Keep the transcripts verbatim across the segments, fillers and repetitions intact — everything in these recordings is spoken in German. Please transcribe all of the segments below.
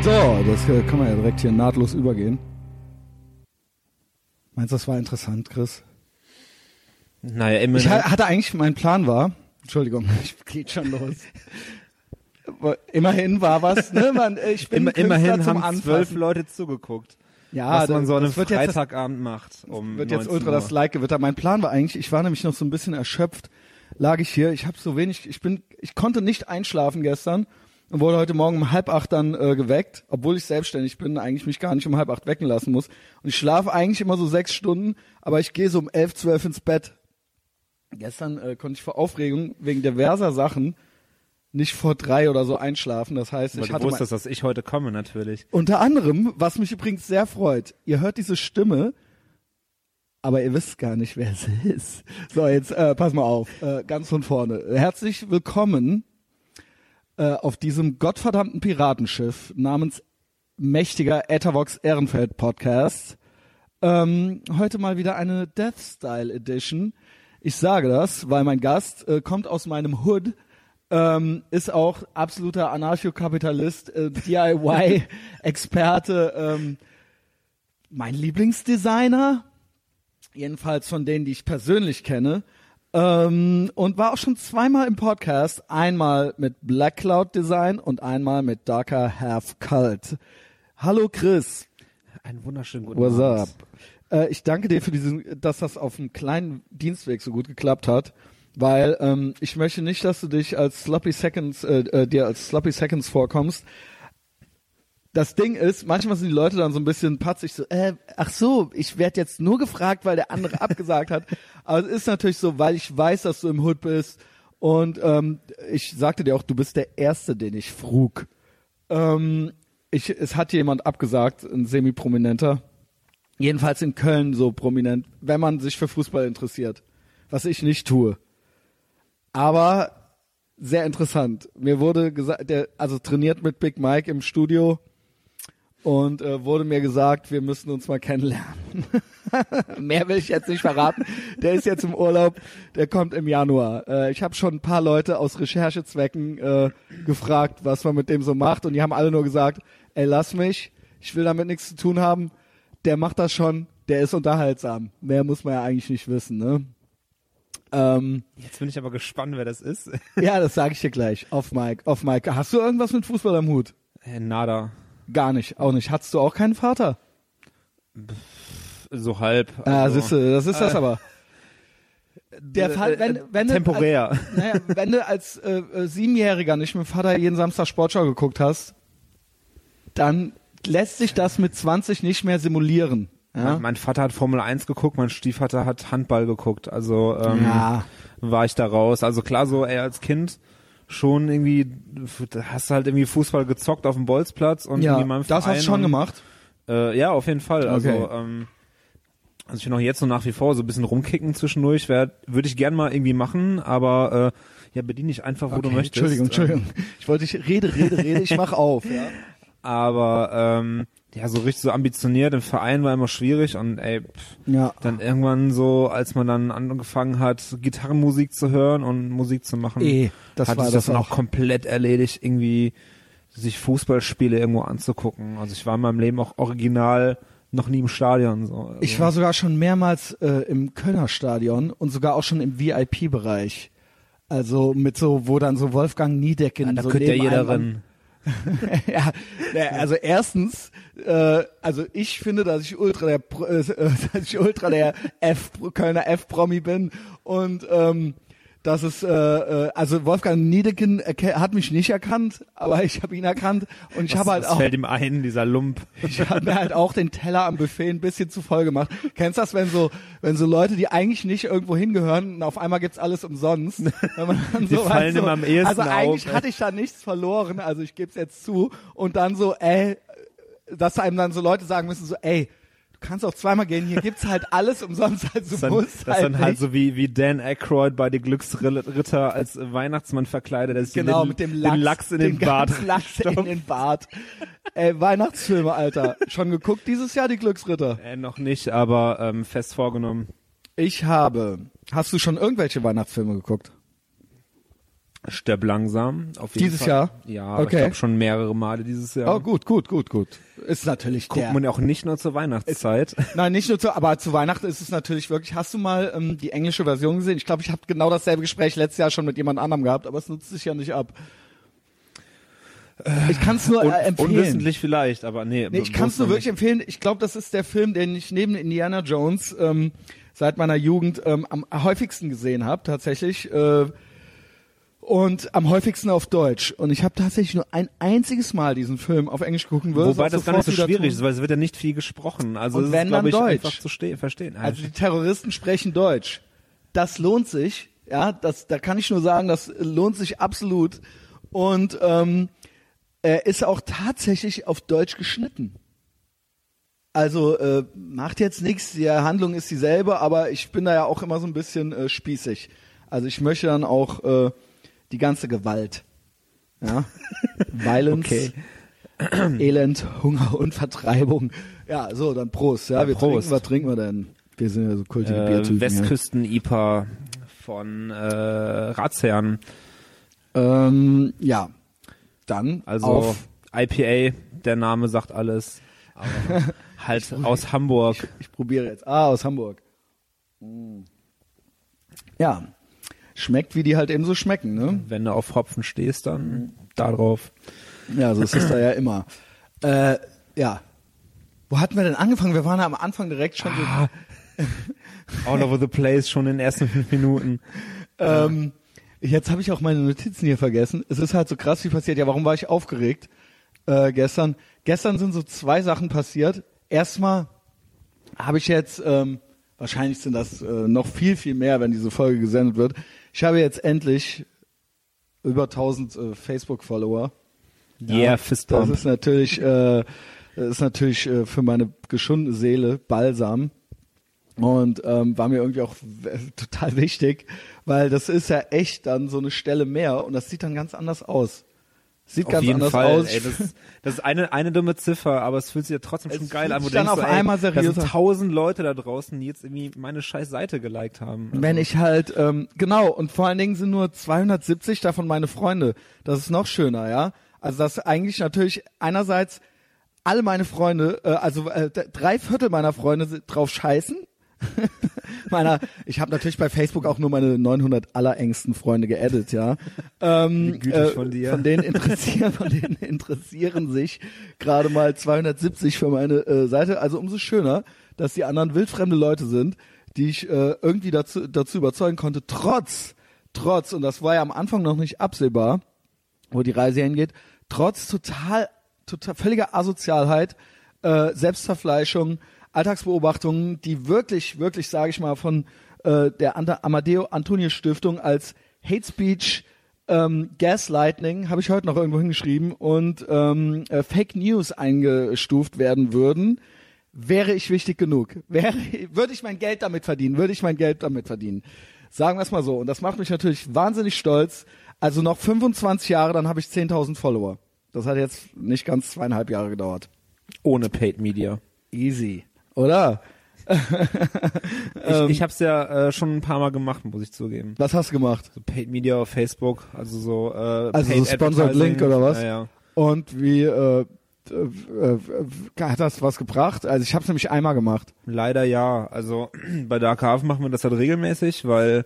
So, das äh, kann man ja direkt hier nahtlos übergehen. Meinst du, das war interessant, Chris? Naja, immerhin. Ich ha- hatte eigentlich, mein Plan war, Entschuldigung, ich geht schon los. Immerhin war was, ne? Man, ich bin Immer, immerhin zum haben zwölf Anfassen. Leute zugeguckt. Ja, was man so an einem das wird Freitagabend macht. Um jetzt, wird jetzt neunzehn ultra Uhr. das Like-Gewitter. Mein Plan war eigentlich, ich war nämlich noch so ein bisschen erschöpft, lag ich hier, ich habe so wenig, ich bin, ich konnte nicht einschlafen gestern und wurde heute Morgen um halb acht dann äh, geweckt, obwohl ich selbstständig bin, eigentlich mich gar nicht um halb acht wecken lassen muss. Und ich schlafe eigentlich immer so sechs Stunden, aber ich gehe so um elf, zwölf ins Bett. Gestern äh, konnte ich vor Aufregung wegen diverser Sachen nicht vor drei oder so einschlafen. Das heißt, Aber ich du hatte wusstest, dass ich heute komme, natürlich. unter anderem, was mich übrigens sehr freut, ihr hört diese Stimme, aber ihr wisst gar nicht, wer es ist. So, jetzt äh, pass mal auf, äh, ganz von vorne. Herzlich willkommen äh, auf diesem gottverdammten Piratenschiff namens mächtiger Ethervox Ehrenfeld Podcast. Ähm, heute mal wieder eine Death Style Edition. Ich sage das, weil mein Gast äh, kommt aus meinem Hood, ähm, ist auch absoluter Anarchokapitalist, äh, D I Y-Experte, ähm, mein Lieblingsdesigner, jedenfalls von denen, die ich persönlich kenne, ähm, und war auch schon zweimal im Podcast, einmal mit Black Cloud Design und einmal mit Darker Half Cult. Hallo Chris. Einen wunderschönen guten What's Abend. up? Äh, ich danke dir für diesen, dass das auf einem kleinen Dienstweg so gut geklappt hat, weil ähm, ich möchte nicht, dass du dich als Sloppy Seconds, äh, äh, dir als Sloppy Seconds vorkommst. Das Ding ist, manchmal sind die Leute dann so ein bisschen patzig, so, äh, ach so, ich werde jetzt nur gefragt, weil der andere abgesagt hat. Aber es ist natürlich so, weil ich weiß, dass du im Hood bist und ähm, ich sagte dir auch, du bist der Erste, den ich frug. Ähm, ich, es hat jemand abgesagt, ein Semi-Prominenter. Jedenfalls in Köln so prominent, wenn man sich für Fußball interessiert. Was ich nicht tue. Aber sehr interessant. Mir wurde gesagt, der, also trainiert mit Big Mike im Studio und äh, wurde mir gesagt, wir müssen uns mal kennenlernen. Mehr will ich jetzt nicht verraten. Der ist jetzt im Urlaub, der kommt im Januar. Äh, ich habe schon ein paar Leute aus Recherchezwecken äh, gefragt, was man mit dem so macht und die haben alle nur gesagt, ey, lass mich, ich will damit nichts zu tun haben. Der macht das schon, der ist unterhaltsam. Mehr muss man ja eigentlich nicht wissen, ne? Ähm, Jetzt bin ich aber gespannt, wer das ist. ja, das sage ich dir gleich. Auf Mike, auf Mike. Hast du irgendwas mit Fußball am Hut? Äh, nada. Gar nicht, auch nicht. Hattest du auch keinen Vater? So halb. Ah, Also, siehst du, das ist das äh, aber. Der Fall, wenn, wenn temporär. Du als, naja, wenn du als äh, äh, Siebenjähriger nicht mit dem Vater jeden Samstag Sportschau geguckt hast, dann lässt sich das mit zwanzig nicht mehr simulieren. Ja? Mein, mein Vater hat Formel eins geguckt, mein Stiefvater hat Handball geguckt. Also ähm, Ja. war ich da raus. Also klar, so ey, als Kind schon irgendwie, hast du halt irgendwie Fußball gezockt auf dem Bolzplatz und Ja, irgendwie meinem das Verein hast du schon und, gemacht. Äh, ja, auf jeden Fall. Also, Okay. ähm, also ich bin auch jetzt so nach wie vor so ein bisschen rumkicken zwischendurch. Würde ich gern mal irgendwie machen, aber äh, ja, bediene dich einfach, wo Okay, du möchtest. Entschuldigung, Entschuldigung. Ich wollte dich, rede, rede, rede, ich mach auf. Ja. Aber ähm, ja, so richtig so ambitioniert im Verein war immer schwierig und ey, pff, Ja. dann irgendwann so, als man dann angefangen hat, Gitarrenmusik zu hören und Musik zu machen, Eh, das hat war sich das das dann auch. auch komplett erledigt, irgendwie sich Fußballspiele irgendwo anzugucken. Also ich war in meinem Leben auch original noch nie im Stadion. So. Also, Ich war sogar schon mehrmals äh, im Kölner Stadion und sogar auch schon im V I P-Bereich. Also mit so, wo dann so Wolfgang Niedecken ja, da so könnte ja neben jeder einem- rennen. ja, ne, also erstens, äh, also ich finde, dass ich ultra der, Pro- äh, dass ich ultra der F Kölner F-Promi bin und ähm, dass es, äh, äh, also Wolfgang Niedecken erke- hat mich nicht erkannt, aber ich habe ihn erkannt und ich Was, habe halt was auch, fällt ihm ein, dieser Lump. ich habe mir halt auch den Teller am Buffet ein bisschen zu voll gemacht. Kennst du das, wenn so, wenn so Leute, die eigentlich nicht irgendwo hingehören, und auf einmal gibt's alles umsonst? Wenn man dann Die so, fallen weißt, so, immer am ehesten Also eigentlich auf, hatte ich da nichts verloren, also ich gebe es jetzt zu. Und dann so, ey, dass einem dann so Leute sagen müssen, so, ey, du kannst auch zweimal gehen, hier gibt's halt alles umsonst, also Das, dann, musst das halt dann halt nicht. so wie, wie Dan Aykroyd bei Die Glücksritter als Weihnachtsmann verkleidet, der sich Genau, den, mit dem den Lachs, Lachs in den, Bart ganzen Lachs in stopft. den Bart. Ey, Weihnachtsfilme, Alter. Schon geguckt dieses Jahr, die Glücksritter? Äh, noch nicht, aber ähm, fest vorgenommen. Ich habe. Hast du schon irgendwelche Weihnachtsfilme geguckt? Stirb langsam. Auf jeden Dieses Fall. Jahr? Ja, aber Okay. ich glaube schon mehrere Male dieses Jahr. Oh, gut, gut, gut, gut. Ist natürlich Guckt der... man ja auch nicht nur zur Weihnachtszeit. Nein, nicht nur zu, aber zu Weihnachten ist es natürlich wirklich. Hast du mal ähm, die englische Version gesehen? Ich glaube, ich habe genau dasselbe Gespräch letztes Jahr schon mit jemand anderem gehabt, aber es nutzt sich ja nicht ab. Ich kann es nur Un äh, empfehlen. unwissentlich vielleicht, aber nee. Nee, ich kann es nur wirklich empfehlen. Ich glaube, das ist der Film, den ich neben Indiana Jones ähm, seit meiner Jugend ähm, am häufigsten gesehen habe, tatsächlich. Äh, und am häufigsten auf Deutsch. Und ich habe tatsächlich nur ein einziges Mal diesen Film auf Englisch gucken würde. Wobei das gar nicht so schwierig ist, weil es wird ja nicht viel gesprochen. Also Und es wenn ist, glaube dann ich, Deutsch. einfach zu ste- verstehen. Also die Terroristen sprechen Deutsch. Das lohnt sich. Ja, das, da kann ich nur sagen, das lohnt sich absolut. Und ähm, er ist auch tatsächlich auf Deutsch geschnitten. Also äh, macht jetzt nichts, die Handlung ist dieselbe, aber ich bin da ja auch immer so ein bisschen äh, spießig. Also ich möchte dann auch äh, die ganze Gewalt. Ja? Violence, Okay. Elend, Hunger und Vertreibung. Ja, so, dann Prost. Ja, Ja, wir Prost. trinken, was trinken wir denn? Wir sind ja so kultige äh, Biertypen. Westküsten-I P A von äh, Ratsherren. Ja. Ähm, ja, dann Also auf... I P A, der Name sagt alles. Aber halt aus Hamburg. Ich probiere jetzt. Ah, aus Hamburg. Mm. Ja, schmeckt, wie die halt eben so schmecken, ne? Wenn du auf Hopfen stehst, dann da drauf. Ja, so ist es da ja immer. Äh, ja. Wo hatten wir denn angefangen? Wir waren ja am Anfang direkt schon... Ah, all over the place, schon in den ersten fünf Minuten. Ähm, jetzt habe ich auch meine Notizen hier vergessen. Es ist halt so krass, wie passiert. Ja, warum war ich aufgeregt äh, gestern? Gestern sind so zwei Sachen passiert. Erstmal habe ich jetzt, ähm, wahrscheinlich sind das äh, noch viel, viel mehr, wenn diese Folge gesendet wird. Ich habe jetzt endlich über tausend äh, Facebook-Follower. Yeah, Fistbump. Das ist natürlich, äh, das ist natürlich äh, für meine geschundene Seele Balsam. Und ähm, war mir irgendwie auch w- total wichtig, weil das ist ja echt dann so eine Stelle mehr und das sieht dann ganz anders aus. Sieht Auf ganz jeden anders Fall, aus. ey, das, das ist eine, eine dumme Ziffer, aber es fühlt sich ja trotzdem Es schon geil fühlt an, wo sich du dann denkst, auf so, ey, einmal da seriöser. sind tausend Leute da draußen, die jetzt irgendwie meine scheiß Seite geliked haben. Also, Wenn ich halt, ähm, genau, und vor allen Dingen sind nur zweihundertsiebzig davon meine Freunde. Das ist noch schöner, ja. Also das eigentlich natürlich einerseits alle meine Freunde, äh, also äh, d- drei Viertel meiner Freunde sind drauf scheißen. meiner, ich habe natürlich bei Facebook auch nur meine neunhundert allerengsten Freunde geaddet, ja. Ähm, Wie gütig äh, von dir. Von denen interessieren, von denen interessieren sich gerade mal zweihundertsiebzig für meine äh, Seite. Also umso schöner, dass die anderen wildfremde Leute sind, die ich äh, irgendwie dazu, dazu überzeugen konnte, trotz, trotz, und das war ja am Anfang noch nicht absehbar, wo die Reise hingeht, trotz total, total völliger Asozialheit, äh, Selbstverfleischung, Alltagsbeobachtungen, die wirklich, wirklich, sage ich mal, von äh, der Anta- Amadeo Antonio Stiftung als Hate Speech, ähm, Gaslighting, habe ich heute noch irgendwo hingeschrieben, und ähm, äh, Fake News eingestuft werden würden, wäre ich wichtig genug. Wäre, würde ich mein Geld damit verdienen, würde ich mein Geld damit verdienen. Sagen wir es mal so. Und das macht mich natürlich wahnsinnig stolz. Also noch fünfundzwanzig Jahre, dann habe ich zehntausend Follower. Das hat jetzt nicht ganz zweieinhalb Jahre gedauert. ohne Paid Media. Easy. Oder? Ich, ich habe es ja äh, schon ein paar Mal gemacht, muss ich zugeben. Was hast du gemacht? So Paid Media auf Facebook, also so äh, Also Paid so Sponsored Advertising. Link oder was? Ja, ja. Und wie, äh, äh, äh, hat das was gebracht? Also ich habe es nämlich einmal gemacht. Leider ja. Also bei Dark Haven machen wir das halt regelmäßig, weil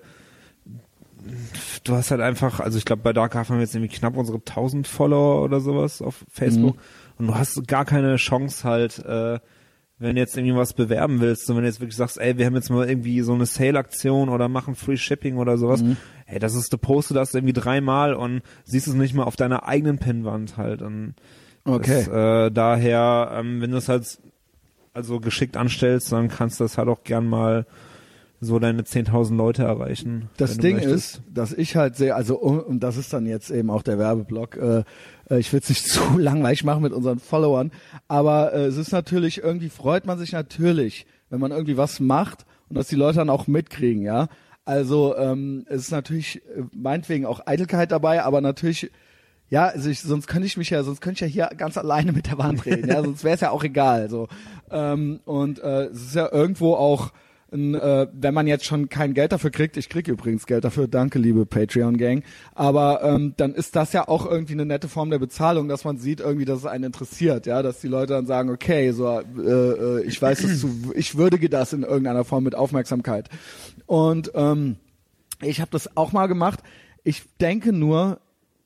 du hast halt einfach, also ich glaube bei Dark Haven haben wir jetzt irgendwie knapp unsere tausend Follower oder sowas auf Facebook Mhm. und du hast gar keine Chance halt, äh, wenn du jetzt irgendwie was bewerben willst und wenn du jetzt wirklich sagst, ey, wir haben jetzt mal irgendwie so eine Sale-Aktion oder machen Free Shipping oder sowas, Mhm. ey, das ist, du postest das irgendwie dreimal und siehst es nicht mal auf deiner eigenen Pinwand halt und Okay. das, äh, daher, ähm, wenn du es halt also geschickt anstellst, dann kannst du das halt auch gern mal so deine zehntausend Leute erreichen. Das wenn du Ding möchtest. ist, dass ich halt sehe, also und und das ist dann jetzt eben auch der Werbeblock, äh, äh, ich will es nicht zu langweilig machen mit unseren Followern, aber äh, es ist natürlich, irgendwie freut man sich natürlich, wenn man irgendwie was macht und dass die Leute dann auch mitkriegen, ja. Also ähm, es ist natürlich äh, meinetwegen auch Eitelkeit dabei, aber natürlich, ja, also ich, sonst könnte ich mich ja, sonst könnte ich ja hier ganz alleine mit der Wand reden, ja, sonst wäre es ja auch egal, so. Ähm, und äh, es ist ja irgendwo auch ein, äh, wenn man jetzt schon kein Geld dafür kriegt, ich kriege übrigens Geld dafür, danke liebe Patreon-Gang, aber ähm, dann ist das ja auch irgendwie eine nette Form der Bezahlung, dass man sieht irgendwie, dass es einen interessiert, ja, dass die Leute dann sagen, okay, so äh, äh, ich weiß es zu, ich würdige das in irgendeiner Form mit Aufmerksamkeit. Und ähm, ich habe das auch mal gemacht. Ich denke nur,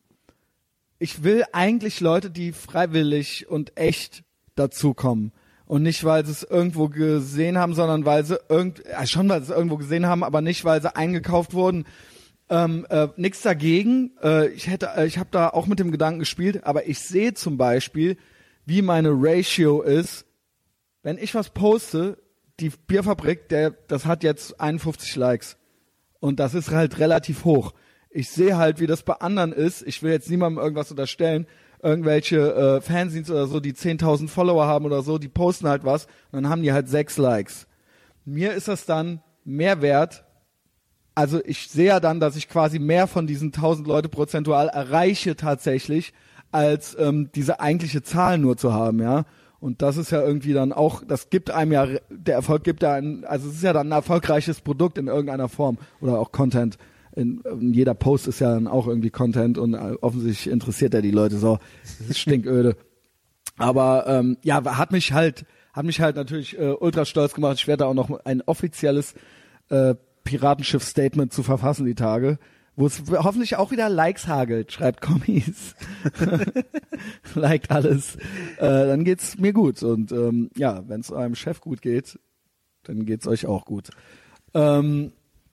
ich will eigentlich Leute, die freiwillig und echt dazukommen. Und nicht, weil sie es irgendwo gesehen haben, sondern weil sie irgend, ja, schon, weil sie es irgendwo gesehen haben, aber nicht, weil sie eingekauft wurden. Ähm, äh, nix dagegen. Äh, ich hätte, äh, ich habe da auch mit dem Gedanken gespielt, aber ich sehe zum Beispiel, wie meine Ratio ist, wenn ich was poste, die Bierfabrik, der, das hat jetzt einundfünfzig Likes. Und das ist halt relativ hoch. Ich sehe halt, wie das bei anderen ist. Ich will jetzt niemandem irgendwas unterstellen. Irgendwelche äh, Fanzines oder so, die zehntausend Follower haben oder so, die posten halt was und dann haben die halt sechs Likes. Mir ist das dann mehr wert. Also ich sehe ja dann, dass ich quasi mehr von diesen tausend Leute prozentual erreiche tatsächlich, als ähm, diese eigentliche Zahl nur zu haben, ja. Und das ist ja irgendwie dann auch, das gibt einem ja, der Erfolg gibt ja ein, also es ist ja dann ein erfolgreiches Produkt in irgendeiner Form oder auch Content. In, in jeder Post ist ja dann auch irgendwie Content und äh, offensichtlich interessiert er die Leute so. Das ist stinköde. Aber ähm, ja, hat mich halt, hat mich halt natürlich äh, ultra stolz gemacht. Ich werde da auch noch ein offizielles äh, Piratenschiff-Statement zu verfassen die Tage, wo es hoffentlich auch wieder Likes hagelt. Schreibt Kommis, liked alles. Äh, dann geht's mir gut. Und ähm, ja, wenn es eurem Chef gut geht, dann geht's euch auch gut. Ähm,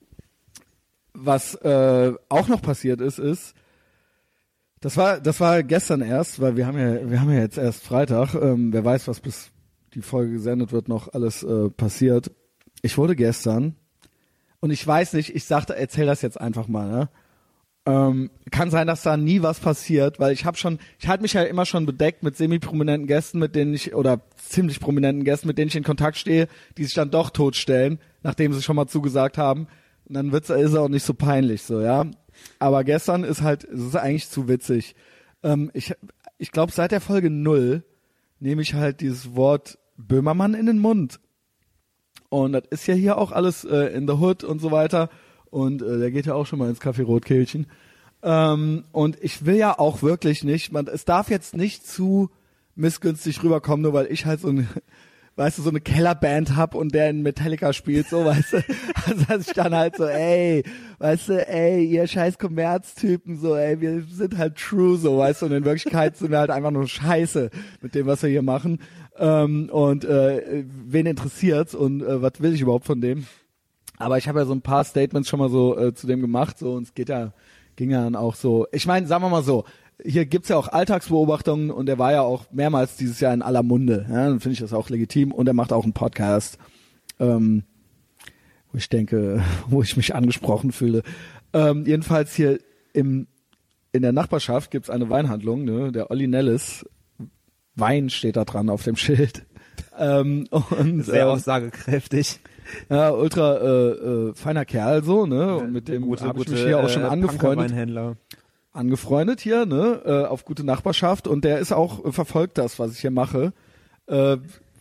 Was äh, auch noch passiert ist, ist, das war das war gestern erst, weil wir haben ja wir haben ja jetzt erst Freitag. Ähm, wer weiß, was bis die Folge gesendet wird noch alles äh, passiert. Ich wurde gestern und ich weiß nicht, ich sagte, erzähl das jetzt einfach mal. Ne? Ähm, kann sein, dass da nie was passiert, weil ich habe schon, ich halte mich ja immer schon bedeckt mit semi-prominenten Gästen, mit denen ich oder ziemlich prominenten Gästen, mit denen ich in Kontakt stehe, die sich dann doch totstellen, nachdem sie schon mal zugesagt haben. Und dann wird's, ist es auch nicht so peinlich, so, ja. Aber gestern ist halt, es ist eigentlich zu witzig. Ähm, ich ich glaube, seit der Folge null nehme ich halt dieses Wort Böhmermann in den Mund. Und das ist ja hier auch alles äh, in the Hood und so weiter. Und äh, der geht ja auch schon mal ins Café Rotkehlchen. Ähm, und ich will ja auch wirklich nicht, man, es darf jetzt nicht zu missgünstig rüberkommen, nur weil ich halt so ein weißt du, so eine Kellerband hab und der in Metallica spielt, so, weißt du, also dass ich dann halt so, ey, weißt du, ey, ihr scheiß Kommerztypen, so, ey, wir sind halt true, so, weißt du, und in Wirklichkeit sind wir halt einfach nur scheiße mit dem, was wir hier machen, ähm, und äh, wen interessiert's und äh, was will ich überhaupt von dem? Aber ich habe ja so ein paar Statements schon mal so äh, zu dem gemacht, so, und es geht ja, ging ja dann auch so, ich meine, sagen wir mal so, hier gibt's ja auch Alltagsbeobachtungen und er war ja auch mehrmals dieses Jahr in aller Munde. Ja, dann finde ich das auch legitim und er macht auch einen Podcast, ähm, wo ich denke, wo ich mich angesprochen fühle. Ähm, jedenfalls hier im in der Nachbarschaft gibt's eine Weinhandlung, ne? Der Olli Nellis. Wein steht da dran auf dem Schild. ähm, und, Sehr ähm, aussagekräftig. Ja, ultra äh, äh, feiner Kerl so, ne? Und mit dem gute, habe ich gute, mich hier auch schon äh, angefreundet. Punkerweinhändler. angefreundet hier, ne, äh, auf gute Nachbarschaft und der ist auch, äh, verfolgt das, was ich hier mache, äh,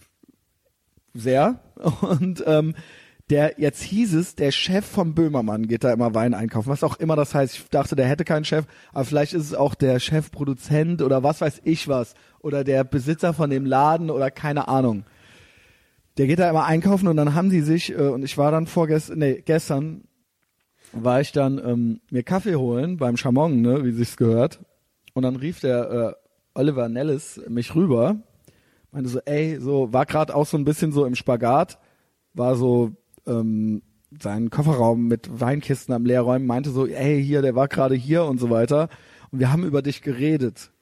sehr und ähm, der, jetzt hieß es, der Chef vom Böhmermann geht da immer Wein einkaufen, was auch immer das heißt, ich dachte, der hätte keinen Chef, aber vielleicht ist es auch der Chefproduzent oder was weiß ich was oder der Besitzer von dem Laden oder keine Ahnung. Der geht da immer einkaufen und dann haben die sich, äh, und ich war dann vorgestern, nee, gestern, war ich dann ähm, mir Kaffee holen beim Chamon, ne, wie sich's gehört. Und dann rief der äh, Oliver Nellis mich rüber, meinte so, ey, so, war gerade auch so ein bisschen so im Spagat, war so ähm, seinen Kofferraum mit Weinkisten am Leerräumen, meinte so, ey, hier, der war gerade hier und so weiter. Und wir haben über dich geredet.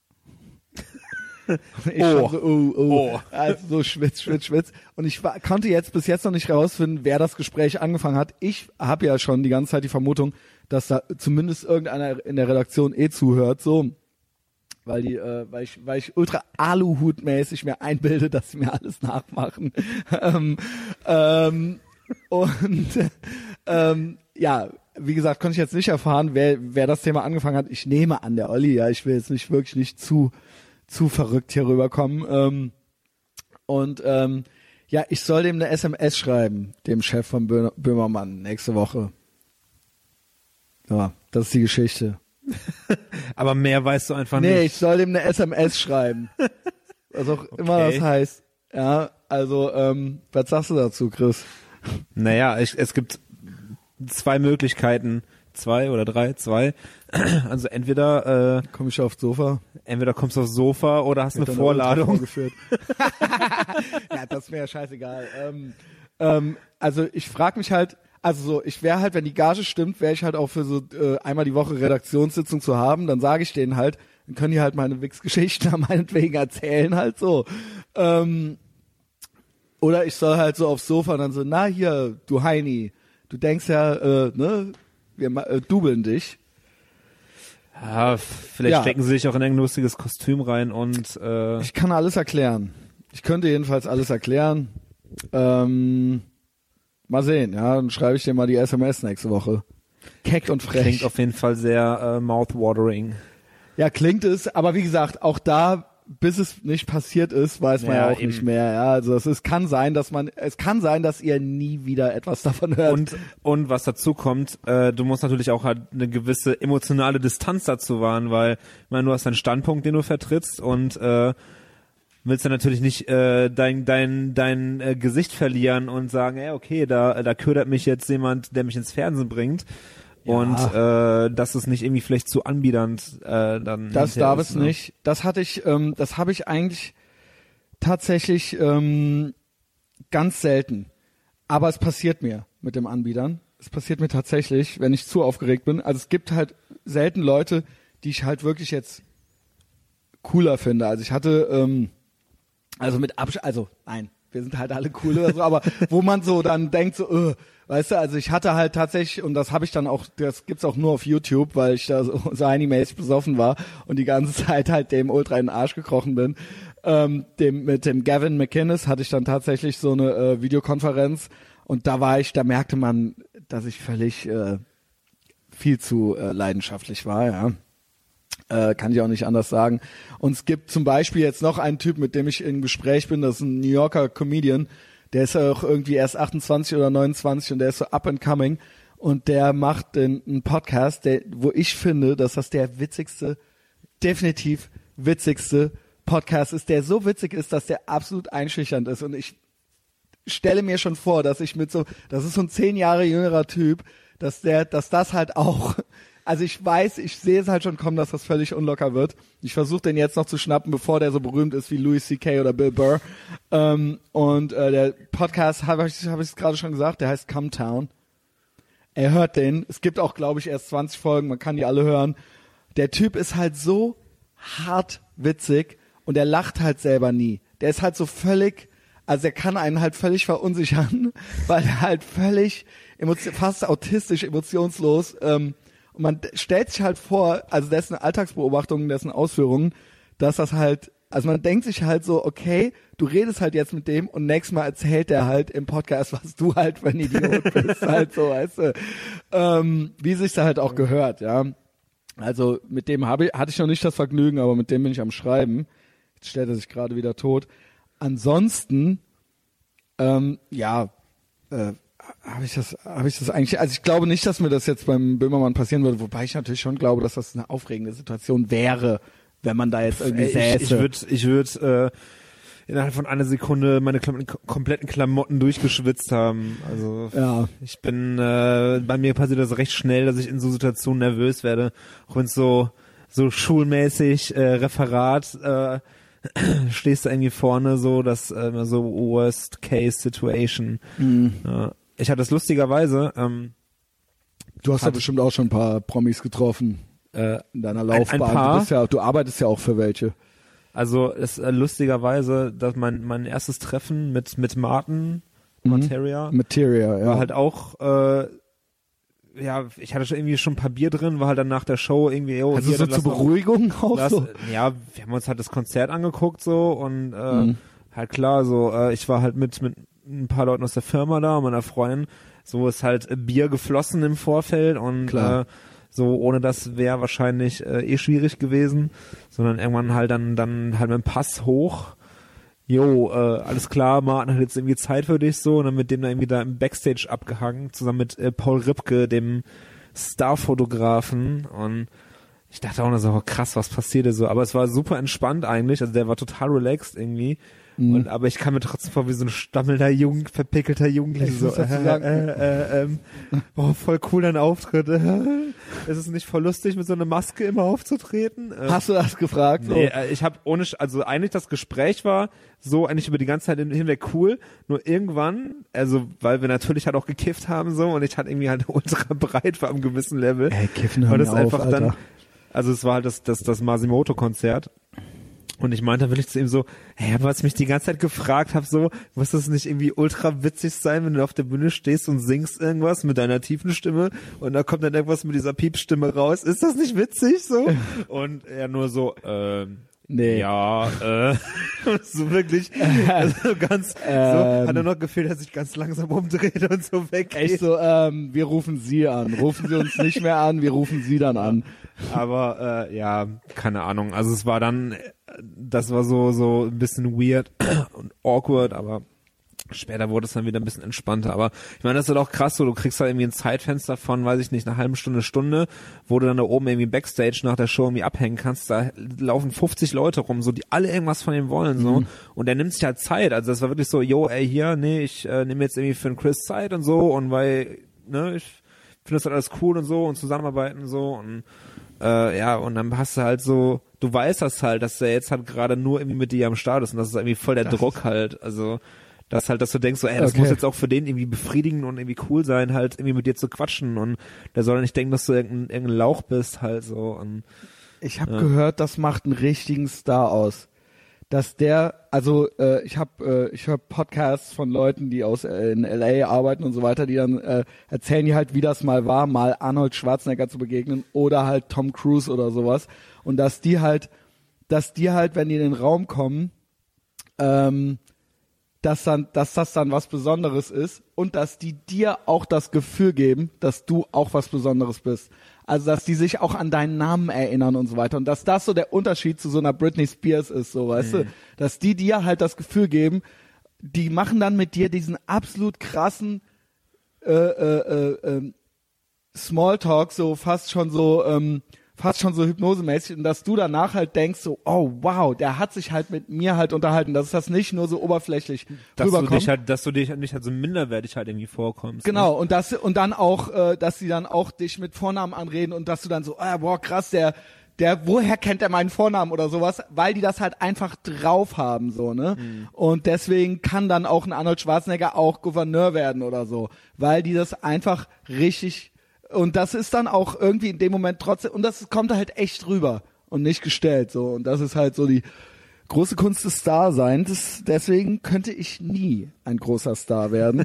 Ich Oh. so, oh, oh. Oh. Also so schwitz, schwitz, schwitz. Und ich war, konnte jetzt bis jetzt noch nicht rausfinden, wer das Gespräch angefangen hat. Ich habe ja schon die ganze Zeit die Vermutung, dass da zumindest irgendeiner in der Redaktion eh zuhört, so. Weil die, äh, weil ich, weil ich ultra Aluhut-mäßig mir einbilde, dass sie mir alles nachmachen. ähm, ähm, und ähm, ja, wie gesagt, konnte ich jetzt nicht erfahren, wer, wer das Thema angefangen hat. Ich nehme an, der Olli, ja, ich will jetzt nicht wirklich nicht zu zu verrückt hier rüberkommen. Ähm, und ähm, Ja, ich soll dem eine S M S schreiben, dem Chef von Bö- Böhmermann, nächste Woche. Ja, das ist die Geschichte. Aber mehr weißt du einfach Nee, nicht. ich soll dem eine S M S schreiben. Was auch Okay. immer das heißt. Ja, also, ähm, was sagst du dazu, Chris? Naja, ich, es gibt zwei Möglichkeiten. Zwei oder drei, zwei. Also entweder äh, Komm ich aufs Sofa? entweder kommst du aufs Sofa oder hast Wird eine dann Ultra Vorladung. vorgeführt. Ja, das ist mir ja scheißegal. Ähm, ähm, also ich frage mich halt, also so, ich wäre halt, wenn die Gage stimmt, wäre ich halt auch für so äh, einmal die Woche Redaktionssitzung zu haben, dann sage ich denen halt, dann können die halt meine Wichsgeschichten meinetwegen erzählen, halt so. Ähm, oder ich soll halt so aufs Sofa und dann so, na hier, du Heini, du denkst ja, äh, ne, wir ma- äh, dubeln dich. Ja, vielleicht Ja. stecken sie sich auch in ein lustiges Kostüm rein und äh, Ich kann alles erklären. Ich könnte jedenfalls alles erklären. Ähm, mal sehen, ja, dann schreibe ich dir mal die S M S nächste Woche. Keck und frech. klingt auf jeden Fall sehr äh, mouthwatering. Ja, klingt es, aber wie gesagt, auch da, bis es nicht passiert ist, weiß man ja, Ja, auch eben. nicht mehr. Ja, also es ist, kann sein, dass man, es kann sein, dass ihr nie wieder etwas davon hört. Und und was dazu kommt, äh, du musst natürlich auch halt eine gewisse emotionale Distanz dazu wahren, weil ich meine, du hast einen Standpunkt, den du vertrittst und äh, willst dann natürlich nicht äh, dein dein dein äh, Gesicht verlieren und sagen, ey, okay, da da ködert mich jetzt jemand, der mich ins Fernsehen bringt. Ja. Und äh, das ist nicht irgendwie vielleicht zu anbiedernd äh, dann. Das hinterher darf ist, es ne? nicht. Das hatte ich, ähm, das habe ich eigentlich tatsächlich ähm, ganz selten. Aber es passiert mir mit dem Anbietern. Es passiert mir tatsächlich, wenn ich zu aufgeregt bin. Also es gibt halt selten Leute, die ich halt wirklich jetzt cooler finde. Also ich hatte, ähm, also mit Absch, also nein, wir sind halt alle cool oder so, aber wo man so dann denkt so, äh, weißt du, also ich hatte halt tatsächlich, und das habe ich dann auch, das gibt's auch nur auf YouTube, weil ich da so, so einimäßig besoffen war und die ganze Zeit halt dem ultra in den Arsch gekrochen bin. Ähm, dem, mit dem Gavin McInnes hatte ich dann tatsächlich so eine äh, Videokonferenz und da war ich, da merkte man, dass ich völlig äh, viel zu äh, leidenschaftlich war, ja. Äh, kann ich auch nicht anders sagen. Und es gibt zum Beispiel jetzt noch einen Typ, mit dem ich im Gespräch bin, das ist ein New Yorker Comedian, der ist ja auch irgendwie erst achtundzwanzig oder neunundzwanzig und der ist so up and coming und der macht den, einen Podcast, der, wo ich finde, dass das der witzigste, definitiv witzigste Podcast ist, der so witzig ist, dass der absolut einschüchternd ist und ich stelle mir schon vor, dass ich mit so, das ist so ein zehn Jahre jüngerer Typ, dass der, dass das halt auch, also ich weiß, ich sehe es halt schon kommen, dass das völlig unlocker wird. Ich versuche den jetzt noch zu schnappen, bevor der so berühmt ist wie Louis C K oder Bill Burr. Ähm, und äh, der Podcast, habe ich hab ich es gerade schon gesagt, der heißt Come Town. Er hört den. Es gibt auch, glaube ich, erst zwanzig Folgen, man kann die alle hören. Der Typ ist halt so hart witzig und er lacht halt selber nie. Der ist halt so völlig, also er kann einen halt völlig verunsichern, weil er halt völlig emotio- fast autistisch, emotionslos ähm, und man stellt sich halt vor, also dessen Alltagsbeobachtungen, dessen Ausführungen, dass das halt, also man denkt sich halt so, okay, du redest halt jetzt mit dem und nächstes Mal erzählt er halt im Podcast, was du halt für ein Idiot bist, halt so, weißt du, ähm, wie sich's da halt auch gehört, ja. Also mit dem habe ich, hatte ich noch nicht das Vergnügen, aber mit dem bin ich am Schreiben. Jetzt stellt er sich gerade wieder tot. Ansonsten, ähm, ja, äh, habe ich das, habe ich das eigentlich, also ich glaube nicht, dass mir das jetzt beim Böhmermann passieren würde, wobei ich natürlich schon glaube, dass das eine aufregende Situation wäre, wenn man da jetzt irgendwie Ey, säße. ich ich würde ich würd, äh, innerhalb von einer Sekunde meine Klam kompletten Klamotten durchgeschwitzt haben. Also Ja. ich bin, äh, bei mir passiert das recht schnell, dass ich in so Situationen nervös werde, auch wenn es so so schulmäßig äh, Referat äh, stehst du irgendwie vorne so, das äh, immer so Worst Case Situation. Mhm. Ja. Ich hatte es lustigerweise, ähm, Du hast ja Hat- bestimmt auch schon ein paar Promis getroffen äh, in deiner ein Laufbahn. paar. Du, bist ja, du arbeitest ja auch für welche. also es äh, lustigerweise, dass mein mein erstes Treffen mit mit Martin Mhm. Materia Materia, ja. war halt auch, äh, ja, ich hatte schon irgendwie schon ein paar Bier drin, war halt dann nach der Show irgendwie, oh, also hier, so dann zur lass noch- Beruhigung auch lass, so. Ja, wir haben uns halt das Konzert angeguckt so und äh, Mhm. halt klar, so äh, ich war halt mit mit ein paar Leuten aus der Firma da, meiner Freundin, so ist halt äh, Bier geflossen im Vorfeld und Klar. äh, so ohne das wäre wahrscheinlich äh, eh schwierig gewesen, sondern irgendwann halt dann dann halt mit dem Pass hoch. jo, äh, alles klar, Martin hat jetzt irgendwie Zeit für dich so und dann mit dem da irgendwie da im Backstage abgehangen, zusammen mit äh, Paul Ripke, dem Starfotografen und ich dachte auch noch so, oh, krass, was passiert da so, aber es war super entspannt eigentlich, also der war total relaxed irgendwie. Mhm. Und, aber ich kam mir trotzdem vor wie so ein stammelnder, jung, verpickelter Jugendlicher. So, äh, äh, äh, ähm, oh, voll cool dein Auftritt. Ist es nicht voll lustig, mit so einer Maske immer aufzutreten? Hast du das gefragt? Nee, äh, ich habe ohne, also eigentlich das Gespräch war so eigentlich über die ganze Zeit hinweg cool, nur irgendwann, also weil wir natürlich halt auch gekifft haben so und ich hatte irgendwie halt ultra breit war am gewissen Level. Ey, kiffen haben und das auf, einfach Alter. Dann, also es war halt das, das, das Masimoto-Konzert. Und ich meinte wirklich zu ihm so, hey, was ich mich die ganze Zeit gefragt habe, so, muss das nicht irgendwie ultra witzig sein, wenn du auf der Bühne stehst und singst irgendwas mit deiner tiefen Stimme und da kommt dann irgendwas mit dieser Piepstimme raus. Ist das nicht witzig so? Und er nur so, ähm, nee. Ja, äh, so wirklich, also ganz, ähm, so, hat er noch gefehlt, dass ich ganz langsam umdreht und so weg. Echt so, ähm, wir rufen Sie an. Rufen Sie uns nicht mehr an, wir rufen Sie dann an. Aber, äh, ja, keine Ahnung. Also es war dann, das war so, so ein bisschen weird und awkward, aber später wurde es dann wieder ein bisschen entspannter. Aber ich meine, das ist halt auch krass, so, du kriegst halt irgendwie ein Zeitfenster von, weiß ich nicht, einer halben Stunde, Stunde, wo du dann da oben irgendwie Backstage nach der Show irgendwie abhängen kannst. Da laufen fünfzig Leute rum, so, die alle irgendwas von ihm wollen, so. Mhm. Und der nimmt sich halt Zeit. Also das war wirklich so, yo, ey, hier, nee, ich äh, nehme jetzt irgendwie für den Chris Zeit und so und weil, ne, ich finde das halt alles cool und so und zusammenarbeiten und so und Äh, ja, und dann hast du halt so, du weißt das halt, dass der jetzt halt gerade nur irgendwie mit dir am Start ist und das ist irgendwie voll der das Druck halt, also das halt, dass du denkst so, ey, das okay. muss jetzt auch für den irgendwie befriedigend und irgendwie cool sein, halt irgendwie mit dir zu quatschen und der soll nicht denken, dass du irgendein, irgendein Lauch bist halt so. Und ich habe ja. gehört, das macht einen richtigen Star aus. Dass der, also äh, ich habe, äh, ich höre Podcasts von Leuten, die aus äh, in L A arbeiten und so weiter, die dann äh, erzählen die halt, wie das mal war, mal Arnold Schwarzenegger zu begegnen oder halt Tom Cruise oder sowas. Und dass die halt, dass die halt, wenn die in den Raum kommen, ähm, dass dann, dass das dann was Besonderes ist und dass die dir auch das Gefühl geben, dass du auch was Besonderes bist. Also, dass die sich auch an deinen Namen erinnern und so weiter. Und dass das so der Unterschied zu so einer Britney Spears ist, so, weißt mhm. du? Dass die dir halt das Gefühl geben, die machen dann mit dir diesen absolut krassen äh, äh, äh, äh, Smalltalk, so fast schon so, ähm, fast schon so hypnosemäßig und dass du danach halt denkst so, oh wow, der hat sich halt mit mir halt unterhalten, dass das nicht nur so oberflächlich dass rüberkommt. Du dich halt, dass du dich nicht halt so minderwertig halt irgendwie vorkommst. Genau, ne? und das und dann auch, äh, dass sie dann auch dich mit Vornamen anreden und dass du dann so, ah, boah, krass, der, der, woher kennt er meinen Vornamen oder sowas, weil die das halt einfach drauf haben, so, ne? Mhm. Und deswegen kann dann auch ein Arnold Schwarzenegger auch Gouverneur werden oder so, weil die das einfach richtig. Und das ist dann auch irgendwie in dem Moment trotzdem, und das kommt halt echt rüber und nicht gestellt, so. Und das ist halt so die große Kunst des Starseins. Deswegen könnte ich nie ein großer Star werden,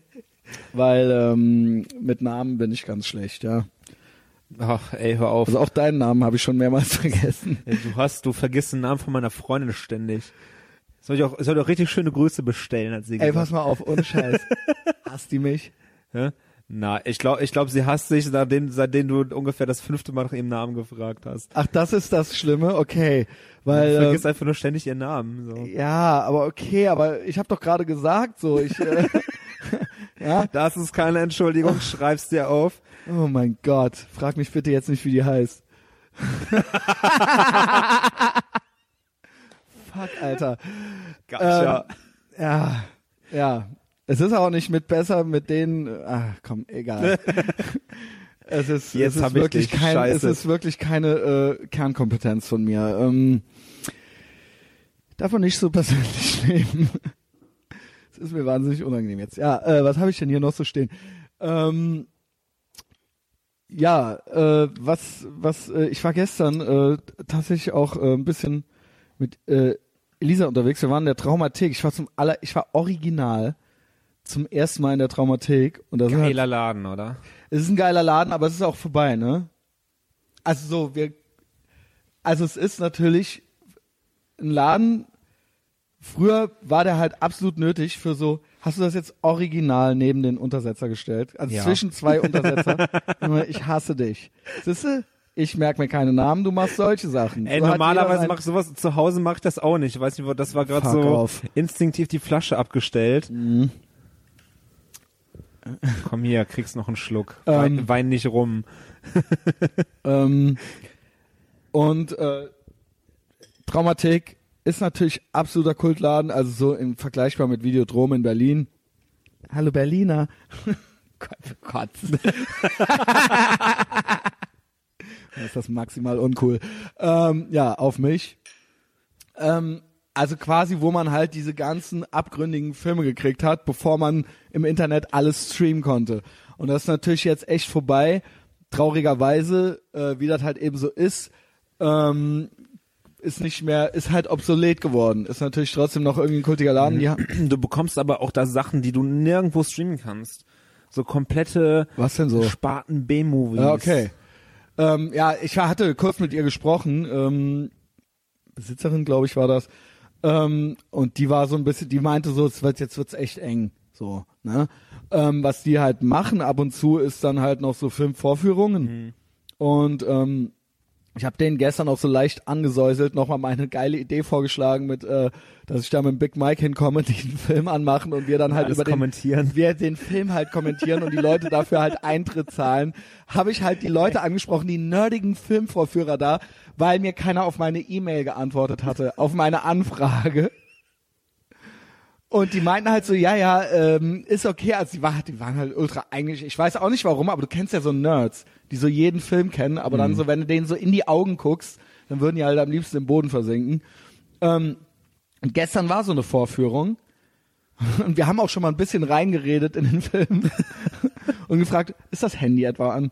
weil ähm, mit Namen bin ich ganz schlecht, ja. Ach, ey, hör auf. Also auch deinen Namen habe ich schon mehrmals vergessen. Ja, du hast, du vergisst den Namen von meiner Freundin ständig. Soll ich auch, soll ich auch richtig schöne Grüße bestellen, hat sie gesagt. Ey, pass mal auf, ohne Scheiß. Hasst die mich? Ja? Na, ich glaube, ich glaube, sie hasst sich, seitdem, seitdem du ungefähr das fünfte Mal nach ihrem Namen gefragt hast. Ach, das ist das Schlimme? Okay. Weil, du vergisst ähm, einfach nur ständig ihren Namen. So. Ja, aber okay, aber ich habe doch gerade gesagt, so, ich, äh, ja. Das ist keine Entschuldigung, schreib's dir auf. Oh mein Gott, frag mich bitte jetzt nicht, wie die heißt. Fuck, Alter. Gotcha. Ähm, ja, ja. Es ist auch nicht mit besser mit denen, ach komm, egal. es ist, Jetzt es ist wirklich kein, es ist wirklich keine äh, Kernkompetenz von mir. Ähm, davon nicht so persönlich nehmen. Es ist mir wahnsinnig unangenehm jetzt. Ja, äh, was habe ich denn hier noch so stehen? Ähm, ja, äh, was, was, äh, ich war gestern äh, tatsächlich auch äh, ein bisschen mit äh, Elisa unterwegs. Wir waren in der Traumathek. Ich war zum aller, ich war original zum ersten Mal in der Traumathek. Und das geiler halt, Laden, oder? Es ist ein geiler Laden, aber es ist auch vorbei, ne? Also so, wir, also es ist natürlich ein Laden, früher war der halt absolut nötig für so, hast du das jetzt original neben den Untersetzer gestellt? Also ja. zwischen zwei Untersetzer. Ich hasse dich. Siehste? Ich merke mir keine Namen, du machst solche Sachen. Ey, so normalerweise mach ich sowas, zu Hause mache ich das auch nicht. Ich weiß nicht, das war gerade so auf. instinktiv die Flasche abgestellt. Mhm. Komm hier, kriegst noch einen Schluck. Ähm, Wein, wein nicht rum. ähm, und äh, Traumatik ist natürlich absoluter Kultladen, also so im vergleichbar mit Videodrom in Berlin. Hallo Berliner. Gott, für Kotzen. Das ist das maximal uncool. Ähm, ja, auf mich. Ähm, also quasi, wo man halt diese ganzen abgründigen Filme gekriegt hat, bevor man im Internet alles streamen konnte. Und das ist natürlich jetzt echt vorbei. Traurigerweise, äh, wie das halt eben so ist, ähm, ist nicht mehr, ist halt obsolet geworden. Ist natürlich trotzdem noch irgendwie ein kultiger Laden. Ja. Du bekommst aber auch da Sachen, die du nirgendwo streamen kannst. So komplette Was denn so? Sparten B-Movies. Ja, okay. Ähm, ja, ich hatte kurz mit ihr gesprochen. Ähm, Besitzerin, glaube ich, war das. Ähm, und die war so ein bisschen, die meinte so, es wird, jetzt wird's echt eng. So, ne? Ähm, was die halt machen ab und zu ist dann halt noch so Filmvorführungen. Mhm. Und ähm, ich habe denen gestern auch so leicht angesäuselt, nochmal meine geile Idee vorgeschlagen, mit, äh, dass ich da mit Big Mike hinkomme, die den Film anmachen und wir dann halt Alles über den, kommentieren. wir den Film halt kommentieren und die Leute dafür halt Eintritt zahlen. Habe ich halt die Leute angesprochen, die nerdigen Filmvorführer da, weil mir keiner auf meine E-Mail geantwortet hatte, auf meine Anfrage. Und die meinten halt so, ja, ja, ähm, ist okay. Also die, war, die waren halt ultra eigentlich, ich weiß auch nicht warum, aber du kennst ja so Nerds, die so jeden Film kennen, aber mhm. dann so, wenn du denen so in die Augen guckst, dann würden die halt am liebsten im Boden versinken. Ähm, und gestern war so eine Vorführung und wir haben auch schon mal ein bisschen reingeredet in den Film und gefragt, ist das Handy etwa an?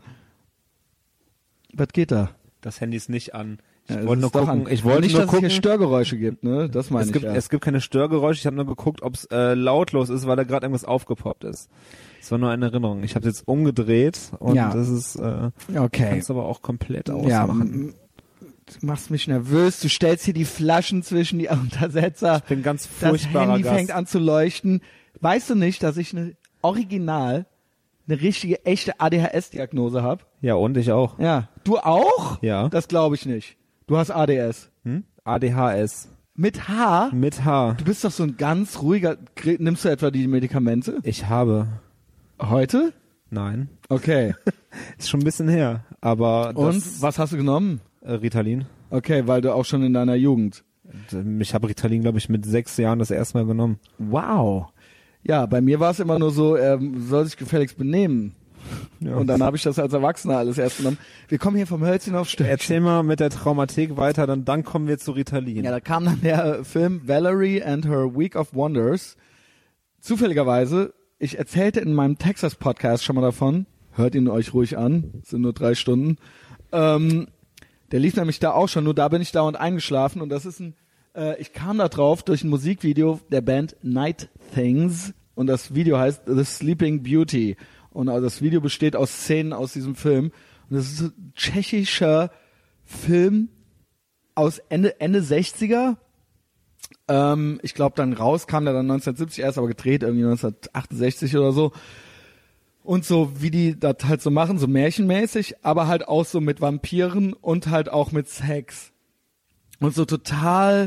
Was geht da? Das Handy ist nicht an. Ich Ja, wollte nur gucken. Ich wollte nicht, nur dass gucken. es hier Störgeräusche gibt, ne? Das meine es ich gibt, ja. Es gibt keine Störgeräusche. Ich habe nur geguckt, ob es äh, lautlos ist, weil da gerade irgendwas aufgepoppt ist. Das war nur eine Erinnerung. Ich habe jetzt umgedreht und Ja. das ist. Äh, Okay. Kannst aber auch komplett Ja, ausmachen. du machst mich nervös. Du stellst hier die Flaschen zwischen die Untersetzer. Ich bin ganz Das furchtbarer Handy Gast. fängt an zu leuchten. Weißt du nicht, dass ich eine Original, eine richtige, echte A D H S-Diagnose habe? Ja, und ich auch. Ja. Du auch? Ja. Das glaube ich nicht. Du hast A D S. Hm? A D H S. Mit H? Mit H. Du bist doch so ein ganz ruhiger. Krie- Nimmst du etwa die Medikamente? Ich habe. Heute? Nein. Okay. Ist schon ein bisschen her. Aber das, Und was hast du genommen? Äh, Ritalin. Okay, weil du auch schon in deiner Jugend. Ich habe Ritalin, glaube ich, mit sechs Jahren das erste Mal genommen. Wow. Ja, bei mir war es immer nur so, er soll sich gefälligst benehmen. Ja. Und dann habe ich das als Erwachsener alles erst genommen. Wir kommen hier vom Hölzchen auf Stöckchen. Erzähl mal mit der Traumatik weiter, dann, dann kommen wir zu Ritalin. Ja, da kam dann der äh, Film Valerie and Her Week of Wonders. Zufälligerweise, ich erzählte in meinem Texas-Podcast schon mal davon, hört ihn euch ruhig an, es sind nur drei Stunden. Ähm, der lief nämlich da auch schon, nur da bin ich dauernd eingeschlafen und das ist ein, äh, ich kam da drauf durch ein Musikvideo der Band Night Things und das Video heißt The Sleeping Beauty. Und also das Video besteht aus Szenen aus diesem Film. Und das ist ein tschechischer Film aus Ende, Ende sechziger. Ähm, ich glaube, dann raus kam der dann neunzehnhundertsiebzig erst, aber gedreht irgendwie neunzehnhundertachtundsechzig oder so. Und so, wie die das halt so machen, so märchenmäßig, aber halt auch so mit Vampiren und halt auch mit Sex. Und so total,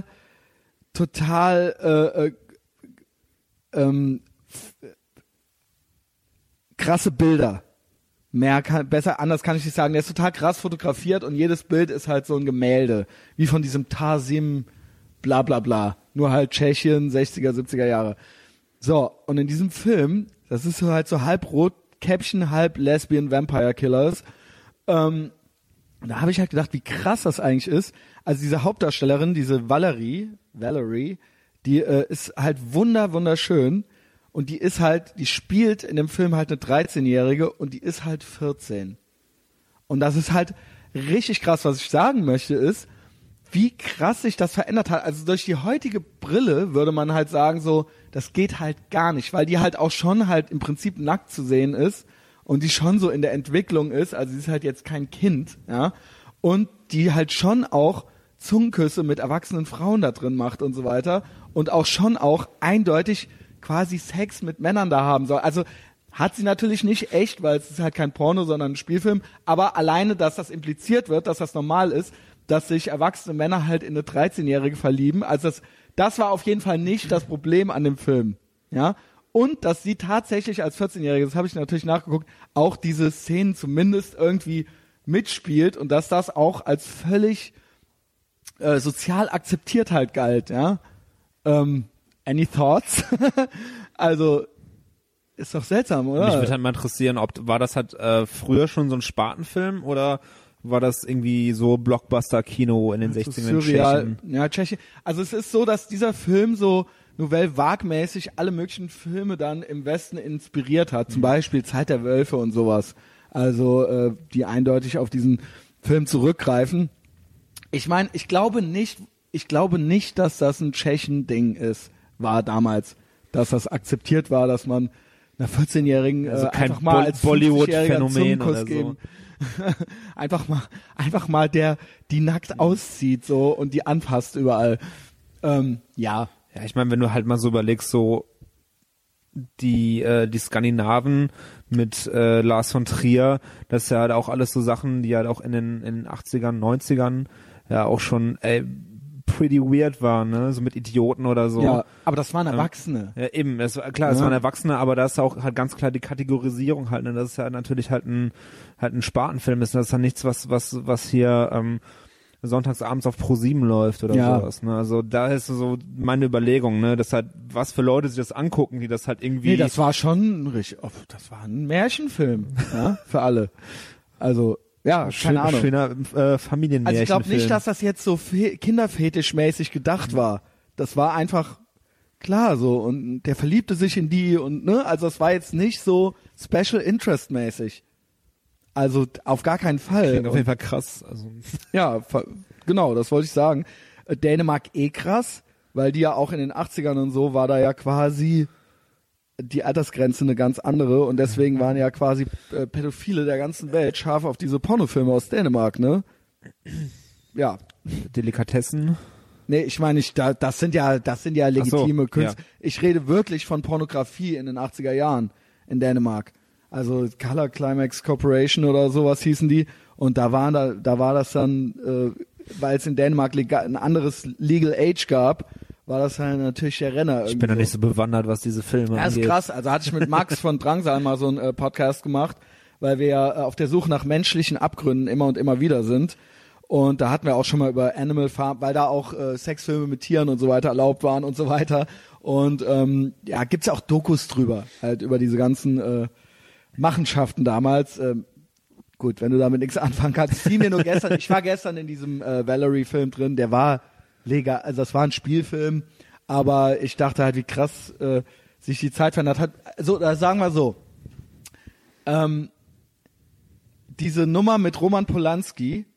total, äh, äh, ähm, krasse Bilder. Mehr kann, besser, anders kann ich nicht sagen. Der ist total krass fotografiert und jedes Bild ist halt so ein Gemälde. Wie von diesem Tarsim bla bla bla. Nur halt Tschechien, sechziger, siebziger Jahre. So, und in diesem Film, das ist so halt so halb Rotkäppchen, halb Lesbian Vampire Killers. Ähm, da habe ich halt gedacht, wie krass das eigentlich ist. Also diese Hauptdarstellerin, diese Valerie, Valerie, die äh, ist halt wunder, wunderschön. Und die ist halt, die spielt in dem Film halt eine dreizehnjährige und die ist halt vierzehn. Und das ist halt richtig krass. Was ich sagen möchte ist, wie krass sich das verändert hat. Also durch die heutige Brille würde man halt sagen so, das geht halt gar nicht, weil die halt auch schon halt im Prinzip nackt zu sehen ist und die schon so in der Entwicklung ist. Also sie ist halt jetzt kein Kind, ja. Und die halt schon auch Zungenküsse mit erwachsenen Frauen da drin macht und so weiter. Und auch schon auch eindeutig quasi Sex mit Männern da haben soll. Also Hat sie natürlich nicht echt, weil es ist halt kein Porno, sondern ein Spielfilm. Aber alleine, dass das impliziert wird, dass das normal ist, dass sich erwachsene Männer halt in eine dreizehnjährige verlieben. Also das, das war auf jeden Fall nicht das Problem an dem Film. Ja. Und dass sie tatsächlich als vierzehnjährige, das habe ich natürlich nachgeguckt, auch diese Szenen zumindest irgendwie mitspielt und dass das auch als völlig äh, sozial akzeptiert halt galt, ja. Ähm, any thoughts? Also, ist doch seltsam, oder? Mich würde halt mal interessieren, ob war das halt äh, früher schon so ein Spartenfilm oder war das irgendwie so Blockbuster-Kino in den sechzigern in Tschechien? Ja, Tschechien. Also es ist so, dass dieser Film so Nouvelle Vague-mäßig alle möglichen Filme dann im Westen inspiriert hat. Zum Beispiel Zeit der Wölfe und sowas. Also äh, die eindeutig auf diesen Film zurückgreifen. Ich meine, ich glaube nicht, ich glaube nicht, dass das ein Tschechen-Ding ist, war damals, dass das akzeptiert war, dass man einer vierzehnjährigen also äh, kein einfach mal als Bollywood-Phänomen oder so. Geben. einfach mal, einfach mal der, die nackt auszieht so und die anpasst überall. Ähm, ja. Ja, ich meine, wenn du halt mal so überlegst, so die äh, die Skandinaven mit äh, Lars von Trier, das ist ja halt auch alles so Sachen, die halt auch in den in den achtzigern, neunzigern ja auch schon ey, pretty weird waren, ne, so mit Idioten oder so. Ja, aber das waren Erwachsene. Ja, eben, es war klar, es ja. waren Erwachsene, aber da ist auch halt ganz klar die Kategorisierung halt, ne, das ist ja natürlich halt ein halt ein Spartenfilm ist, das ist ja nichts, was was was hier ähm, sonntagsabends auf Pro sieben läuft oder ja. sowas, ne? Also da ist so meine Überlegung, ne, dass halt was für Leute sich das angucken, die das halt irgendwie. Nee, das war schon richtig, das war ein Märchenfilm, ja, für alle. Also ja, Schön, keine Ahnung. Schöner äh, Familienmärchenfilm. Also ich glaube nicht, dass das jetzt so fe- kinderfetischmäßig gedacht war. Das war einfach klar so und der verliebte sich in die und ne, also es war jetzt nicht so Special Interest mäßig. Also auf gar keinen Fall. Klingt auf jeden Fall krass. Also. Ja, genau, das wollte ich sagen. Dänemark eh krass, weil die ja auch in den achtzigern und so war da ja quasi die Altersgrenze eine ganz andere und deswegen waren ja quasi äh, Pädophile der ganzen Welt scharf auf diese Pornofilme aus Dänemark, ne? Ja. Delikatessen. Nee, ich meine, ich, da, das sind ja, das sind ja legitime so, Künste. Ja. Ich rede wirklich von Pornografie in den achtziger Jahren in Dänemark. Also Color Climax Corporation oder sowas hießen die und da war da da war das dann, äh, weil es in Dänemark legal, ein anderes Legal Age gab, war das halt natürlich der Renner. Ich bin da nicht so bewandert, was diese Filme ja, angeht. ist krass. Also hatte ich mit Max von Drangsal mal so einen äh, Podcast gemacht, weil wir ja äh, auf der Suche nach menschlichen Abgründen immer und immer wieder sind. Und da hatten wir auch schon mal über Animal Farm, weil da auch äh, Sexfilme mit Tieren und so weiter erlaubt waren und so weiter. Und ähm, ja, gibt's ja auch Dokus drüber, halt über diese ganzen äh, Machenschaften damals. Ähm, gut, wenn du damit nichts anfangen kannst. Fiel mir nur gestern, ich war gestern in diesem äh, Valerie-Film drin, der war legal, also das war ein Spielfilm, aber ich dachte halt, wie krass äh, sich die Zeit verändert hat. So, da sagen wir so, ähm, diese Nummer mit Roman Polanski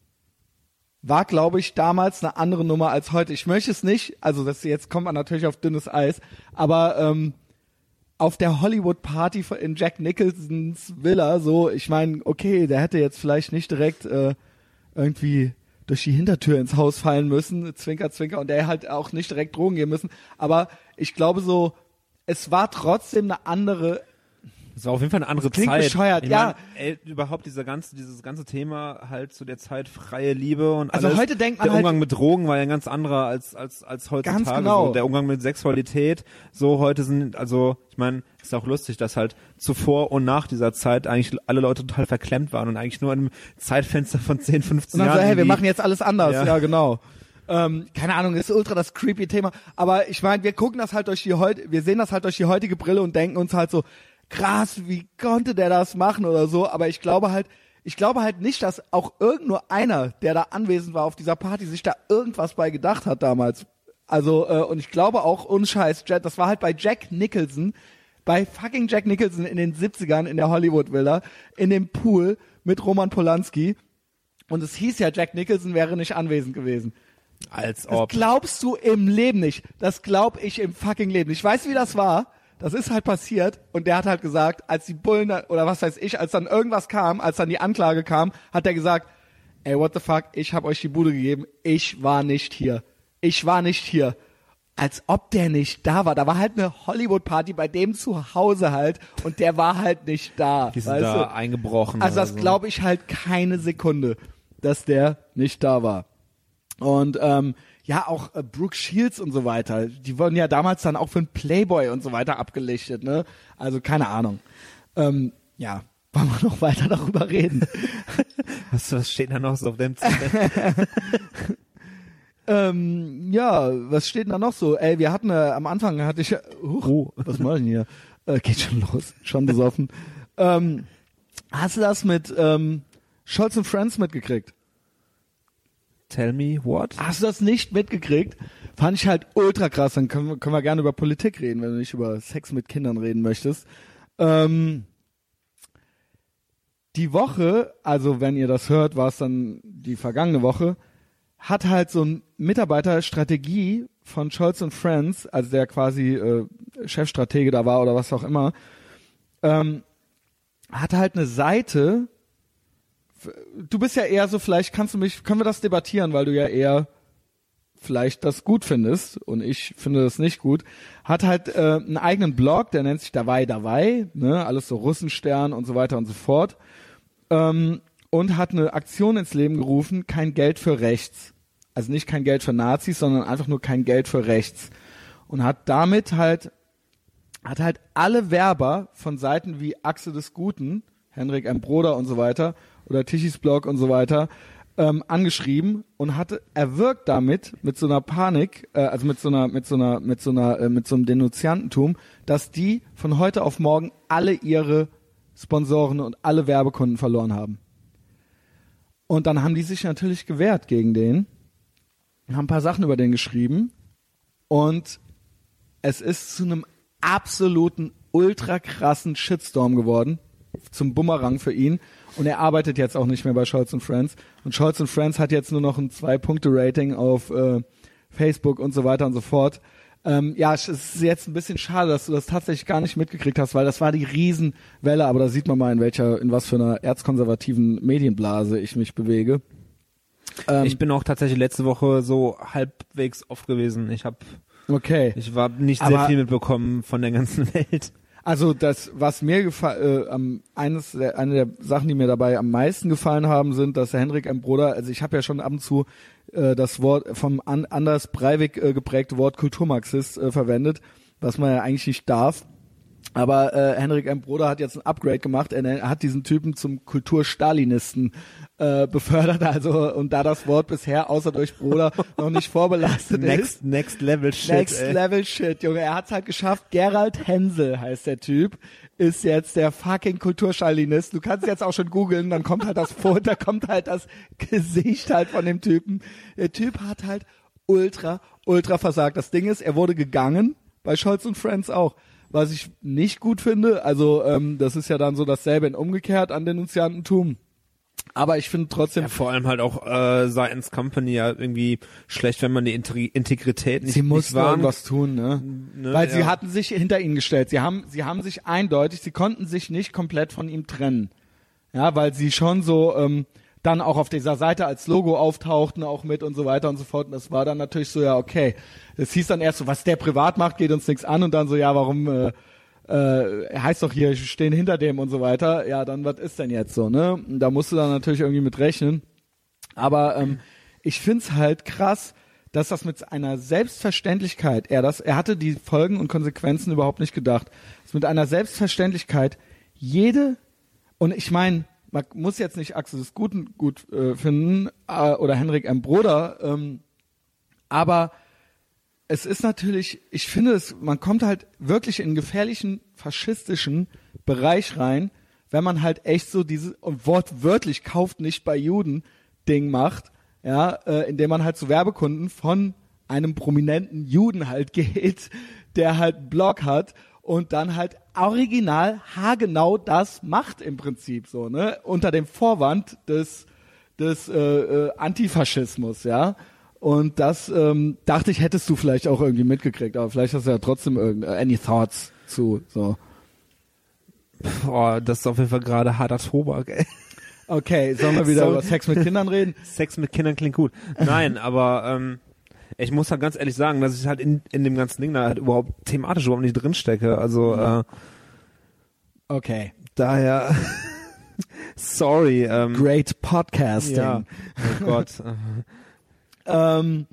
war, glaube ich, damals eine andere Nummer als heute. Ich möchte es nicht, also das jetzt kommt man natürlich auf dünnes Eis, aber ähm, auf der Hollywood-Party in Jack Nicholsons Villa, so, ich meine, okay, der hätte jetzt vielleicht nicht direkt äh, irgendwie durch die Hintertür ins Haus fallen müssen, Zwinker, Zwinker, und der halt auch nicht direkt Drogen geben müssen, aber ich glaube so, es war trotzdem eine andere. Das war auf jeden Fall eine andere Klingt Zeit. bescheuert, ich ja. Mein, ey, überhaupt dieser ganze, dieses ganze Thema halt zu der Zeit freie Liebe und also alles. Heute denkt man der Umgang halt, mit Drogen war ja ein ganz anderer als als als heutzutage. Ganz genau. So, der Umgang mit Sexualität. So heute sind, also ich meine, ist auch lustig, dass halt zuvor und nach dieser Zeit eigentlich alle Leute total verklemmt waren und eigentlich nur in einem Zeitfenster von zehn, fünfzehn und dann Jahren. so, hey, wir machen jetzt alles anders. Ja, ja genau. Ähm, keine Ahnung, das ist ultra das creepy Thema. Aber ich meine, wir gucken das halt durch die heute, wir sehen das halt durch die heutige Brille und denken uns halt so, krass, wie konnte der das machen oder so, aber ich glaube halt, ich glaube halt nicht, dass auch irgend nur einer, der da anwesend war auf dieser Party, sich da irgendwas bei gedacht hat damals. Also, äh, und ich glaube auch, unscheiß, das war halt bei Jack Nicholson, bei fucking Jack Nicholson in den siebzigern in der Hollywood-Villa, in dem Pool mit Roman Polanski und es hieß ja, Jack Nicholson wäre nicht anwesend gewesen. Als Das ob. glaubst du im Leben nicht. Das glaub ich im fucking Leben nicht. Ich weiß, wie das war. Das ist halt passiert und der hat halt gesagt, als die Bullen, oder was weiß ich, als dann irgendwas kam, als dann die Anklage kam, hat er gesagt, ey, what the fuck, ich hab euch die Bude gegeben, ich war nicht hier. Ich war nicht hier. als ob der nicht da war. Da war halt eine Hollywood-Party bei dem zu Hause halt und der war halt nicht da. Die sind weißt da du? eingebrochen. Also das so. glaube ich halt keine Sekunde, dass der nicht da war. Und ähm, ja, auch äh, Brooke Shields und so weiter, die wurden ja damals dann auch für einen Playboy und so weiter abgelichtet, ne? Also keine Ahnung. Ähm, ja, wollen wir noch weiter darüber reden? was, was steht da noch so auf dem Zettel? ähm, ja, was steht denn da noch so? Ey, wir hatten äh, am Anfang hatte ich, huch, Oh. was mach ich denn hier? Äh, geht schon los, schon besoffen. ähm, hast du das mit ähm, Scholz und Friends mitgekriegt? Tell me what? Hast du das nicht mitgekriegt? Fand ich halt ultra krass. Dann können wir, können wir gerne über Politik reden, wenn du nicht über Sex mit Kindern reden möchtest. Ähm, die Woche, also wenn ihr das hört, war es dann die vergangene Woche, hat halt so ein Mitarbeiter Strategie von Scholz und Friends, also der quasi äh, Chefstratege da war oder was auch immer, ähm, hat halt eine Seite. Du bist ja eher so, vielleicht kannst du mich, können wir das debattieren, weil du ja eher vielleicht das gut findest und ich finde das nicht gut, hat halt äh, einen eigenen Blog, der nennt sich Dawei Dawei, ne, alles so Russenstern und so weiter und so fort, ähm, und hat eine Aktion ins Leben gerufen, kein Geld für rechts. Also nicht kein Geld für Nazis, sondern einfach nur kein Geld für rechts. Und hat damit halt, hat halt alle Werber von Seiten wie Achse des Guten, Henrik M. Broder und so weiter, oder Tichys Blog und so weiter, ähm, angeschrieben und hatte erwirkt damit mit so einer Panik, äh, also mit so einer, mit so einer, mit so einer, äh, mit so einem Denunziantentum, dass die von heute auf morgen alle ihre Sponsoren und alle Werbekunden verloren haben. Und dann haben die sich natürlich gewehrt gegen den, haben ein paar Sachen über den geschrieben und es ist zu einem absoluten ultra krassen Shitstorm geworden, zum Bumerang für ihn. Und er arbeitet jetzt auch nicht mehr bei Scholz und Friends. Und Scholz und Friends hat jetzt nur noch ein Zwei-Punkte-Rating auf äh, Facebook und so weiter und so fort. Ähm, ja, es ist jetzt ein bisschen schade, dass du das tatsächlich gar nicht mitgekriegt hast, weil das war die Riesenwelle. Aber da sieht man mal, in welcher, in was für einer erzkonservativen Medienblase ich mich bewege. Ähm, Ich bin auch tatsächlich letzte Woche so halbwegs off gewesen. Ich habe, okay. ich war nicht Aber- sehr viel mitbekommen von der ganzen Welt. Also das, was mir gefallen, äh, am eines der, eine der Sachen, die mir dabei am meisten gefallen haben, sind, dass der Henrik M. Broder, also ich habe ja schon ab und zu äh, das Wort vom an, Anders Breivik äh, geprägte Wort Kulturmarxist äh, verwendet, was man ja eigentlich nicht darf. Aber äh, Henrik M. Broder hat jetzt ein Upgrade gemacht. Er, er hat diesen Typen zum Kulturstalinisten äh, befördert. Also und da das Wort bisher außer durch Broder noch nicht vorbelastet ist. Next, next level shit. Next ey. Level Shit, Junge. Er hat's halt geschafft. Gerald Hensel heißt der Typ, ist jetzt der fucking Kulturstalinist. Du kannst jetzt auch schon googeln, dann kommt halt das Foto, da kommt halt das Gesicht halt von dem Typen. Der Typ hat halt ultra, ultra versagt. Das Ding ist, er wurde gegangen, bei Scholz und Friends auch. Was ich nicht gut finde, also ähm, das ist ja dann so dasselbe in umgekehrt an Denunziantentum. Aber ich finde trotzdem, Ja, vor allem halt auch äh, seitens Company ja irgendwie schlecht, wenn man die Integ- Integrität nicht, sie nicht mussten wahren. irgendwas tun, ne? Ne, Weil ja. sie hatten sich hinter ihn gestellt. Sie haben, sie haben sich eindeutig, sie konnten sich nicht komplett von ihm trennen. Ja, weil sie schon so ähm, dann auch auf dieser Seite als Logo auftauchten, auch mit und so weiter und so fort. Und das war dann natürlich so, ja, okay. Es hieß dann erst so, was der privat macht, geht uns nichts an. Und dann so, ja, warum, äh, äh, er heißt doch hier, wir stehen hinter dem und so weiter. Ja, dann was ist denn jetzt so, ne? Und da musst du dann natürlich irgendwie mit rechnen. Aber ähm, ich find's halt krass, dass das mit einer Selbstverständlichkeit, er das, er hatte die Folgen und Konsequenzen überhaupt nicht gedacht, dass mit einer Selbstverständlichkeit jede, und ich meine, man muss jetzt nicht Axel des Guten gut äh, finden äh, oder Henrik M. Broder, ähm, aber es ist natürlich, ich finde es, man kommt halt wirklich in einen gefährlichen, faschistischen Bereich rein, wenn man halt echt so dieses, und wortwörtlich kauft nicht bei Juden Ding macht, ja, äh, indem man halt zu Werbekunden von einem prominenten Juden halt geht, der halt einen Blog hat und dann halt original haargenau das macht im Prinzip so, ne, unter dem Vorwand des des äh, äh, Antifaschismus, ja. Und das ähm, dachte ich, hättest du vielleicht auch irgendwie mitgekriegt, aber vielleicht hast du ja trotzdem irgend, äh, any thoughts zu so. Boah, das ist auf jeden Fall gerade harter Tobak, ey. Okay, sollen wir wieder So. über Sex mit Kindern reden? Sex mit Kindern klingt gut. Nein, aber ähm, Ich muss halt ganz ehrlich sagen, dass ich halt in, in dem ganzen Ding da halt überhaupt thematisch überhaupt nicht drinstecke. Also, äh, okay. Daher, sorry. Ähm, Great Podcasting. Ja. Oh Gott. ähm,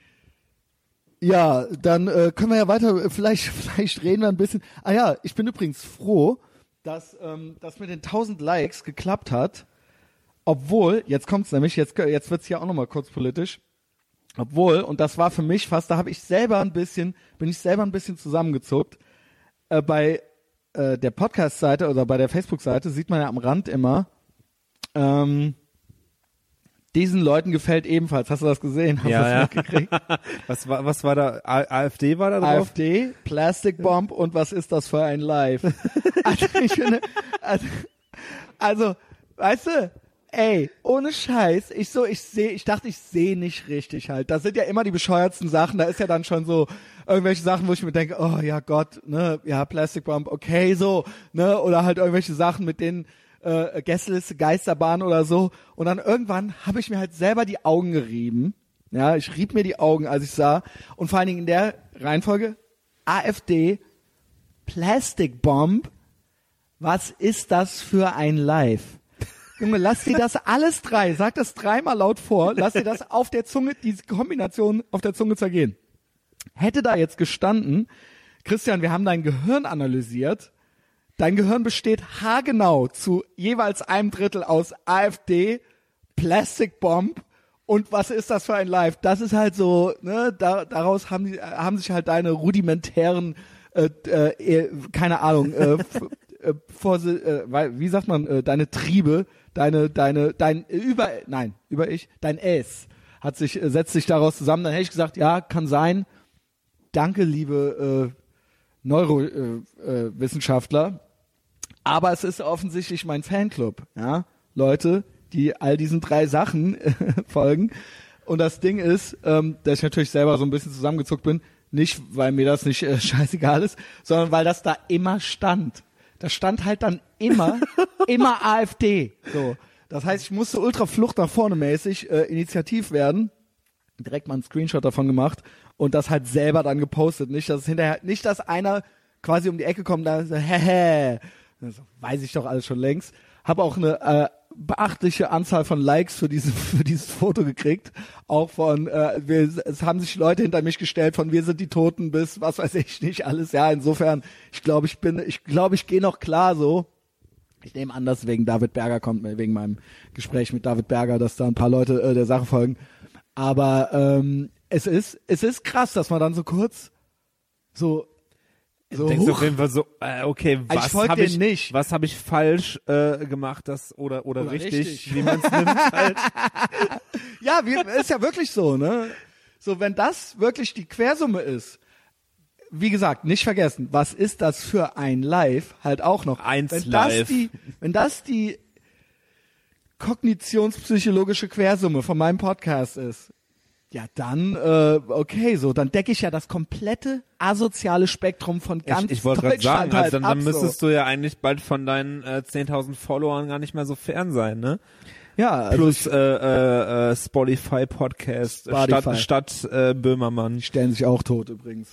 ja, dann äh, können wir ja weiter, vielleicht, vielleicht reden wir ein bisschen. Ah ja, ich bin übrigens froh, dass ähm, das mit den tausend Likes geklappt hat, obwohl, jetzt kommt's nämlich, jetzt, jetzt wird's hier auch nochmal kurz politisch, obwohl, und das war für mich fast, da habe ich selber ein bisschen, bin ich selber ein bisschen zusammengezuckt, äh, bei äh, der Podcast-Seite oder bei der Facebook-Seite sieht man ja am Rand immer, ähm, diesen Leuten gefällt ebenfalls. Hast du das gesehen? Hast ja, du das ja. mitgekriegt? Was war, was war da? A- AfD war da drauf? AfD, Plastic Bomb und was ist das für ein Live? Also, ich finde, also, also, weißt du, ey, ohne Scheiß, ich so, ich sehe, ich dachte, ich sehe nicht richtig halt. Das sind ja immer die bescheuertsten Sachen. Da ist ja dann schon so irgendwelche Sachen, wo ich mir denke, oh ja Gott, ne, ja, Plastic Bomb, okay, so, ne, oder halt irgendwelche Sachen, mit denen Äh, Gästeliste Geisterbahn oder so. Und dann irgendwann habe ich mir halt selber die Augen gerieben. Ja, ich rieb mir die Augen, als ich sah. Und vor allen Dingen in der Reihenfolge AfD, Plastic Bomb. Was ist das für ein Live? Junge, lass dir das alles drei, sag das dreimal laut vor, lass dir das auf der Zunge, diese Kombination auf der Zunge zergehen. Hätte da jetzt gestanden, Christian, wir haben dein Gehirn analysiert. Dein Gehirn besteht haargenau zu jeweils einem Drittel aus AfD, Plastic Bomb und was ist das für ein Live? Das ist halt so, ne, da, daraus haben die, haben sich halt deine rudimentären, äh, äh, keine Ahnung, äh, f, äh, vor, äh, wie sagt man, äh, deine Triebe, deine, deine, dein über, nein, über ich, dein Es hat sich, äh, setzt sich daraus zusammen. Dann hätte ich gesagt, ja, kann sein. Danke, liebe äh, Neurowissenschaftler. Äh, äh, Aber es ist offensichtlich mein Fanclub, ja, Leute, die all diesen drei Sachen äh, folgen. Und das Ding ist, ähm, dass ich natürlich selber so ein bisschen zusammengezuckt bin, nicht, weil mir das nicht äh, scheißegal ist, sondern weil das da immer stand. Da stand halt dann immer, immer AfD. So, das heißt, ich musste ultra Flucht nach vorne mäßig äh, initiativ werden. Direkt mal einen Screenshot davon gemacht und das halt selber dann gepostet. Nicht, dass es hinterher, nicht, dass einer quasi um die Ecke kommt, da so, hehe. Also, weiß ich doch alles schon längst. Habe auch eine äh, beachtliche Anzahl von Likes für diese für dieses Foto gekriegt. Auch von, äh, wir, es haben sich Leute hinter mich gestellt von wir sind die Toten bis was weiß ich nicht alles. Ja, insofern, ich glaube, ich bin, ich glaube, ich gehe noch klar so. Ich nehme an, dass wegen David Berger kommt, wegen meinem Gespräch mit David Berger, dass da ein paar Leute äh, der Sache folgen. Aber ähm, es ist es ist krass, dass man dann so kurz so So, denkst du huch. auf jeden Fall so, äh, okay, Also was ich habe ich, nicht. was habe ich falsch äh, gemacht, das oder oder, Oder richtig, richtig. wie man es nimmt halt. Ja, wie, ist ja wirklich so, ne? So, wenn das wirklich die Quersumme ist, wie gesagt, nicht vergessen, was ist das für ein Live? Halt auch noch. Eins wenn Live. Das die, wenn das die kognitionspsychologische Quersumme von meinem Podcast ist, ja, dann, äh, okay, so, dann decke ich ja das komplette asoziale Spektrum von ganz Ich, ich wollte gerade Deutschland sagen, halt also dann, ab, dann müsstest so. du ja eigentlich bald von deinen äh, zehntausend Followern gar nicht mehr so fern sein, ne? Ja, also Plus äh, äh, äh, Spotify Podcast äh, Spotify. statt statt äh, Böhmermann. die stellen sich auch tot übrigens.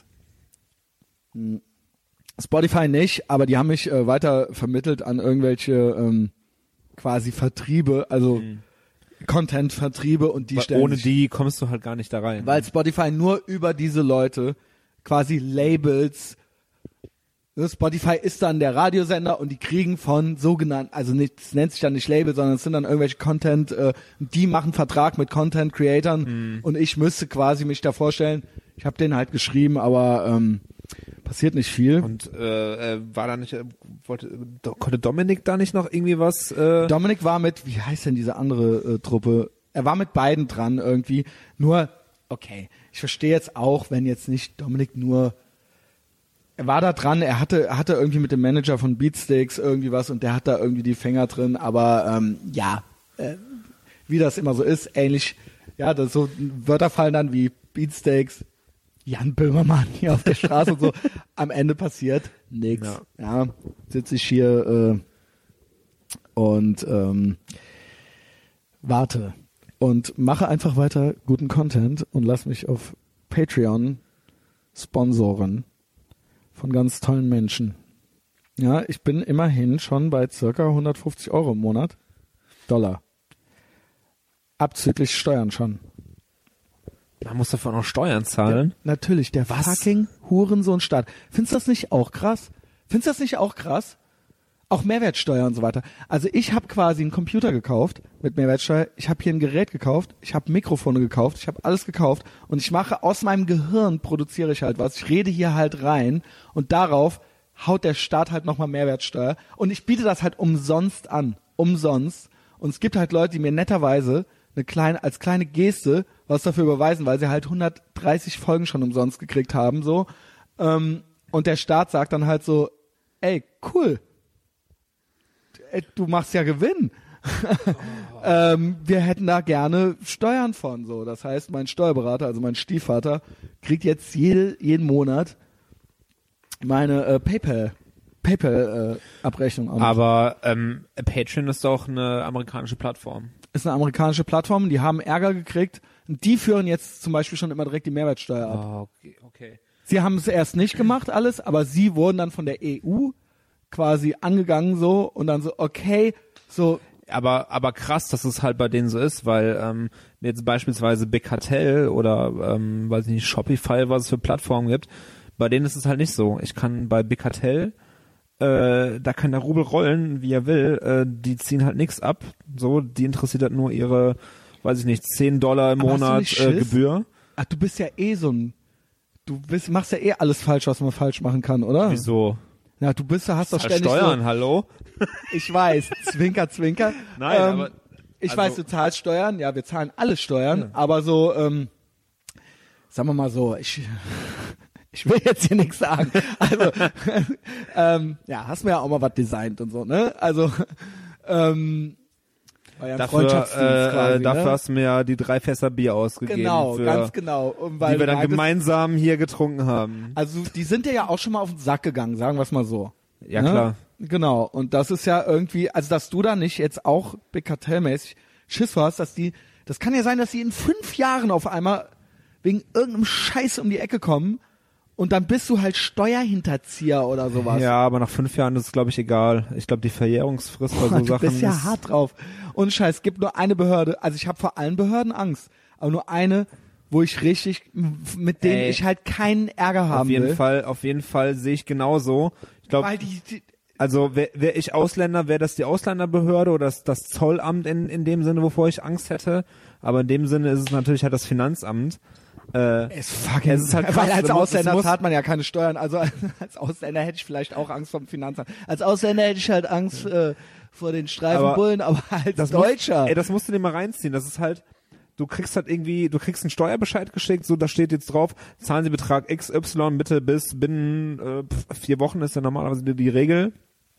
Hm. Spotify nicht, aber die haben mich äh, weiter vermittelt an irgendwelche ähm, quasi Vertriebe, also Mhm. Content-Vertriebe und die Weil stellen ohne sich, die kommst du halt gar nicht da rein. weil Spotify nur über diese Leute quasi Labels, ne, Spotify ist dann der Radiosender und die kriegen von sogenannten, also nicht, es nennt sich dann nicht Label, sondern es sind dann irgendwelche Content, äh, die machen Vertrag mit Content-Creatern Mhm. und ich müsste quasi mich da vorstellen, ich habe den halt geschrieben, aber ähm, passiert nicht viel. Und äh, äh, war da nicht, äh, wollte, do, konnte Dominik da nicht noch irgendwie was? Äh, Dominik war mit, wie heißt denn diese andere äh, Truppe? Er war mit beiden dran irgendwie. Nur, okay, ich verstehe jetzt auch, wenn jetzt nicht Dominik nur, er war da dran, er hatte, er hatte irgendwie mit dem Manager von Beatsteaks irgendwie was und der hat da irgendwie die Finger drin, aber ähm, ja, äh, wie das immer so ist, ähnlich, ja, das so Wörter fallen dann wie Beatsteaks, Jan Böhmermann hier auf der Straße und so. Am Ende passiert nix. Ja, ja sitze ich hier äh, und ähm, warte und mache einfach weiter guten Content und lass mich auf Patreon sponsoren von ganz tollen Menschen. Ja, ich bin immerhin schon bei circa hundertfünfzig Euro im Monat. Dollar. Abzüglich Steuern schon. Man muss dafür auch noch Steuern zahlen. Ja, natürlich, der Was? fucking Hurensohn-Staat. Findest du das nicht auch krass? Findest du das nicht auch krass? Auch Mehrwertsteuer und so weiter. Also ich habe quasi einen Computer gekauft mit Mehrwertsteuer. Ich habe hier ein Gerät gekauft. Ich habe Mikrofone gekauft. Ich habe alles gekauft. Und ich mache aus meinem Gehirn, produziere ich halt was. Ich rede hier halt rein. Und darauf haut der Staat halt nochmal Mehrwertsteuer. Und ich biete das halt umsonst an. Umsonst. Und es gibt halt Leute, die mir netterweise eine kleine, als kleine Geste was dafür überweisen, weil sie halt hundertdreißig Folgen schon umsonst gekriegt haben, so. Ähm, und der Staat sagt dann halt so, ey, cool. Ey, du machst ja Gewinn. Oh. ähm, wir hätten da gerne Steuern von, so. Das heißt, mein Steuerberater, also mein Stiefvater, kriegt jetzt jede, jeden Monat meine äh, PayPal PayPal-Abrechnung an. Aber ähm, Patreon ist doch eine amerikanische Plattform. Ist eine amerikanische Plattform, die haben Ärger gekriegt. Und die führen jetzt zum Beispiel schon immer direkt die Mehrwertsteuer ab. Oh, okay, okay. Sie haben es erst nicht gemacht alles, aber sie wurden dann von der E U quasi angegangen so und dann so, okay, so. Aber aber krass, dass es halt bei denen so ist, weil ähm, jetzt beispielsweise Big Cartel oder ähm, weiß ich nicht, Shopify, was es für Plattformen gibt, bei denen ist es halt nicht so. Ich kann bei Big Cartel Äh, da kann der Rubel rollen, wie er will, äh, die ziehen halt nichts ab, so, die interessiert halt nur ihre, weiß ich nicht, zehn Dollar im Aber hast du Monat nicht äh, Schiss? Gebühr. Ach, du bist ja eh so ein, du bist, machst ja eh alles falsch, was man falsch machen kann, oder? Wieso? Na, du bist, hast doch Halt ständig Steuern, so, hallo? ich weiß, Zwinker, Zwinker. Nein, ähm, aber ich also, weiß, du zahlst Steuern, ja, wir zahlen alle Steuern, ja. aber so, ähm, sagen wir mal so, ich, ich will jetzt hier nichts sagen. Also, ähm, ja, hast mir ja auch mal was designt und so, ne? Also, ähm, war ja ein dafür, Freundschaftsdienst äh, quasi, dafür ne? hast du mir ja die drei Fässer Bier ausgegeben, Genau, für, ganz genau. Und weil die wir du dann meintest, gemeinsam hier getrunken haben. also, die sind dir ja auch schon mal auf den Sack gegangen, sagen wir es mal so. Ja, ne? klar. Genau. Und das ist ja irgendwie, also, dass du da nicht jetzt auch Big Cartel-mäßig Schiss hast, dass die, das kann ja sein, dass die in fünf Jahren auf einmal wegen irgendeinem Scheiß um die Ecke kommen und dann bist du halt Steuerhinterzieher oder sowas. Ja, aber nach fünf Jahren ist es, glaube ich, egal. Ich glaube, die Verjährungsfrist bei so Boah, du Sachen bist ja ist... hart drauf. Und Scheiß, es gibt nur eine Behörde, also ich habe vor allen Behörden Angst, aber nur eine, wo ich richtig, mit denen Ey, ich halt keinen Ärger haben Auf jeden will. Fall, auf jeden Fall sehe ich genauso. Ich glaube, Weil die, die also wäre wär ich Ausländer, wäre das die Ausländerbehörde oder das, das Zollamt in, in dem Sinne, wovor ich Angst hätte. Aber in dem Sinne ist es natürlich halt das Finanzamt. Äh, es fucking, es ist halt krass, weil als du musst- Ausländer es muss- zahlt man ja keine Steuern, also als Ausländer hätte ich vielleicht auch Angst vor dem Finanzamt. Als Ausländer hätte ich halt Angst äh, vor den Streifenbullen, aber, aber als das Deutscher. Muss, ey, das musst du dir mal reinziehen. Das ist halt, du kriegst halt irgendwie, du kriegst einen Steuerbescheid geschickt, so da steht jetzt drauf, zahlen Sie Betrag X Y bitte bis binnen äh, vier Wochen ist ja normalerweise die, die Regel.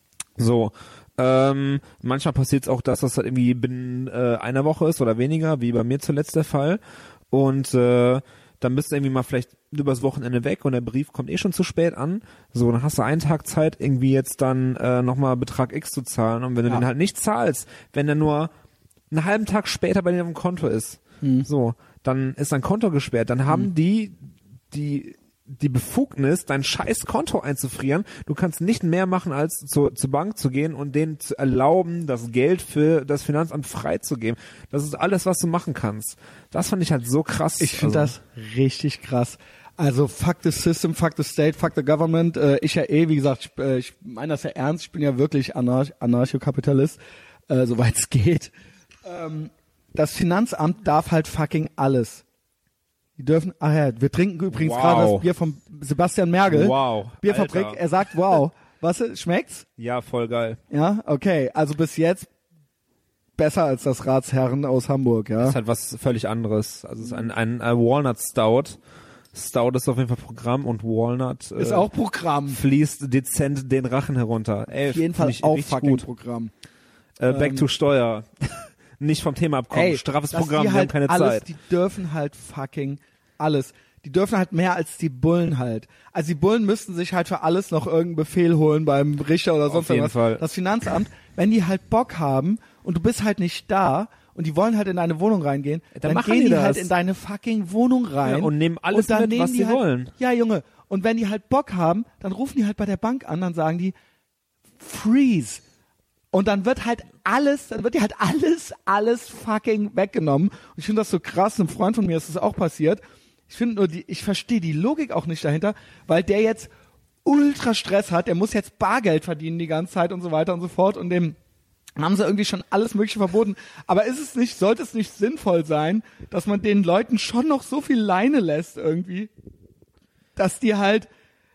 So, ähm, manchmal passiert es auch, dass das halt irgendwie binnen äh, einer Woche ist oder weniger, wie bei mir zuletzt der Fall. Und äh, dann bist du irgendwie mal vielleicht übers Wochenende weg und der Brief kommt eh schon zu spät an. So, dann hast du einen Tag Zeit, irgendwie jetzt dann äh, nochmal Betrag X zu zahlen. Und wenn du Ja. den halt nicht zahlst, wenn der nur einen halben Tag später bei dir auf dem Konto ist, Hm. so, dann ist dein Konto gesperrt. Dann haben Hm. die die die Befugnis, dein scheiß Konto einzufrieren. Du kannst nicht mehr machen, als zu, zur Bank zu gehen und denen zu erlauben, das Geld für das Finanzamt freizugeben. Das ist alles, was du machen kannst. Das fand ich halt so krass. Ich finde also, das richtig krass. Also fuck the system, fuck the state, fuck the government. Äh, ich ja eh, wie gesagt, ich, äh, ich meine das ja ernst. Ich bin ja wirklich Anarch- Anarchokapitalist, äh, soweit es geht. Ähm, das Finanzamt darf halt fucking alles. Die dürfen, ach ja, wir trinken übrigens Wow. gerade das Bier von Sebastian Mergel. Wow. Bierfabrik, Alter. er sagt wow. Was, schmeckt's? Ja, voll geil. Ja, okay. Also bis jetzt besser als das Ratsherren aus Hamburg, ja. Das ist halt was völlig anderes. Also es ist ein, ein, ein Walnut Stout. Stout ist auf jeden Fall Programm und Walnut Ist äh, auch Programm. fließt dezent den Rachen herunter. Ey, Auf jeden find Fall ich auch richtig fucking gut. Programm. Äh, back Ähm, to Steuer. Nicht vom Thema abkommen. Ey, Straffes dass Programm, die wir halt haben keine alles, Zeit. Die dürfen halt fucking alles. Die dürfen halt mehr als die Bullen halt. Also die Bullen müssten sich halt für alles noch irgendeinen Befehl holen beim Richter oder sonst jeden irgendwas. Fall. Das Finanzamt, wenn die halt Bock haben und du bist halt nicht da und die wollen halt in deine Wohnung reingehen, dann, dann gehen die, die halt in deine fucking Wohnung rein. Ja, und nehmen alles und dann mit, nehmen was die sie halt, wollen. Ja, Junge. Und wenn die halt Bock haben, dann rufen die halt bei der Bank an, dann sagen die, freeze. Und dann wird halt alles, dann wird dir halt alles, alles fucking weggenommen. Und ich finde das so krass, einem Freund von mir ist das auch passiert. Ich finde nur, die, ich verstehe die Logik auch nicht dahinter, weil der jetzt ultra Stress hat, der muss jetzt Bargeld verdienen die ganze Zeit und so weiter und so fort und dem haben sie irgendwie schon alles Mögliche verboten. Aber ist es nicht, sollte es nicht sinnvoll sein, dass man den Leuten schon noch so viel Leine lässt irgendwie, dass die halt,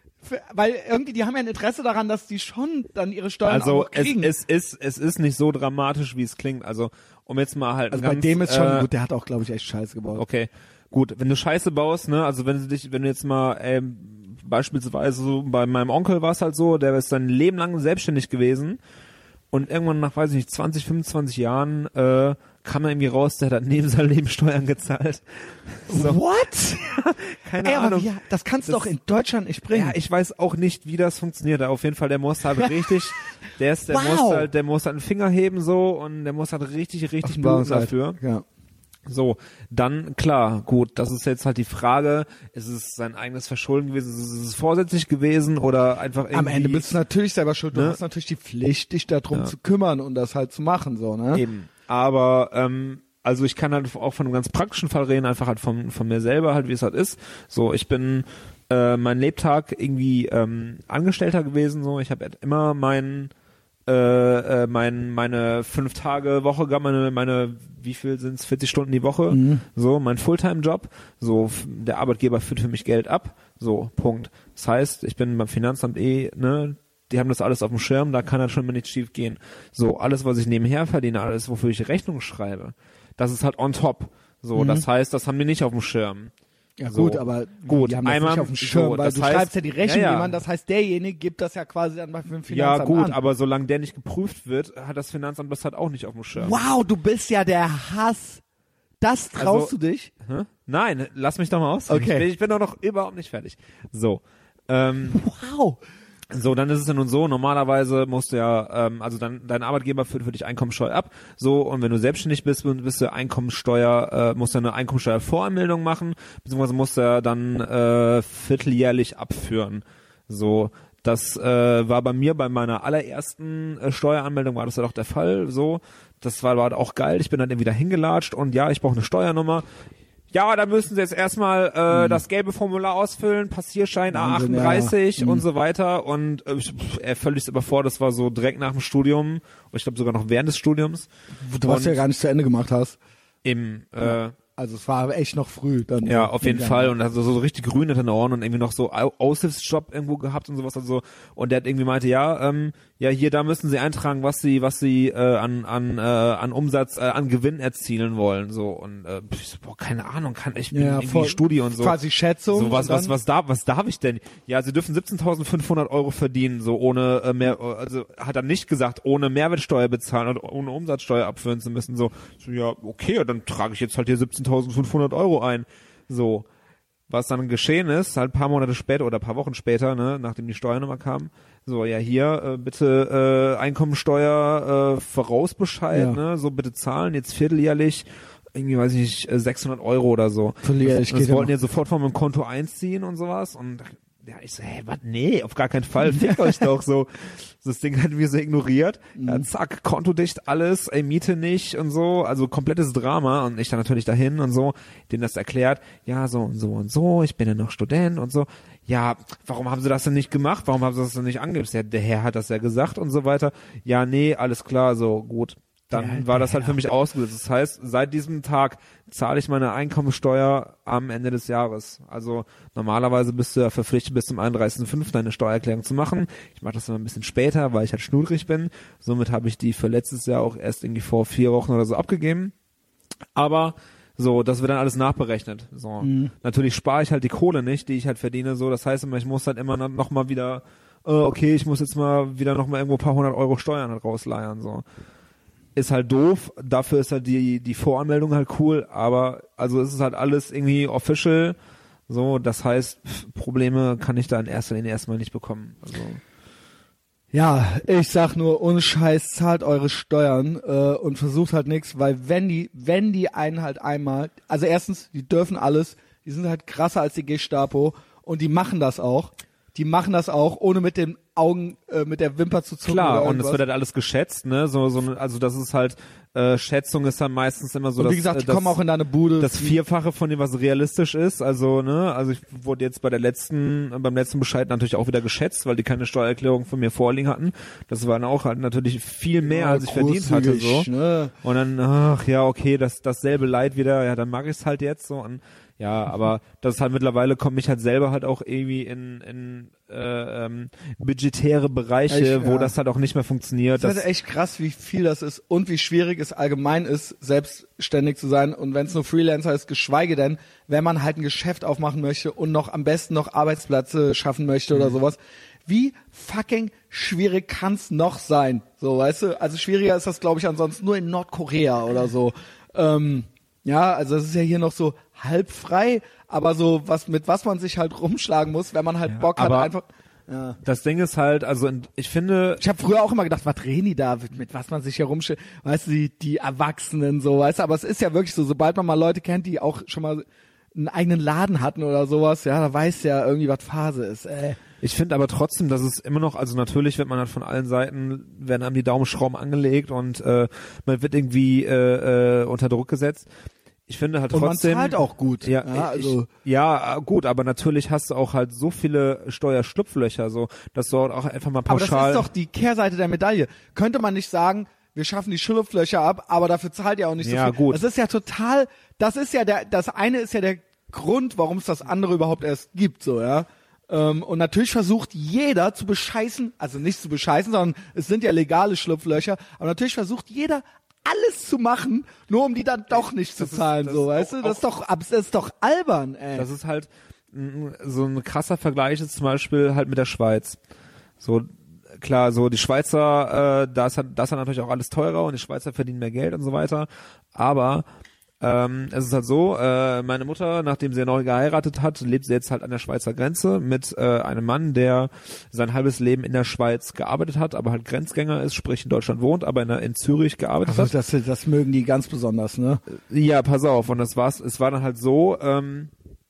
weil irgendwie, die haben ja ein Interesse daran, dass die schon dann ihre Steuern also auch kriegen. Also es ist, es ist nicht so dramatisch, wie es klingt. Also um jetzt mal halt Also ganz, bei dem ist schon, äh, gut, der hat auch, glaube ich, echt Scheiße gebaut. Okay, gut. Wenn du Scheiße baust, ne, also wenn du dich, wenn du jetzt mal ähm, beispielsweise so bei meinem Onkel war es halt so, der ist sein Leben lang selbstständig gewesen und irgendwann nach, weiß ich nicht, zwanzig, fünfundzwanzig Jahren äh, kam er irgendwie raus, der hat neben seinem Leben Steuern gezahlt. So. What? Keine Ey, aber Ahnung. wie, das kannst du Das- doch in Deutschland nicht bringen. Ja, ich weiß auch nicht, wie das funktioniert. Aber auf jeden Fall, der muss halt richtig, der ist, der Wow. muss halt, der muss halt einen Finger heben so und der muss halt richtig, richtig bluten dafür. Ja. So, dann klar, gut, das ist jetzt halt die Frage, ist es sein eigenes Verschulden gewesen, ist es vorsätzlich gewesen oder einfach irgendwie... Am Ende bist du natürlich selber schuld. Du Ne? hast natürlich die Pflicht, dich darum Ja. zu kümmern und das halt zu machen, so, ne? Eben. Aber ähm, also ich kann halt auch von einem ganz praktischen Fall reden, einfach halt von von mir selber halt, wie es halt ist. So, ich bin äh, mein Lebtag irgendwie ähm, Angestellter gewesen. So, ich habe immer meinen äh, äh, mein, meine fünf Tage Woche gehabt, meine meine wie viel sind's, vierzig Stunden die Woche. Mhm. So, mein Fulltime-Job. So, f- der Arbeitgeber führt für mich Geld ab. So, Punkt. Das heißt, ich bin beim Finanzamt eh, ne, die haben das alles auf dem Schirm, da kann dann schon mal nichts schief gehen. So, alles, was ich nebenher verdiene, alles, wofür ich Rechnung schreibe, das ist halt on top. So, Mhm. das heißt, das haben die nicht auf dem Schirm. Ja So. gut, aber Gut, die haben das einmal- nicht auf dem Schirm, so, weil das du heißt- schreibst ja die Rechnung ja, ja. jemand, das heißt, derjenige gibt das ja quasi dann beim Finanzamt Ja, gut, an. aber solange der nicht geprüft wird, hat das Finanzamt das halt auch nicht auf dem Schirm. Wow, du bist ja der Hass. Das traust Also- du dich? Hä? Nein, lass mich doch mal aus. Okay. Ich bin, ich bin doch noch überhaupt nicht fertig. So. Ähm, Wow. So, dann ist es ja nun so, normalerweise musst du ja, ähm, also dann dein Arbeitgeber führt für dich Einkommensteuer ab, so, und wenn du selbstständig bist, bist du Einkommensteuer, äh, musst du eine Einkommensteuervoranmeldung machen, beziehungsweise musst du ja dann äh, vierteljährlich abführen. So, das äh, war bei mir bei meiner allerersten äh, Steueranmeldung war das ja doch der Fall, so, das war, war auch geil, ich bin dann irgendwie da hingelatscht und ja, ich brauche eine Steuernummer. Ja, da müssen Sie jetzt erstmal äh, das gelbe Formular ausfüllen, Passierschein A Wahnsinn, achtunddreißig ja. und Mhm. so weiter. Und äh, ich, pff, er völlig überfordert, das war so direkt nach dem Studium, und ich glaube sogar noch während des Studiums. Du was Und ja gar nicht zu Ende gemacht hast. Im, äh, Also es war echt noch früh. Dann ja, auf jeden dann- Fall. Und also so richtig grün hinter den Ohren und irgendwie noch so Au- Aushilfsjob irgendwo gehabt und sowas. Also, und der hat irgendwie meinte, ja, ähm, ja, hier, da müssen Sie eintragen, was Sie, was Sie äh, an an äh, an Umsatz, äh, an Gewinn erzielen wollen. So, und äh, ich so, boah, keine Ahnung, kann ich bin Ja, irgendwie voll- Studie und so. Quasi Schätzung. So, was, und dann- was, was darf, was darf ich denn? Ja, Sie dürfen siebzehntausendfünfhundert Euro verdienen, so ohne äh, mehr, also hat er nicht gesagt, ohne Mehrwertsteuer bezahlen oder ohne Umsatzsteuer abführen zu müssen. So, so ja, okay, dann trage ich jetzt halt hier siebzehntausendfünfhundert Euro ein. So, was dann geschehen ist, halt ein paar Monate später oder ein paar Wochen später, ne, nachdem die Steuernummer kam, so, ja, hier, äh, bitte äh, Einkommensteuer, äh, Vorausbescheid, Ja. ne, so bitte zahlen, jetzt vierteljährlich, irgendwie, weiß ich nicht, äh, sechshundert Euro oder so. Vierteljährlich das, geht das ja wollten noch. die sofort von meinem Konto einziehen und sowas, und ja, ich so, hä, was, nee, auf gar keinen Fall, fickt euch doch so. Das Ding hat mir so ignoriert, ja, zack, Konto dicht, alles, ey, Miete nicht und so, also komplettes Drama, und ich dann natürlich dahin und so, denen das erklärt, ja, so und so und so, ich bin ja noch Student und so, ja, warum haben sie das denn nicht gemacht, warum haben sie das denn nicht angegeben, ja, der Herr hat das ja gesagt und so weiter, ja, nee, alles klar, so, gut. Dann Der- war der das halt für Herr. mich ausgelöst. Das heißt, seit diesem Tag zahle ich meine Einkommensteuer am Ende des Jahres. Also normalerweise bist du ja verpflichtet, bis zum einunddreißigsten fünften eine Steuererklärung zu machen. Ich mache das immer ein bisschen später, weil ich halt schnudrig bin. Somit habe ich die für letztes Jahr auch erst irgendwie vor vier Wochen oder so abgegeben. Aber so, das wird dann alles nachberechnet. So, Mhm. natürlich spare ich halt die Kohle nicht, die ich halt verdiene. So, das heißt immer, ich muss halt immer noch mal wieder, äh, okay, ich muss jetzt mal wieder noch mal irgendwo ein paar hundert Euro Steuern halt rausleiern. So. Ist halt doof, dafür ist halt die die Voranmeldung halt cool, aber also es ist halt alles irgendwie official, so, das heißt, pf, Probleme kann ich da in erster Linie erstmal nicht bekommen. Also Ja, ich sag nur, ohne Scheiß, zahlt eure Steuern äh, und versucht halt nichts, weil wenn die, wenn die einen halt einmal, also erstens, die dürfen alles, die sind halt krasser als die Gestapo und die machen das auch. Die machen das auch, ohne mit den Augen, äh, mit der Wimper zu zucken. Klar, oder und es wird halt alles geschätzt, ne? So, so, also das ist halt, äh, Schätzung ist dann meistens immer so, und dass, wie gesagt, die das, kommen auch in deine Bude. das Vierfache von dem, was realistisch ist. Also, ne, also ich wurde jetzt bei der letzten, beim letzten Bescheid natürlich auch wieder geschätzt, weil die keine Steuererklärung von mir vorliegen hatten. Das war dann auch halt natürlich viel mehr, Ja, als ich verdient hatte, so. Ne? Und dann, ach ja, okay, das, dasselbe Leid wieder, ja, dann mag ich es halt jetzt so. Und ja, aber das ist halt mittlerweile, komme ich halt selber halt auch irgendwie in, in äh, ähm, budgetäre Bereiche, ich, wo ja. das halt auch nicht mehr funktioniert. Das ist halt echt krass, wie viel das ist und wie schwierig es allgemein ist, selbstständig zu sein. Und wenn es nur Freelancer ist, geschweige denn, wenn man halt ein Geschäft aufmachen möchte und noch am besten noch Arbeitsplätze schaffen möchte oder sowas. Wie fucking schwierig kann's noch sein? So, weißt du? Also schwieriger ist das, glaube ich, ansonsten nur in Nordkorea oder so. Ähm, ja, also es ist ja hier noch so halb frei, aber so was mit was man sich halt rumschlagen muss, wenn man halt Ja, Bock hat, aber einfach. Ja. Das Ding ist halt, also ich finde, Ich habe früher auch immer gedacht, was reden die da, mit, mit was man sich hier rumschlägt, weißt du, die, die Erwachsenen so, weißt du, aber es ist ja wirklich so, sobald man mal Leute kennt, die auch schon mal einen eigenen Laden hatten oder sowas, ja, da weiß ja irgendwie, was Phase ist, ey. Ich finde aber trotzdem, dass es immer noch, also natürlich wird man halt von allen Seiten, werden einem die Daumenschrauben angelegt und äh, man wird irgendwie äh, äh, unter Druck gesetzt. Ich finde halt trotzdem. Und man zahlt auch gut. Ja, ja, also. ich, ja, gut, aber natürlich hast du auch halt so viele Steuerschlupflöcher, so, dass du auch einfach mal pauschal. Aber das ist doch die Kehrseite der Medaille. Könnte man nicht sagen, wir schaffen die Schlupflöcher ab, aber dafür zahlt ihr auch nicht so ja, viel. Gut. Das ist ja total, das ist ja der, das eine ist ja der Grund, warum es das andere überhaupt erst gibt, so, ja. Ähm, und natürlich versucht jeder zu bescheißen, also nicht zu bescheißen, sondern es sind ja legale Schlupflöcher, aber natürlich versucht jeder alles zu machen, nur um die dann doch nicht zu Das ist- zahlen, das so, ist weißt auch- du? Das ist doch, abs- das ist doch albern, ey. Das ist halt m, so ein krasser Vergleich ist zum Beispiel halt mit der Schweiz. So, klar, so die Schweizer, äh, da ist halt, das ist halt natürlich auch alles teurer und die Schweizer verdienen mehr Geld und so weiter. Aber ähm, es ist halt so, äh, meine Mutter, nachdem sie ja neu geheiratet hat, lebt sie jetzt halt an der Schweizer Grenze mit äh, einem Mann, der sein halbes Leben in der Schweiz gearbeitet hat, aber halt Grenzgänger ist, sprich in Deutschland wohnt, aber in, der, in Zürich gearbeitet Also hat. das, das mögen die ganz besonders, ne? Ja, pass auf. Und das war's. Es war dann halt so, ähm,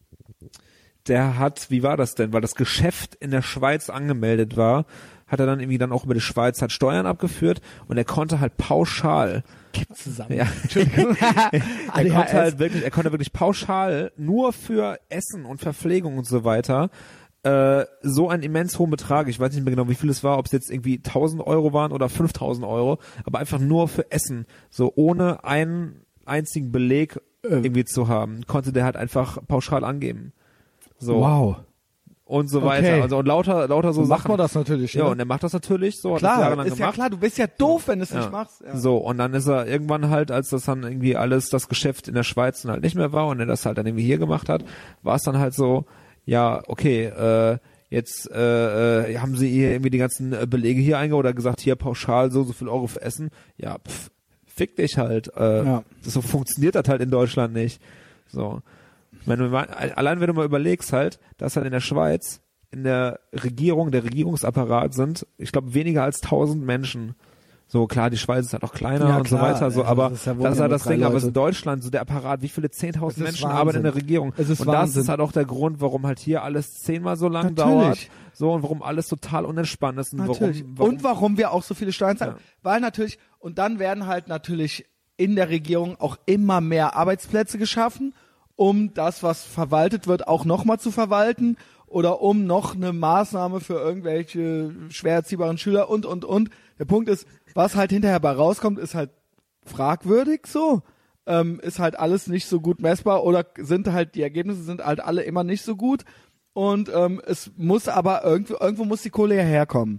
der hat, wie war das denn? Weil das Geschäft in der Schweiz angemeldet war, hat er dann irgendwie dann auch über die Schweiz halt Steuern abgeführt und er konnte halt pauschal, Zusammen. ja, Entschuldigung. er konnte halt wirklich, er konnte wirklich pauschal nur für Essen und Verpflegung und so weiter äh, so einen immens hohen Betrag, ich weiß nicht mehr genau, wie viel es war, ob es jetzt irgendwie tausend Euro waren oder fünftausend Euro, aber einfach nur für Essen, so ohne einen einzigen Beleg irgendwie zu haben, konnte der halt einfach pauschal angeben. So. Wow. Und so Okay. weiter. Also und lauter, lauter so So macht Sachen. man das natürlich. Ja, ne? und er macht das natürlich so, hat das klar, jahrelang ist ja gemacht. klar, du bist ja doof, wenn du es Ja. nicht machst. Ja. So, und dann ist er irgendwann halt, als das dann irgendwie alles, das Geschäft in der Schweiz dann halt nicht mehr war und er das halt dann irgendwie hier gemacht hat, war es dann halt so, ja, okay, äh, jetzt äh, äh, haben sie hier irgendwie die ganzen äh, Belege hier eingeholt oder gesagt, hier pauschal so, so viel Euro für Essen. Ja, pff, fick dich halt. Äh, Ja. So funktioniert das halt in Deutschland nicht. So. Wenn du mal, allein wenn du mal überlegst halt, dass halt in der Schweiz in der Regierung, der Regierungsapparat sind, ich glaube, weniger als tausend Menschen. So, klar, die Schweiz ist halt auch kleiner Ja, und so klar, weiter, so, also aber das ist ja wohl das ist nur halt das drei Ding, aber Leute. in Deutschland, so der Apparat, wie viele zehntausend Es ist Menschen arbeiten in der Wahnsinn. Regierung? Es ist und das Wahnsinn. ist halt auch der Grund, warum halt hier alles zehnmal so lang Natürlich. dauert, so, und warum alles total unentspannt ist und Natürlich. warum, warum Und warum wir auch so viele Steuern zahlen. Ja. Weil natürlich, und dann werden halt natürlich in der Regierung auch immer mehr Arbeitsplätze geschaffen, um das, was verwaltet wird, auch nochmal zu verwalten oder um noch eine Maßnahme für irgendwelche schwer erziehbaren Schüler und, und, und. Der Punkt ist, was halt hinterher bei rauskommt, ist halt fragwürdig so. Ähm, ist halt alles nicht so gut messbar oder sind halt, die Ergebnisse sind halt alle immer nicht so gut. Und ähm, es muss aber irgendwo, irgendwo muss die Kohle ja herkommen.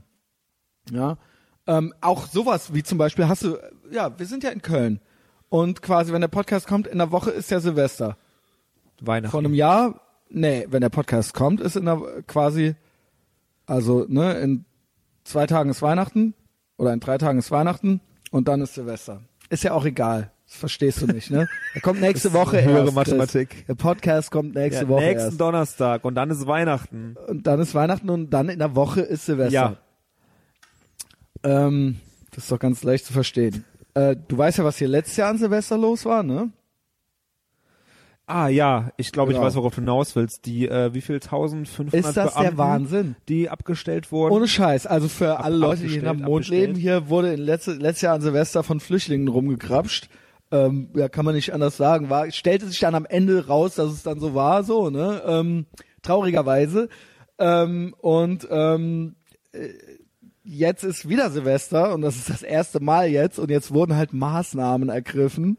Ja. Ähm, auch sowas wie zum Beispiel hast du, ja, wir sind ja in Köln. Und quasi, wenn der Podcast kommt, in der Woche ist ja Silvester. Weihnachten. Vor einem Jahr, nee, wenn der Podcast kommt, ist in der quasi, also, ne, in zwei Tagen ist Weihnachten oder in drei Tagen ist Weihnachten und dann ist Silvester. Ist ja auch egal. Das verstehst du nicht, ne? Er kommt nächste Woche höhere erst. Mathematik. Chris. Der Podcast kommt nächste ja, Woche nächsten erst. Donnerstag und dann ist Weihnachten. Und dann ist Weihnachten und dann in der Woche ist Silvester. Ja. Ähm, das ist doch ganz leicht zu verstehen. Äh, du weißt ja, was hier letztes Jahr an Silvester los war, ne? Ah ja, ich glaube, Genau. ich weiß, worauf du hinaus willst. Die, äh, wie viel, eintausendfünfhundert Ist das Beamten, der Wahnsinn? die abgestellt wurden? Ohne Scheiß. Also für Ab- alle Leute, die hinterm abgestellt, Mond abgestellt. leben, hier wurde in letzte, letztes Jahr an Silvester von Flüchtlingen rumgekrapscht. Ähm, ja, kann man nicht anders sagen. War, stellte sich dann am Ende raus, dass es dann so war, so, ne? Ähm, traurigerweise. Ähm, und ähm, äh, jetzt ist wieder Silvester und das ist das erste Mal jetzt und jetzt wurden halt Maßnahmen ergriffen.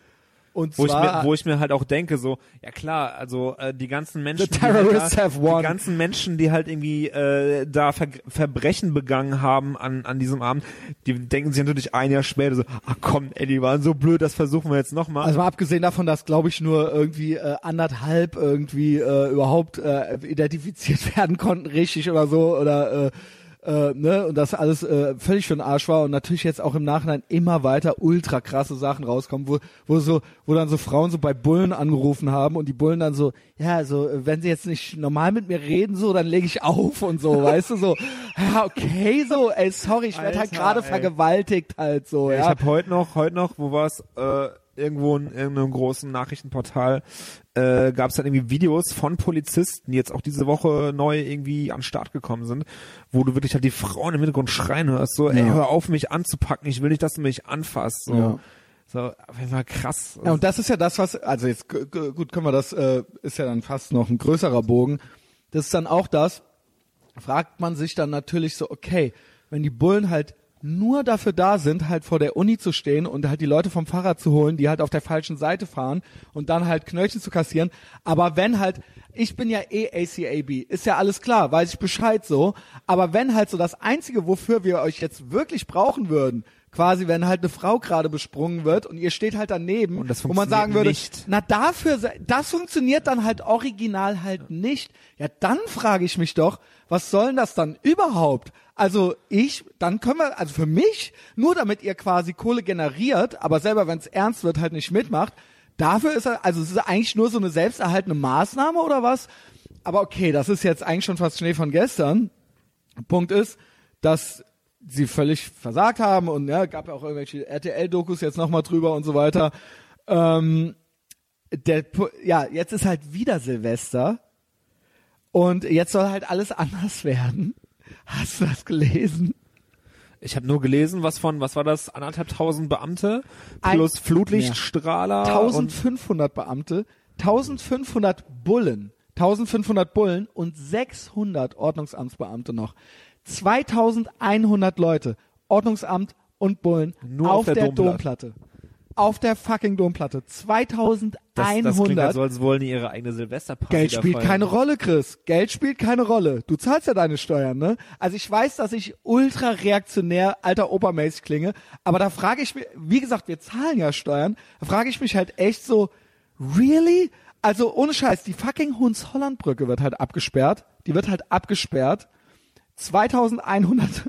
Und Wo ich, zwar, mir, wo ich mir halt auch denke, so, ja klar, also äh, die ganzen Menschen, The die, halt terrorists da, have won. die ganzen Menschen, die halt irgendwie äh, da Ver Verbrechen begangen haben an an diesem Abend, die denken sich natürlich ein Jahr später so, ach komm, ey, die waren so blöd, das versuchen wir jetzt nochmal. also mal abgesehen davon, dass glaube ich nur irgendwie äh, anderthalb irgendwie äh, überhaupt äh, identifiziert werden konnten, richtig oder so oder äh, äh, ne und das alles äh, völlig für den Arsch war und natürlich jetzt auch im Nachhinein immer weiter ultra krasse Sachen rauskommen, wo wo so wo dann so Frauen so bei Bullen angerufen haben und die Bullen dann so, ja, so äh, wenn sie jetzt nicht normal mit mir reden so, dann lege ich auf und so, weißt du so, ja okay so, ey sorry, ich werde halt Alter, gerade ey. vergewaltigt halt so, Ja, ja. ich habe heute noch, heute noch, wo war es, äh, irgendwo in irgendeinem großen Nachrichtenportal, äh, gab es dann irgendwie Videos von Polizisten, die jetzt auch diese Woche neu irgendwie an den Start gekommen sind, wo du wirklich halt die Frauen im Hintergrund schreien hörst, so, ey, Ja. hör auf, mich anzupacken, ich will nicht, dass du mich anfasst, so. Ja. So, auf jeden Fall krass. Ja, und das ist ja das, was, also jetzt g- g- gut können wir das, äh, ist ja dann fast noch ein größerer Bogen. Das ist dann auch das, fragt man sich dann natürlich so, okay, wenn die Bullen halt nur dafür da sind, halt vor der Uni zu stehen und halt die Leute vom Fahrrad zu holen, die halt auf der falschen Seite fahren und dann halt Knöllchen zu kassieren. Aber wenn halt, ich bin ja eh A C A B, ist ja alles klar, weiß ich Bescheid so. Aber wenn halt so das Einzige, wofür wir euch jetzt wirklich brauchen würden, quasi wenn halt eine Frau gerade besprungen wird und ihr steht halt daneben, Und das wo man sagen funktioniert würde, nicht. na dafür, se- das funktioniert dann halt original halt nicht. Ja, dann frage ich mich doch, was soll denn das dann überhaupt? Also ich, dann können wir, also für mich, nur damit ihr quasi Kohle generiert, aber selber, wenn es ernst wird, halt nicht mitmacht, dafür ist er, also es ist eigentlich nur so eine selbsterhaltende Maßnahme oder was? Aber okay, das ist jetzt eigentlich schon fast Schnee von gestern. Punkt ist, dass sie völlig versagt haben und ja, gab ja auch irgendwelche R T L-Dokus jetzt nochmal drüber und so weiter. Ähm, der, Pu- ja, jetzt ist halt wieder Silvester und jetzt soll halt alles anders werden. Hast du das gelesen? Ich habe nur gelesen, was von, was war das, anderthalbtausend Beamte Ein- plus Flutlichtstrahler und eintausendfünfhundert Beamte, eintausendfünfhundert Bullen, eintausendfünfhundert Bullen und sechshundert Ordnungsamtsbeamte noch. zweitausendeinhundert Leute, Ordnungsamt und Bullen Nur auf, auf der der, Domplatte. Domplatte. Auf der fucking Domplatte. das, zweitausendeinhundert. das klingt, als als wollen die ihre eigene Silvesterparty Geld da spielt feiern. keine Rolle, Chris. Geld spielt keine Rolle. Du zahlst ja deine Steuern, ne? Also ich weiß, dass ich ultra reaktionär, alter Obermäßig klinge, aber da frage ich mich, wie gesagt, wir zahlen ja Steuern, da frage ich mich halt echt so, really? Also ohne Scheiß, die fucking Huns-Holland-Brücke wird halt abgesperrt. Die wird halt abgesperrt. zweitausendeinhundert.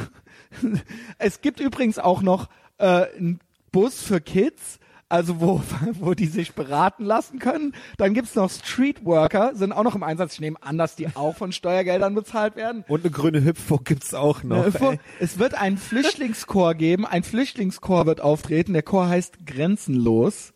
Es gibt übrigens auch noch äh, einen Bus für Kids, also wo, wo die sich beraten lassen können. Dann gibt's noch Streetworker, sind auch noch im Einsatz. Ich nehme an, dass die auch von Steuergeldern bezahlt werden. Und eine grüne Hüpfburg gibt's auch noch. Äh, vor- ey. Es wird einen Flüchtlingschor geben. Ein Flüchtlingschor wird auftreten. Der Chor heißt Grenzenlos.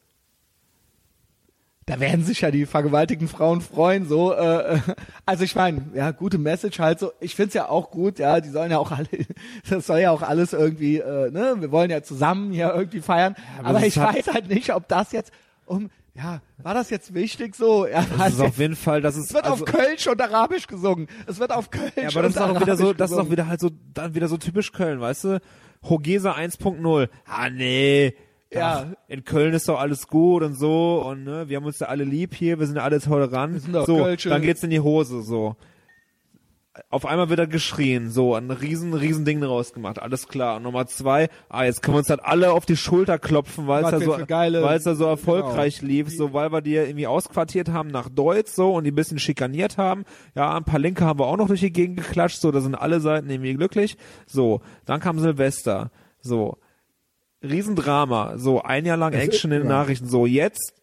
Da werden sich ja die vergewaltigten Frauen freuen, so, äh, äh, also ich meine, ja, gute Message halt so, ich find's ja auch gut, ja, die sollen ja auch alle, das soll ja auch alles irgendwie, äh, ne, wir wollen ja zusammen hier irgendwie feiern, aber aber, das ich hat- weiß halt nicht, ob das jetzt, um, ja, war das jetzt wichtig so? Ja, Das ist auf jeden Fall, das ist es wird also, auf Kölsch und Arabisch gesungen, es wird auf Kölsch ja, aber das und ist auch wieder so, Arabisch das ist auch gesungen. wieder halt so, dann wieder so typisch Köln, weißt du? Hogesa eins Punkt null. Ah, nee. Ja. Ach, in Köln ist doch alles gut und so und ne, wir haben uns ja alle lieb hier, wir sind ja alle tolerant. Wir sind doch so, Kölsche. dann geht's in die Hose, so. Auf einmal wird er geschrien, so, ein riesen, riesen Ding daraus gemacht, alles klar. Und Nummer zwei, ah, jetzt können wir uns halt alle auf die Schulter klopfen, weil es Was da wir so, für geile- weil es da so erfolgreich Genau. lief, so, weil wir die irgendwie ausquartiert haben nach Deutsch, so, und die ein bisschen schikaniert haben. Ja, ein paar Linke haben wir auch noch durch die Gegend geklatscht, so, da sind alle Seiten irgendwie glücklich. So, dann kam Silvester, so. Riesendrama, so, ein Jahr lang Es Action ist- in den ja. Nachrichten, so, jetzt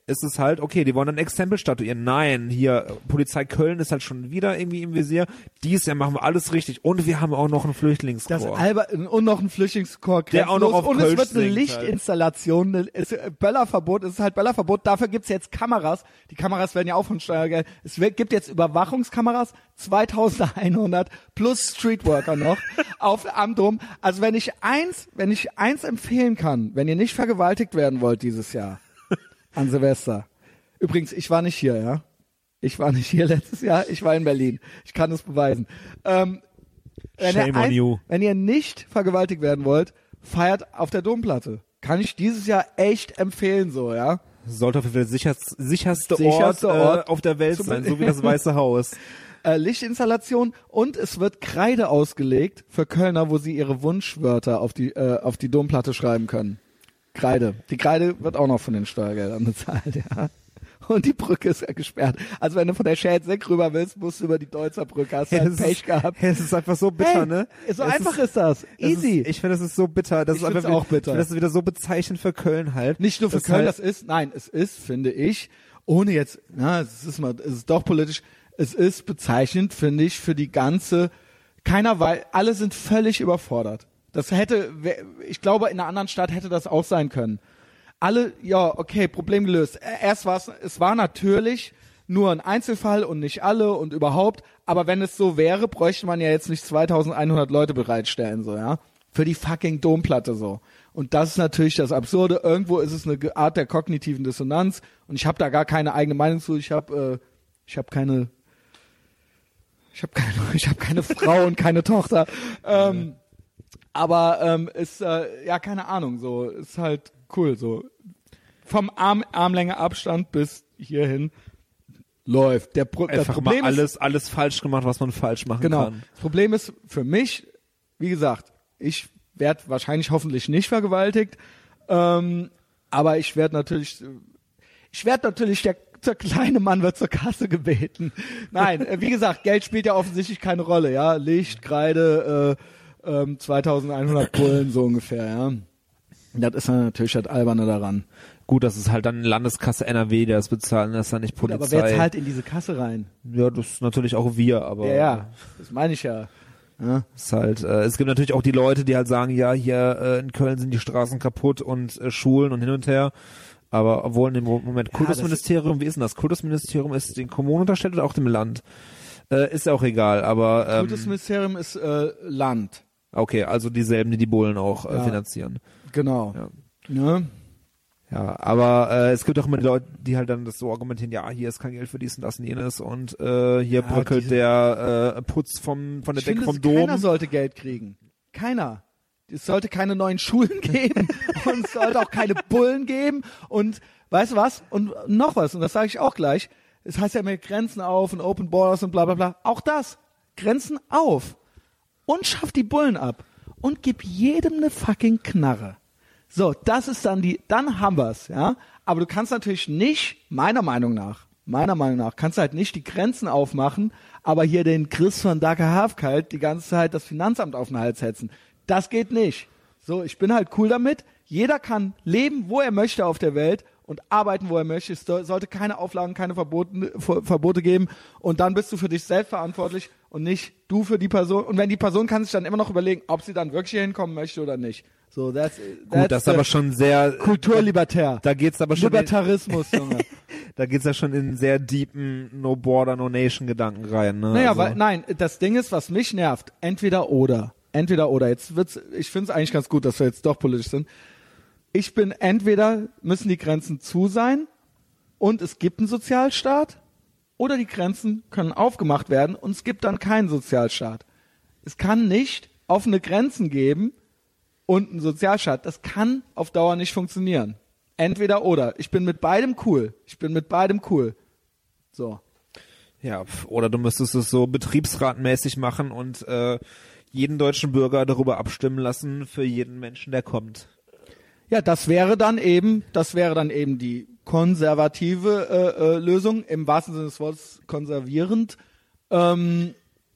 ist es halt, okay, die wollen ein Exempel statuieren. Nein, hier, Polizei Köln ist halt schon wieder irgendwie im Visier. Dies Jahr machen wir alles richtig. Und wir haben auch noch einen Flüchtlingskorps. Das Alber und noch ein Flüchtlingskorps. Der auch noch auf Und Kölsch es wird eine singt Lichtinstallation, eine, es, Böllerverbot, es ist halt Böllerverbot. Dafür gibt's jetzt Kameras. Die Kameras werden ja auch von Steuergeld. Es wird, gibt jetzt Überwachungskameras, zweitausendeinhundert plus Streetworker noch auf am Dom. Also wenn ich eins, wenn ich eins empfehlen kann, wenn ihr nicht vergewaltigt werden wollt dieses Jahr, an Silvester. Übrigens, ich war nicht hier, ja. Ich war nicht hier letztes Jahr, ich war in Berlin. Ich kann es beweisen. Ähm, wenn, Shame ihr on ein, you. wenn ihr nicht vergewaltigt werden wollt, feiert auf der Domplatte. Kann ich dieses Jahr echt empfehlen, so, ja. Sollte auf jeden Fall der sicherst, sicherste, Sicherste Ort, Ort äh, auf der Welt zum- sein, so wie das Weiße Haus. Äh, Lichtinstallation und es wird Kreide ausgelegt für Kölner, wo sie ihre Wunschwörter auf die, äh, auf die Domplatte schreiben können. Kreide. Die Kreide wird auch noch von den Steuergeldern bezahlt, ja. Und die Brücke ist ja gesperrt. Also wenn du von der Schädseck rüber willst, musst du über die Deutzer Brücke. Hast du halt es Pech ist, gehabt. Es ist einfach so bitter, Hey, ne? So es einfach ist, ist das. es Easy. Ist, ich finde, das ist so bitter. Das Ich ist find's einfach auch wieder, bitter. Ich finde das wieder so bezeichnend für Köln halt. Nicht nur für Das Köln, halt, das ist, nein, es ist, finde ich, ohne jetzt, na, es ist mal, es ist doch politisch, es ist bezeichnend, finde ich, für die ganze, keiner weiß, alle sind völlig überfordert. Das hätte, ich glaube, in einer anderen Stadt hätte das auch sein können. Alle, ja, okay, Problem gelöst. Erst war es, es war natürlich nur ein Einzelfall und nicht alle und überhaupt, aber wenn es so wäre, bräuchte man ja jetzt nicht zweitausendeinhundert Leute bereitstellen, so, ja. Für die fucking Domplatte, so. Und das ist natürlich das Absurde. Irgendwo ist es eine Art der kognitiven Dissonanz und ich habe da gar keine eigene Meinung zu. Ich habe, äh, ich habe keine, ich habe keine, ich habe keine Frau und keine Tochter. Ähm, aber ähm, ist, äh, ja, keine Ahnung, so, ist halt cool, so. Vom Arm, Armlänge Abstand bis hierhin läuft. Der Pro das einfach Problem mal ist, alles, alles falsch gemacht, was man falsch machen genau. kann. Das Problem ist für mich, wie gesagt, ich werde wahrscheinlich hoffentlich nicht vergewaltigt, ähm, aber ich werde natürlich, ich werde natürlich, der, der kleine Mann wird zur Kasse gebeten. Nein, äh, wie gesagt, Geld spielt ja offensichtlich keine Rolle, ja, Licht, Kreide, äh, ähm, zweitausendeinhundert Bullen so ungefähr, ja. Das ist dann natürlich das Alberne daran. Gut, das ist halt dann Landeskasse N R W, der das bezahlt, das ist dann nicht Gut, Polizei. aber wer zahlt in diese Kasse rein? Ja, das ist natürlich auch wir, aber Ja, ja, das meine ich ja. ja. ist halt, äh, es gibt natürlich auch die Leute, die halt sagen, ja, hier äh, in Köln sind die Straßen kaputt und äh, Schulen und hin und her. Aber obwohl in dem Moment Ja, Kultusministerium, wie ist denn das? Kultusministerium ist den Kommunen unterstellt oder auch dem Land? Äh, ist ja auch egal, aber ähm, Kultusministerium ist äh, Land. okay, also dieselben, die die Bullen auch äh, Ja. finanzieren. Genau. Ja. Ne? Ja, aber äh, es gibt auch immer die Leute, die halt dann das so argumentieren, ja, hier ist kein Geld für dies und das und jenes und äh, hier Ja, bröckelt diese- der äh, Putz vom von der Ich Decke finde, vom es- Dom. keiner sollte Geld kriegen. Keiner. Es sollte keine neuen Schulen geben und es sollte auch keine Bullen geben und weißt du was? Und noch was, und das sage ich auch gleich, es heißt ja immer Grenzen auf und Open Borders und bla bla bla. Auch das. Grenzen auf. Und schaff die Bullen ab. Und gib jedem eine fucking Knarre. So, das ist dann die, dann haben wir's, ja. Aber du kannst natürlich nicht, meiner Meinung nach, meiner Meinung nach, kannst du halt nicht die Grenzen aufmachen, aber hier den Chris von Dacker Hafkalt die ganze Zeit das Finanzamt auf den Hals hetzen. Das geht nicht. So, ich bin halt cool damit. Jeder kann leben, wo er möchte auf der Welt und arbeiten, wo er möchte. Es so- sollte keine Auflagen, keine Verboten, Ver- Verbote geben. Und dann bist du für dich selbst verantwortlich und nicht du für die Person. Und wenn die Person kann sich dann immer noch überlegen, ob sie dann wirklich hier hinkommen möchte oder nicht. So, that's, that's Gut, das ist the aber schon sehr Kulturlibertär. Da geht's aber schon in, Libertarismus, Junge. da geht's ja schon in sehr deepen No Border, No Nation Gedanken rein, ne? Naja, also, weil, nein, das Ding ist, was mich nervt, entweder oder. Entweder oder. Jetzt wird's, ich finde es eigentlich ganz gut, dass wir jetzt doch politisch sind. Ich bin entweder müssen die Grenzen zu sein und es gibt einen Sozialstaat oder die Grenzen können aufgemacht werden und es gibt dann keinen Sozialstaat. Es kann nicht offene Grenzen geben und einen Sozialstaat. Das kann auf Dauer nicht funktionieren. Entweder oder. Ich bin mit beidem cool. Ich bin mit beidem cool. So. Ja, pf, oder du müsstest es so betriebsratmäßig machen und äh, jeden deutschen Bürger darüber abstimmen lassen für jeden Menschen, der kommt. Ja, das wäre dann eben, das wäre dann eben die konservative äh, äh, Lösung, im wahrsten Sinne des Wortes konservierend. Ähm,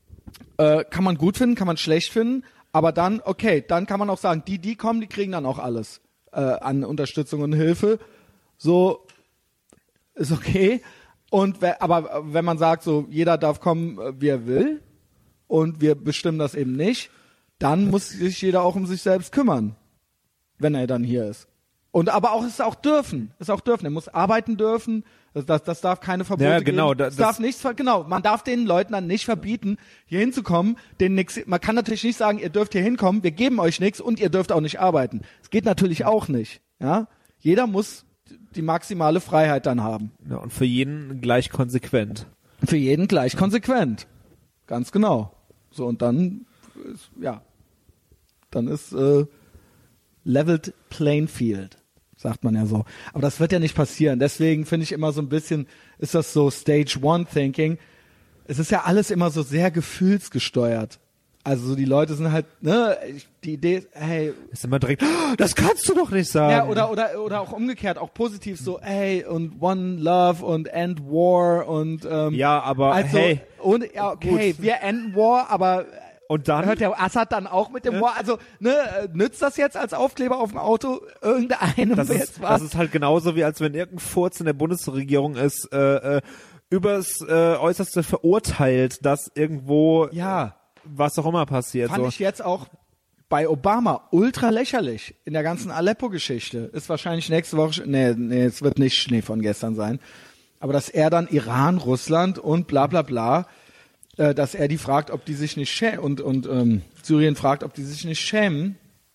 äh, kann man gut finden, kann man schlecht finden, aber dann, okay, dann kann man auch sagen, die, die kommen, die kriegen dann auch alles äh, an Unterstützung und Hilfe. So, ist okay. Und we- aber wenn man sagt, so jeder darf kommen, wie er will, und wir bestimmen das eben nicht, dann muss sich jeder auch um sich selbst kümmern, wenn er dann hier ist. Und aber auch es ist auch dürfen, ist auch dürfen. Er muss arbeiten dürfen. Das, das, das darf keine Verbote Ja, genau, geben. da- Es das- darf nichts, ver- genau. Man darf den Leuten dann nicht verbieten, hier hinzukommen. Denen nix, man kann natürlich nicht sagen, ihr dürft hier hinkommen, wir geben euch nichts und ihr dürft auch nicht arbeiten. Das geht natürlich auch nicht. Ja, jeder muss die maximale Freiheit dann haben. Ja, und für jeden gleich konsequent. Für jeden gleich konsequent. Ganz genau. So, und dann, ist, ja, dann ist äh, leveled playing field, sagt man ja so. Aber das wird ja nicht passieren. Deswegen finde ich immer so ein bisschen, ist das so Stage One Thinking. Es ist ja alles immer so sehr gefühlsgesteuert. Also so die Leute sind halt, ne, ich- die Idee ist, hey, Ist immer direkt, "Oh, das kannst du doch nicht sagen. ja, oder, oder, oder auch umgekehrt, auch positiv so, hey, und One Love und End War und, ähm, Ja, aber also, hey. und, ja, okay, Gut. wir enden War, aber Und dann? hört der Assad dann auch mit dem War, also, ne, äh, nützt das jetzt als Aufkleber auf dem Auto irgendeinem Das jetzt ist, was? das ist halt genauso, wie als wenn irgendein Furz in der Bundesregierung ist, äh, äh, übers äh, Äußerste verurteilt, dass irgendwo Ja. was auch immer passiert. Fand so. ich jetzt auch bei Obama ultra lächerlich in der ganzen Aleppo-Geschichte. Ist wahrscheinlich nächste Woche, nee, nee, es wird nicht Schnee von gestern sein. Aber dass er dann Iran, Russland und bla bla bla, äh, dass er die fragt, ob die sich nicht schämen und, und ähm, Syrien fragt, ob die sich nicht schämen.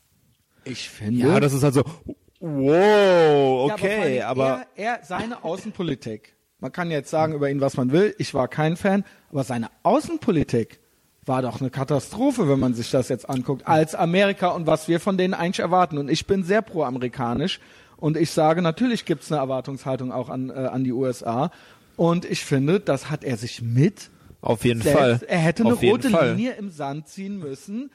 Ich finde. Ja, das ist halt so, wow, Ja, okay, aber, vor allem aber, er, er, seine Außenpolitik. Man kann jetzt sagen über ihn, was man will. Ich war kein Fan, aber seine Außenpolitik war doch eine Katastrophe, wenn man sich das jetzt anguckt, als Amerika und was wir von denen eigentlich erwarten. Und ich bin sehr pro-amerikanisch und ich sage, natürlich gibt's eine Erwartungshaltung auch an, äh, an die U S A. Und ich finde, das hat er sich mit auf jeden selbst, Fall. er hätte eine auf jeden rote Fall. Linie im Sand ziehen müssen.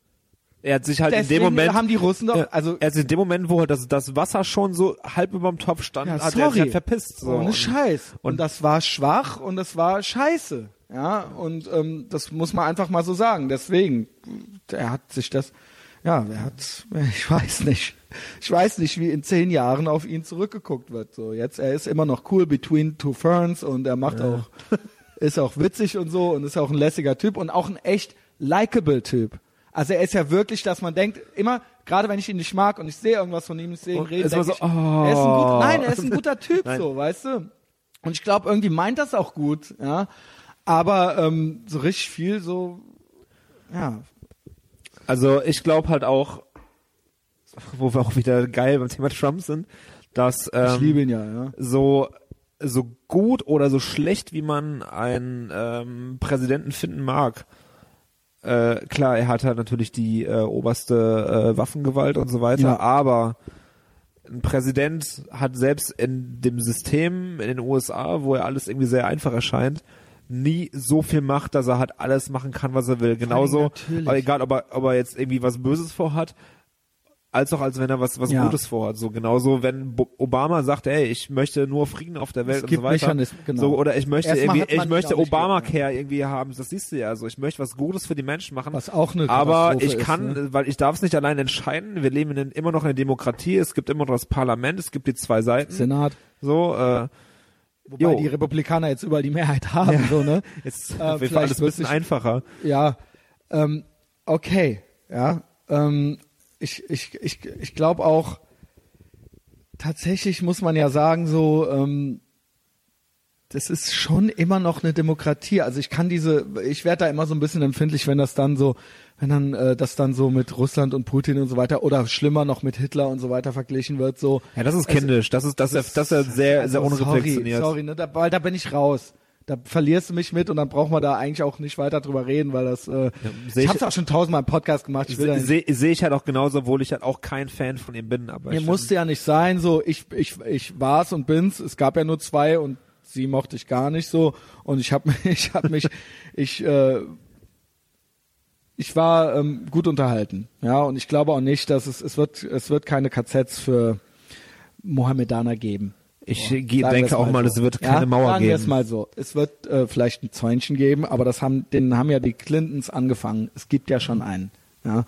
Er hat sich halt Deswegen in dem Moment, haben die Russen doch, Ja, also er hat sich in dem Moment, wo halt das, das Wasser schon so halb überm Topf stand, ja, hat er sich sorry, halt verpisst. So. ohne Und- Scheiß. Und, und- das war schwach und das war scheiße. Ja, und ähm, das muss man einfach mal so sagen. Deswegen, er hat sich das, ja, er hat, ich weiß nicht, ich weiß nicht, wie in zehn Jahren auf ihn zurückgeguckt wird. So jetzt, er ist immer noch cool between two ferns und er macht Ja. auch, ist auch witzig und so und ist auch ein lässiger Typ und auch ein echt likable Typ. Also er ist ja wirklich, dass man denkt, immer, gerade wenn ich ihn nicht mag und ich sehe irgendwas von ihm, ich sehe ihn Und reden, ist immer denke so, ich, oh. er ist ein gut, nein, er ist ein guter Typ, Nein. so, weißt du? Und ich glaube, irgendwie meint das auch gut, ja. Aber ähm, so richtig viel so, ja. Also ich glaube halt auch, wo wir auch wieder geil beim Thema Trump sind, dass ähm, Ich liebe ihn ja, ja. so so gut oder so schlecht, wie man einen ähm, Präsidenten finden mag. Äh, klar, er hat halt natürlich die äh, oberste äh, Waffengewalt und so weiter, Ja. aber ein Präsident hat selbst in dem System in den U S A, wo er alles irgendwie sehr einfach erscheint, nie so viel Macht, dass er halt alles machen kann, was er will. Genauso, natürlich. aber egal, ob er, ob er jetzt irgendwie was Böses vorhat, als auch als wenn er was was Ja. Gutes vorhat. So genauso, wenn Bo- Obama sagt, ey, ich möchte nur Frieden auf der Welt Es und gibt so weiter. Mechanismen, genau. So, oder ich möchte Erstmal irgendwie, hat man ich ihn möchte auch nicht Obamacare irgendwie haben. Das siehst du ja. Also ich möchte was Gutes für die Menschen machen. Was auch eine Aber Katastrophe ich kann, ist, ne? weil ich darf es nicht allein entscheiden. Wir leben in, immer noch in einer Demokratie. Es gibt immer noch das Parlament. Es gibt die zwei Seiten. Senat. So, äh, Wobei Jo. die Republikaner jetzt überall die Mehrheit haben, Ja. so, ne? jetzt Äh, auf jeden Fall vielleicht alles ein wird bisschen sich- einfacher. Ja, ähm, okay, ja. Ähm, ich ich, ich, ich glaube auch, tatsächlich muss man ja sagen, so, ähm, das ist schon immer noch eine Demokratie. Also ich kann diese, ich werde da immer so ein bisschen empfindlich, wenn das dann so, wenn dann äh, das dann so mit Russland und Putin und so weiter oder schlimmer noch mit Hitler und so weiter verglichen wird. So, Ja, das ist kindisch. Das ist, das ist, das ist sehr, sehr also unreflektioniert. Sorry, sorry, ne, da, weil da bin ich raus. Da verlierst du mich mit und dann brauchen wir da eigentlich auch nicht weiter drüber reden, weil das. Äh, seh ich ich- habe es auch schon tausendmal im Podcast gemacht. Ich will da nicht, Sehe seh ich halt auch genauso, obwohl ich halt auch kein Fan von ihm bin. Aber mir ich musste ja nicht sein. So, ich ich ich war's und bin's. Es gab ja nur zwei und sie mochte ich gar nicht so. Und ich habe ich habe mich ich äh, ich war ähm, gut unterhalten. Ja, und ich glaube auch nicht, dass es es wird es wird keine K Zs für Mohammedaner geben. Ich So, ge- sagen wir denke auch mal, so. es wird keine ja, Mauer sagen wir es geben. mal so. Es wird äh, vielleicht ein Zäunchen geben, aber das haben, den haben ja die Clintons angefangen. Es gibt ja schon einen. Ja.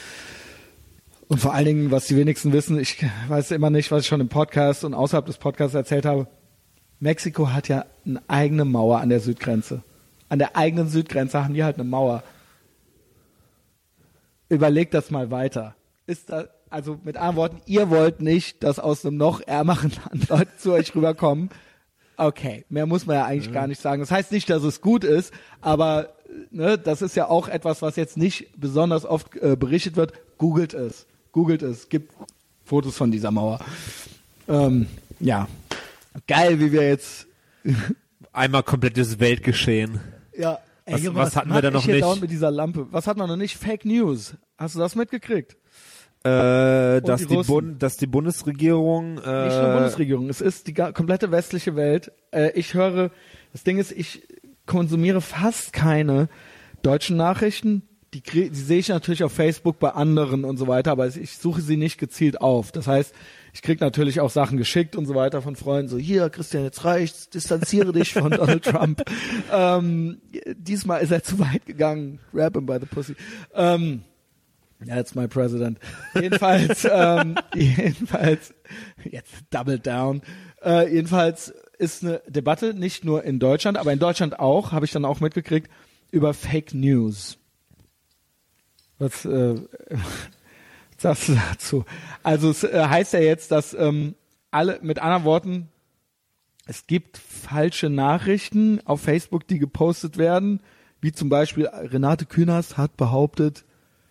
Und vor allen Dingen, was die wenigsten wissen, ich weiß immer nicht, was ich schon im Podcast und außerhalb des Podcasts erzählt habe. Mexiko hat ja eine eigene Mauer an der Südgrenze. An der eigenen Südgrenze haben die halt eine Mauer. Überlegt das mal weiter. Ist da, also mit anderen Worten, ihr wollt nicht, dass aus einem noch ärmeren Land Leute zu euch rüberkommen. Okay, mehr muss man ja eigentlich ja. gar nicht sagen. Das heißt nicht, dass es gut ist, aber ne, das ist ja auch etwas, was jetzt nicht besonders oft äh, berichtet wird. Googelt es. Googelt es. Gibt Fotos von dieser Mauer. Ähm, ja. Geil, wie wir jetzt einmal komplettes Weltgeschehen. Ja. Ey, was, Junge, was, was hatten wir da noch nicht? Mit dieser Lampe. Was hat man noch nicht? Fake News. Hast du das mitgekriegt? Äh, dass die die, Russen. Bund, dass die Bundesregierung äh, Nicht nur Bundesregierung, es ist die ga- komplette westliche Welt. Äh, ich höre, das Ding ist, ich konsumiere fast keine deutschen Nachrichten. Die, krie- die sehe ich natürlich auf Facebook bei anderen und so weiter, aber ich suche sie nicht gezielt auf. Das heißt, ich krieg natürlich auch Sachen geschickt und so weiter von Freunden, so, hier, Christian, jetzt reicht's, distanziere dich von Donald Trump. Ähm, diesmal ist er zu weit gegangen. Grab him by the pussy. Ähm, That's my president. Jedenfalls, ähm, jedenfalls, jetzt double down. Äh, jedenfalls ist eine Debatte nicht nur in Deutschland, aber in Deutschland auch, habe ich dann auch mitgekriegt, über Fake News. Was, äh, was sagst du dazu? Also es äh, heißt ja jetzt, dass ähm, alle, mit anderen Worten, es gibt falsche Nachrichten auf Facebook, die gepostet werden, wie zum Beispiel Renate Künast hat behauptet,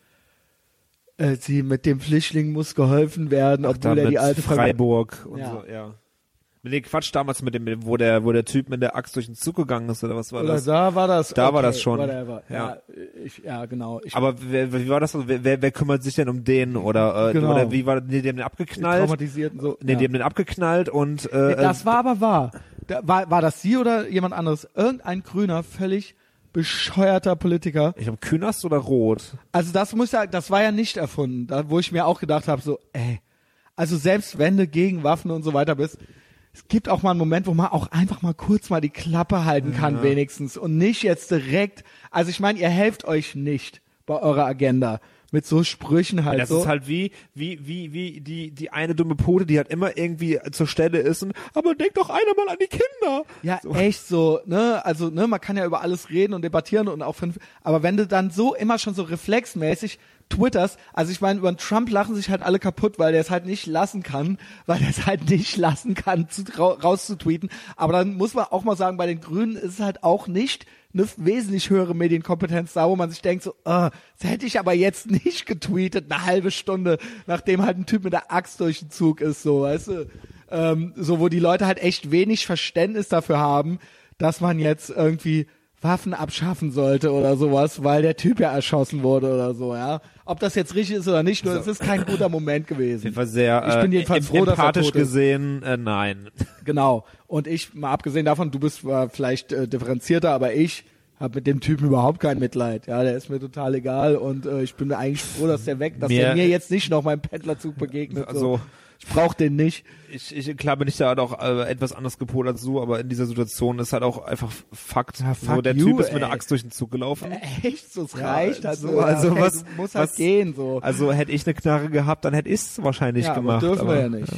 sie mit dem Flüchtling muss geholfen werden, Ach, obwohl er die alte Freiburg Ver- und ja. so, ja. Mit dem Quatsch damals mit dem, wo der, wo der Typ mit der Axt durch den Zug gegangen ist, oder was war oder das? da war das. Da okay, war das schon. Whatever. Ja. Ja, ich, ja, genau. Ich, Aber wer, wie war das? Wer, wer, wer kümmert sich denn um den? Oder, äh, Genau. oder wie war, nee, die haben den abgeknallt? Traumatisierten so. Nee, ja. die haben den abgeknallt und, äh, Das war aber wahr. Da, war, war das sie oder jemand anderes? Irgendein grüner, völlig bescheuerter Politiker. ich glaube, Künast oder Rot? Also das muss ja, das war ja nicht erfunden, da, wo ich mir auch gedacht habe, so, ey, also selbst wenn du gegen Waffen und so weiter bist, es gibt auch mal einen Moment, wo man auch einfach mal kurz mal die Klappe halten kann, Ja. wenigstens, und nicht jetzt direkt, also ich meine, ihr helft euch nicht bei eurer Agenda mit so Sprüchen halt Das so. ist halt wie, wie, wie, wie die, die eine dumme Pote, die halt immer irgendwie zur Stelle ist und, aber denk doch einer mal an die Kinder. Ja, So. echt so, ne, also, ne, man kann ja über alles reden und debattieren und auch fünf, aber wenn du dann so immer schon so reflexmäßig twitterst, also ich meine, über den Trump lachen sich halt alle kaputt, weil der es halt nicht lassen kann, weil der es halt nicht lassen kann, zu, ra- rauszutweeten, aber dann muss man auch mal sagen, bei den Grünen ist es halt auch nicht eine wesentlich höhere Medienkompetenz da, wo man sich denkt so, ah, das hätte ich aber jetzt nicht getweetet, eine halbe Stunde, nachdem halt ein Typ mit der Axt durch den Zug ist, so, weißt du, ähm, so, wo die Leute halt echt wenig Verständnis dafür haben, dass man jetzt irgendwie Waffen abschaffen sollte oder sowas, weil der Typ ja erschossen wurde oder so, ja. Ob das jetzt richtig ist oder nicht, nur es ist kein guter Moment gewesen. Ich war sehr, Ich bin äh, jedenfalls em- froh, dass er empathisch tot ist. gesehen, äh, nein. Genau. Und ich, mal abgesehen davon, du bist zwar vielleicht äh, differenzierter, aber ich habe mit dem Typen überhaupt kein Mitleid. Ja, der ist mir total egal und äh, ich bin eigentlich froh, dass der weg, dass Mir- der mir jetzt nicht noch meinem Pendlerzug begegnet. Also, so. Ich brauch den nicht. ich, ich klar bin ich da halt auch äh, etwas anders gepolt als du, aber in dieser Situation ist halt auch einfach Fakt. Ja, fuck so, der you, Typ ist mit ey. einer Axt durch den Zug gelaufen. Echt? So, es Ja, reicht. also- Also, also okay, was- du musst halt was- gehen, so. Also hätte ich eine Knarre gehabt, dann hätte ich es wahrscheinlich Ja, aber gemacht. dürfen aber, wir ja nicht.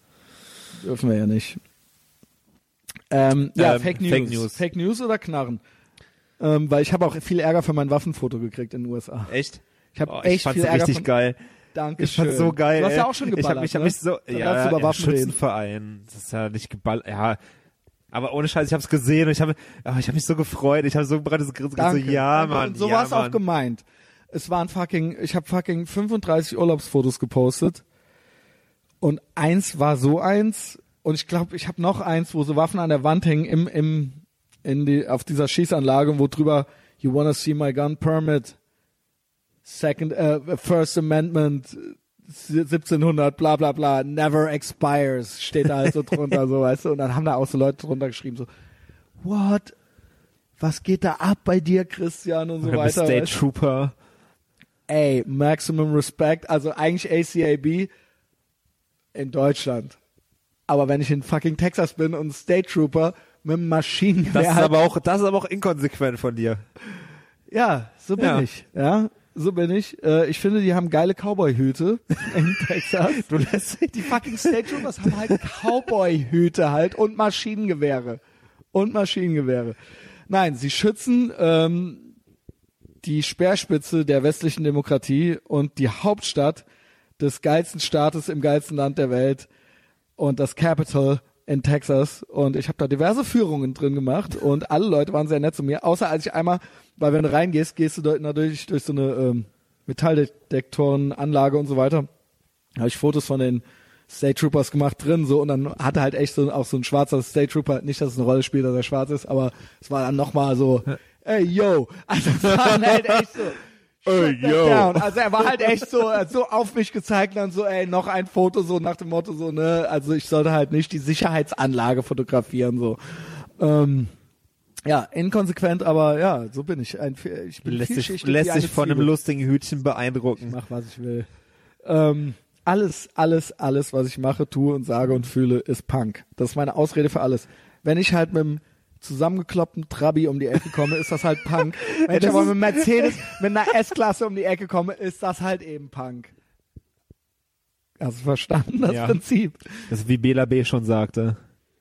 Dürfen wir ja nicht. Ähm, ja, Ähm, Fake News. Fake News. Fake News oder Knarren? Ähm, weil ich habe auch viel Ärger für mein Waffenfoto gekriegt in den U S A. Echt? Ich habe Oh, echt ich fand's viel Ärger richtig von, geil. Danke Ich fand's so geil. Du hast ey. ja auch schon geballert, Ich habe mich, hab ne? mich so, Dann ja, darfst du über im Waffen reden. Schützenverein. Das ist ja nicht geballert, ja. Aber ohne Scheiß, ich habe es gesehen und ich habe, oh, ich habe mich so gefreut. Ich habe so ein breites Grinsen, Danke. so, ja, Danke. Mann, Und so ja, war es auch Mann. gemeint. Es waren fucking, ich habe fucking fünfunddreißig Urlaubsfotos gepostet und eins war so eins und ich glaube, ich habe noch eins, wo so Waffen an der Wand hängen im im in die auf dieser Schießanlage, wo drüber You wanna see my gun permit, Second, äh, First Amendment, siebzehnhundert, bla bla bla, never expires, steht da halt so drunter, so, weißt du, und dann haben da auch so Leute drunter geschrieben, so, what, was geht da ab bei dir, Christian, und so Oder weiter. State weißt du? Trooper. Ey, maximum respect, also eigentlich A C A B in Deutschland. Aber wenn ich in fucking Texas bin und State Trooper mit einem Maschinengewehr Das ist halt, aber auch, das ist aber auch inkonsequent von dir. ja, so bin Ja. ich, ja. so bin ich. Äh, ich finde, die haben geile Cowboy-Hüte in Texas. Du lässt Die fucking State Troopers haben halt Cowboy-Hüte halt und Maschinengewehre. Und Maschinengewehre. Nein, sie schützen ähm, die Speerspitze der westlichen Demokratie und die Hauptstadt des geilsten Staates im geilsten Land der Welt und das Capitol in Texas. Und ich habe da diverse Führungen drin gemacht und alle Leute waren sehr nett zu mir, außer als ich einmal, weil wenn du reingehst, gehst du dort natürlich durch so eine ähm, Metalldetektorenanlage und so weiter. Da habe ich Fotos von den State Troopers gemacht drin, so, und dann hatte halt echt so auch so ein schwarzer State Trooper, nicht, dass es eine Rolle spielt, dass er schwarz ist, aber es war dann nochmal so, ey, yo, also es war halt echt so, Ey, yo. down. Also er war halt echt so, er hat so auf mich gezeigt und dann so, ey, noch ein Foto, so nach dem Motto, so, ne, also ich sollte halt nicht die Sicherheitsanlage fotografieren, so. Ähm, ja, inkonsequent, aber ja, so bin ich. Ein, ich bin lässt sich, vielschichtig lässt wie eine sich von einem Zwiebel. lustigen Hütchen beeindrucken. Ich mach, was ich will. Ähm, alles, alles, alles, was ich mache, tue und sage und fühle, ist Punk. Das ist meine Ausrede für alles. Wenn ich halt mit einem zusammengekloppten Trabi um die Ecke komme, ist das halt Punk. Wenn ich aber mit einem Mercedes, mit einer S-Klasse um die Ecke komme, ist das halt eben Punk. Hast du verstanden, das Ja. Prinzip? Das ist wie Bela B. schon sagte.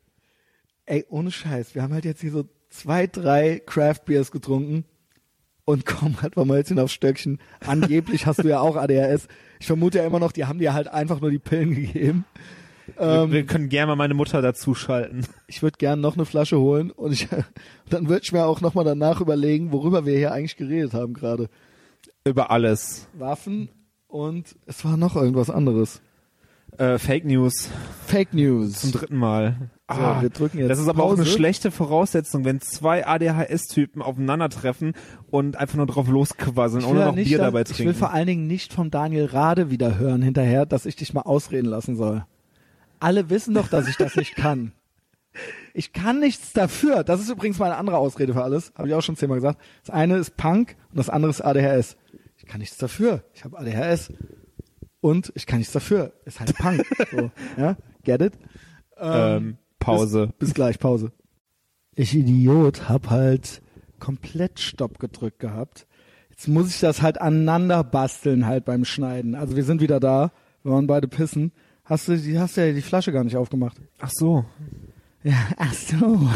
Ey, ohne Scheiß, wir haben halt jetzt hier so zwei, drei Craft Beers getrunken und kommen halt vom Hölzchen aufs Stöckchen. Angeblich hast du ja auch A D H S. Ich vermute ja immer noch, die haben dir halt einfach nur die Pillen gegeben. Wir, wir können gerne mal meine Mutter dazuschalten. Ich würde gerne noch eine Flasche holen und ich, dann würde ich mir auch nochmal danach überlegen, worüber wir hier eigentlich geredet haben gerade. Über alles. Waffen und es war noch irgendwas anderes. Äh, Fake News Fake News. zum dritten Mal. So, Ah, wir drücken jetzt das ist aber auch Pause. eine schlechte Voraussetzung, wenn zwei A D H S-Typen aufeinandertreffen und einfach nur drauf losquasseln, Ich ohne will noch nicht, Bier dass- dabei Ich will trinken. vor allen Dingen nicht vom Daniel Rade wieder hören hinterher, dass ich dich mal ausreden lassen soll. Alle wissen doch, dass ich das nicht kann. Ich kann nichts dafür. Das ist übrigens meine andere Ausrede für alles. Habe ich auch schon zehnmal gesagt. Das eine ist Punk und das andere ist A D H S. Ich kann nichts dafür. Ich habe A D H S und ich kann nichts dafür. Ist halt Punk. So, ja, get it? ähm, Pause. Bis, bis gleich, Pause. Ich Idiot hab halt komplett Stopp gedrückt gehabt. Jetzt muss ich das halt aneinander basteln halt beim Schneiden. Also wir sind wieder da. Wir waren beide pissen. Hast du, die, hast du ja die Flasche gar nicht aufgemacht. Ach so. Ja, ach so.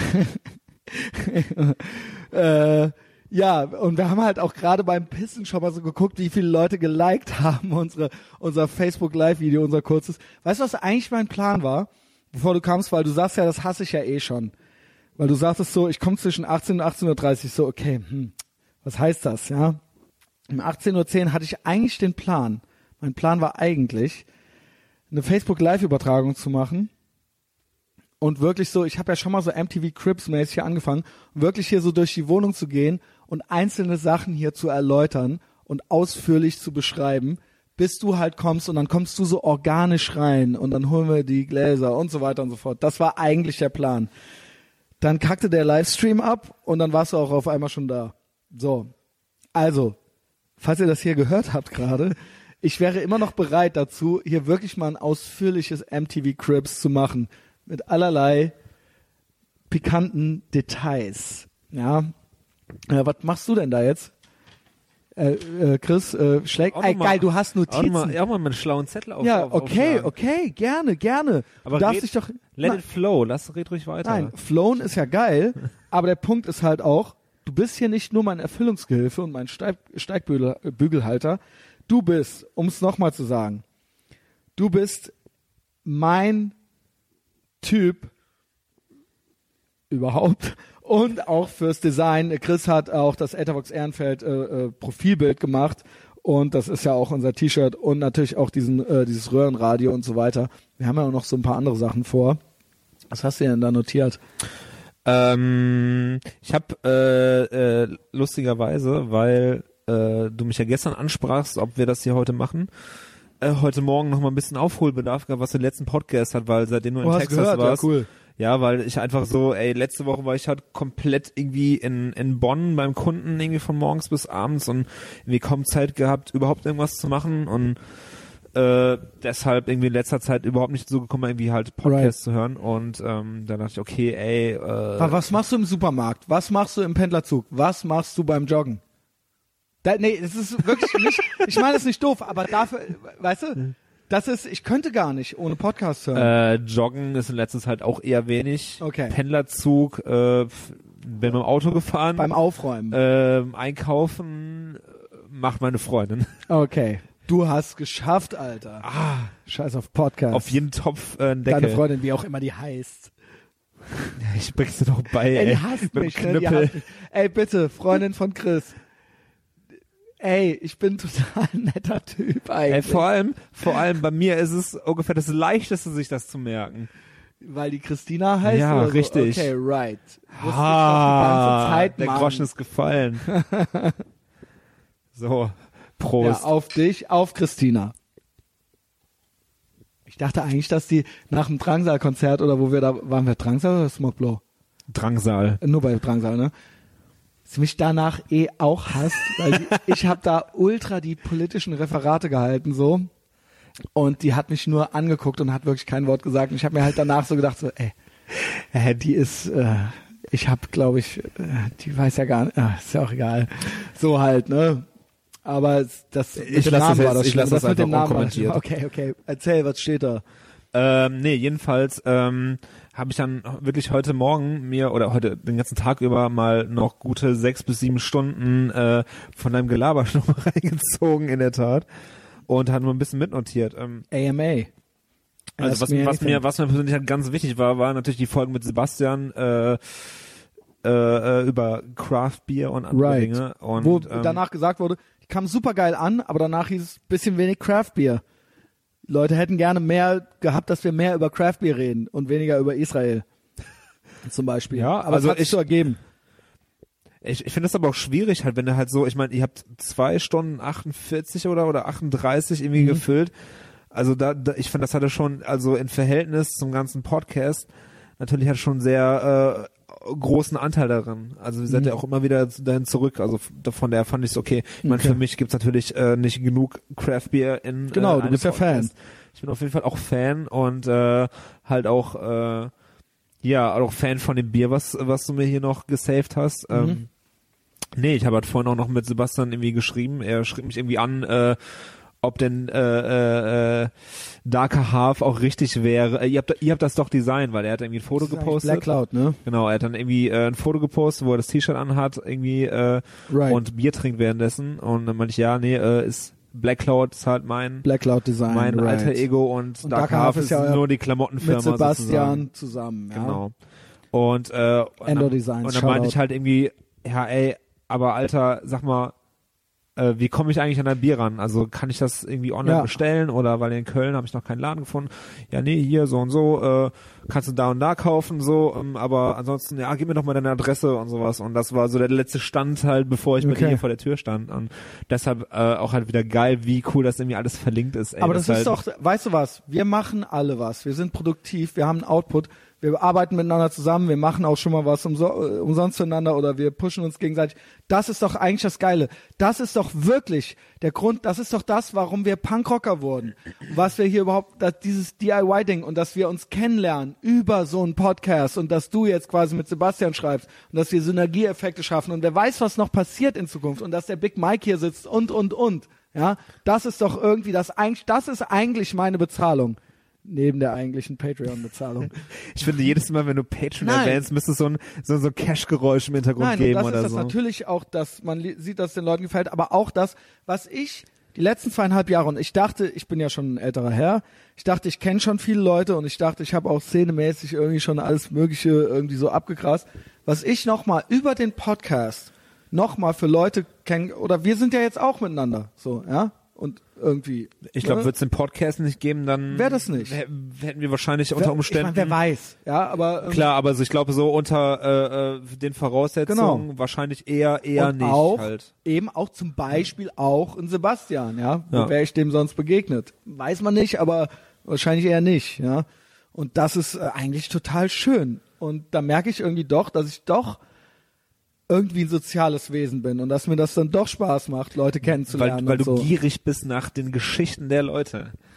äh, ja, und wir haben halt auch gerade beim Pissen schon mal so geguckt, wie viele Leute geliked haben unsere, unser Facebook Live Video, unser kurzes. Weißt du, was eigentlich mein Plan war, bevor du kamst, weil du sagst ja, das hasse ich ja eh schon. Weil du sagtest so, ich komme zwischen achtzehn und achtzehn Uhr dreißig, so, okay, hm, was heißt das, ja? Um achtzehn Uhr zehn hatte ich eigentlich den Plan. Mein Plan war eigentlich, eine Facebook Live Übertragung zu machen. Und wirklich so, ich habe ja schon mal so M T V Cribs mäßig hier angefangen, wirklich hier so durch die Wohnung zu gehen und einzelne Sachen hier zu erläutern und ausführlich zu beschreiben, bis du halt kommst und dann kommst du so organisch rein und dann holen wir die Gläser und so weiter und so fort. Das war eigentlich der Plan. Dann kackte der Livestream ab und dann warst du auch auf einmal schon da. So, also, falls ihr das hier gehört habt gerade, ich wäre immer noch bereit dazu, hier wirklich mal ein ausführliches M T V Cribs zu machen. Mit allerlei pikanten Details. Ja. Äh, was machst du denn da jetzt? Äh, äh, Chris, äh, schlägt. Auch Ey, noch mal- geil, du hast Auch Notizen. mal, auch mal einen schlauen Zettel auf. ja, auf, okay, aufschlagen. okay, gerne, gerne. Aber du darfst red- dich doch. Let Na, it flow, lass red ruhig weiter. nein, flown ist ja geil, aber der Punkt ist halt auch, du bist hier nicht nur mein Erfüllungsgehilfe und mein Steig, Steigbügelhalter. Du bist, um es nochmal zu sagen, du bist mein Typ überhaupt und auch fürs Design. Chris hat auch das Ethervox Ehrenfeld äh, äh, Profilbild gemacht und das ist ja auch unser T-Shirt und natürlich auch diesen äh, dieses Röhrenradio und so weiter. Wir haben ja auch noch so ein paar andere Sachen vor. Was hast du denn da notiert? Ähm, ich habe äh, äh, lustigerweise, weil äh, du mich ja gestern ansprachst, ob wir das hier heute machen, äh, heute Morgen noch mal ein bisschen Aufholbedarf gehabt, was den letzten Podcast hat, weil seitdem du in Oh, hast Texas gehört? Ja, warst. cool. Ja, weil ich einfach so, ey, letzte Woche war ich halt komplett irgendwie in, in Bonn beim Kunden irgendwie von morgens bis abends und irgendwie kaum Zeit gehabt, überhaupt irgendwas zu machen und äh, deshalb irgendwie in letzter Zeit überhaupt nicht so gekommen, irgendwie halt Podcasts zu hören und ähm, dann dachte ich, okay, ey, äh, Was machst du im Supermarkt? Was machst du im Pendlerzug? Was machst du beim Joggen? Da, nee, es ist wirklich nicht, ich meine, das ist nicht doof, aber dafür, weißt du, das ist, ich könnte gar nicht ohne Podcast hören. Äh, Joggen ist in letzter Zeit auch eher wenig. Okay. Pendlerzug, äh, bin mit dem Auto gefahren. Beim Aufräumen. Äh, einkaufen macht meine Freundin. Okay. Du hast geschafft, Alter. Ah, Scheiß auf Podcast. auf jeden Topf äh, ein Deckel. Deine Freundin, wie auch immer die heißt. Ich bring's dir doch bei, Ey, ey. die hasst mit mich, dem ne? Die Knüppel. hasst mich. Ey, bitte, Freundin von Chris. Ey, ich bin total netter Typ eigentlich. Ey, vor allem, vor allem bei mir ist es ungefähr das Leichteste, sich das zu merken. Weil die Christina heißt? Ja, oder so? richtig. Okay, right. Wusste Ah, ich doch die ganze Zeit, der Mann. Groschen ist gefallen. So, Ja, Prost. auf dich, auf Christina. Ich dachte eigentlich, dass die nach dem Drangsal-Konzert oder wo wir da, waren wir Drangsal oder Smokeblow? Drangsal. Äh, Nur bei Drangsal, ne? Sie mich danach eh auch hasst, weil die, ich habe da ultra die politischen Referate gehalten, so. Und die hat mich nur angeguckt und hat wirklich kein Wort gesagt. Und ich habe mir halt danach so gedacht, so, ey, äh, die ist, äh, ich habe, glaube ich, äh, die weiß ja gar nicht, äh, ist ja auch egal. So halt, ne? Aber es- das mit Ich dem lass das Namen war jetzt- das ich lass schlimm. das mit dem einfach Namen war das schlimm. unkommentiert. Okay, okay. Erzähl, was steht da? Ähm, nee, jedenfalls ähm, habe ich dann wirklich heute Morgen mir oder heute den ganzen Tag über mal noch gute sechs bis sieben Stunden äh, von deinem Gelaber schon mal reingezogen in der Tat und hat nur ein bisschen mitnotiert. Ähm, A M A. also Ask was, me was anything. mir was mir persönlich halt ganz wichtig war, war natürlich die Folgen mit Sebastian äh, äh, über Craft Beer und andere Right. Dinge und Wo ähm, danach gesagt wurde, die kam super geil an, aber danach hieß es bisschen wenig Craft Beer. Leute hätten gerne mehr gehabt, dass wir mehr über Craft Beer reden und weniger über Israel. Zum Beispiel. Ja, aber also es hat sich ich- so ergeben. Ich, ich finde das aber auch schwierig, halt, wenn du halt so, ich meine, ihr habt zwei Stunden achtundvierzig oder oder achtunddreißig irgendwie Mhm. gefüllt. Also da, da ich finde, das hatte schon, also in Verhältnis zum ganzen Podcast, natürlich hat schon sehr äh, großen Anteil darin. Also wir sind Mhm. ja auch immer wieder dahin zurück. Also f- von daher fand ich es okay. Ich meine, Okay. für mich gibt's natürlich äh, nicht genug Craft Beer in Genau, äh, du einem bist ja Podcast. Ich bin auf jeden Fall auch Fan und äh, halt auch äh, ja, auch Fan von dem Bier, was was du mir hier noch gesaved hast. Mhm. Ähm, nee, ich habe halt vorhin auch noch mit Sebastian irgendwie geschrieben. Er schrieb mich irgendwie an, äh, ob denn äh, äh, äh, Darker Half auch richtig wäre. Äh, ihr habt ihr habt das doch designt, weil er hat irgendwie ein Foto Das ist eigentlich gepostet. Black Cloud, ne? Genau, er hat dann irgendwie äh, ein Foto gepostet, wo er das T-Shirt anhat, irgendwie äh, Right. und Bier trinkt währenddessen. Und dann meinte ich, ja, nee, äh, ist Black Cloud ist halt mein Black Cloud Design. mein right. alter Ego und, Und Dark Darker Half Half ist ist ja nur die Klamottenfirma Mit Sebastian sozusagen. zusammen. Ja. Genau. Und äh, und Endo dann, Designs, und dann meinte Shoutout. ich halt irgendwie, ja ey, aber Alter, sag mal, äh, wie komme ich eigentlich an ein Bier ran? Also kann ich das irgendwie online Ja. bestellen oder weil in Köln habe ich noch keinen Laden gefunden. Ja, nee, hier so und so, äh, kannst du da und da kaufen, so, ähm, aber ansonsten, ja, gib mir doch mal deine Adresse und sowas. Und das war so der letzte Stand halt, bevor ich bei Okay. dir hier vor der Tür stand. Und deshalb äh, auch halt wieder geil, wie cool das irgendwie alles verlinkt ist. Ey, Aber das, ist halt, doch, weißt du was, wir machen alle was. Wir sind produktiv, wir haben einen Output, wir arbeiten miteinander zusammen, wir machen auch schon mal was umso, äh, umsonst füreinander oder wir pushen uns gegenseitig. Das ist doch eigentlich das Geile. Das ist doch wirklich der Grund, das ist doch das, warum wir Punkrocker wurden. Was wir hier überhaupt, das, dieses D I Y-Ding und dass wir uns kennenlernen über so einen Podcast und dass du jetzt quasi mit Sebastian schreibst und dass wir Synergieeffekte schaffen und wer weiß, was noch passiert in Zukunft und dass der Big Mike hier sitzt und, und, und. Ja, das ist doch irgendwie das eigentlich, das ist eigentlich meine Bezahlung. Neben der eigentlichen Patreon-Bezahlung. Ich finde, jedes Mal, wenn du Patreon Nein. erwähnst, müsste es so ein, so, so ein Cash-Geräusch im Hintergrund Nein, und geben das oder ist das so. natürlich auch, dass man li- sieht, dass es den Leuten gefällt, aber auch das, was ich die letzten zweieinhalb Jahre, und ich dachte, ich bin ja schon ein älterer Herr, ich dachte, ich kenne schon viele Leute und ich dachte, ich habe auch szenemäßig irgendwie schon alles Mögliche irgendwie so abgegrast. Was ich nochmal über den Podcast nochmal für Leute kennen, oder wir sind ja jetzt auch miteinander, so, ja, und irgendwie. Ich glaube, ne? würde es den Podcast nicht geben, dann Wär das nicht. hä- hätten wir wahrscheinlich unter Umständen. Ich mein, wer weiß, ja, aber ähm, Klar, aber so, ich glaube, so unter äh, äh, den Voraussetzungen Genau. wahrscheinlich eher eher und nicht auch, halt. eben auch zum Beispiel auch ein Sebastian, ja, wo Ja. wäre ich dem sonst begegnet? Weiß man nicht, aber wahrscheinlich eher nicht, ja. Und das ist äh, eigentlich total schön. Und da merke ich irgendwie doch, dass ich doch irgendwie ein soziales Wesen bin und dass mir das dann doch Spaß macht, Leute Weil, kennenzulernen weil und du so. gierig bist nach den Geschichten der Leute.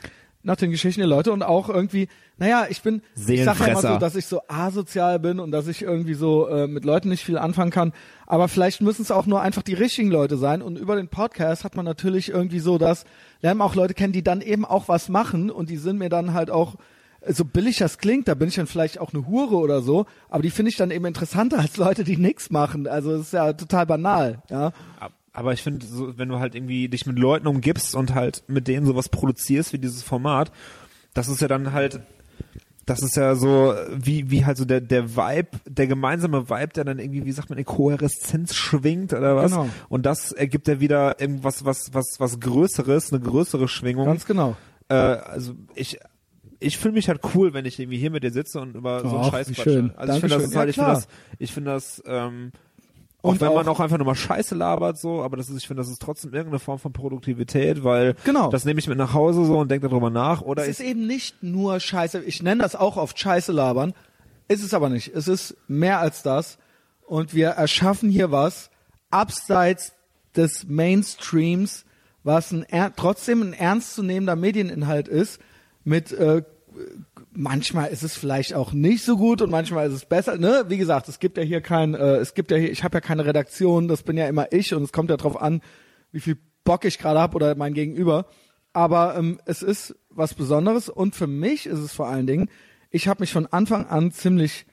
nach den Geschichten der Leute und auch irgendwie, naja, ich bin, ich sag ja immer so, dass ich so asozial bin und dass ich irgendwie so äh, mit Leuten nicht viel anfangen kann, aber vielleicht müssen es auch nur einfach die richtigen Leute sein und über den Podcast hat man natürlich irgendwie so, dass lernen auch Leute kennen, die dann eben auch was machen und die sind mir dann halt auch, so billig das klingt, da bin ich dann vielleicht auch eine Hure oder so, aber die finde ich dann eben interessanter als Leute, die nichts machen, also das ist ja total banal, ja. Aber ich finde, so, wenn du halt irgendwie dich mit Leuten umgibst und halt mit denen sowas produzierst wie dieses Format, das ist ja dann halt, das ist ja so wie wie halt so der der Vibe, der gemeinsame Vibe, der dann irgendwie, wie sagt man, in Kohäreszenz schwingt oder was? Genau. Und das ergibt ja wieder irgendwas was was was Größeres, eine größere Schwingung. Ganz genau. Äh, also ich ich fühle mich halt cool, wenn ich irgendwie hier mit dir sitze und über so einen Ach, Scheiß wie quatsche. schön. Also ich finde das Dankeschön. halt, Ja, ich finde klar. das, ich finde das ähm, Auch Und wenn auch, man auch einfach nur mal Scheiße labert, so, aber das ist, ich finde, das ist trotzdem irgendeine Form von Produktivität, weil Genau. das nehme ich mit nach Hause so und denke darüber nach. Oder es ich, ist eben nicht nur Scheiße, ich nenne das auch oft Scheiße labern, ist es aber nicht. Es ist mehr als das und wir erschaffen hier was abseits des Mainstreams, was ein er- trotzdem ein ernstzunehmender Medieninhalt ist, mit äh, manchmal ist es vielleicht auch nicht so gut und manchmal ist es besser, ne? Wie gesagt, es gibt ja hier kein, äh, es gibt ja hier, ich habe ja keine Redaktion, das bin ja immer ich und es kommt ja drauf an, wie viel Bock ich gerade habe oder mein Gegenüber. Aber ähm, es ist was Besonderes und für mich ist es vor allen Dingen, ich habe mich von Anfang an ziemlich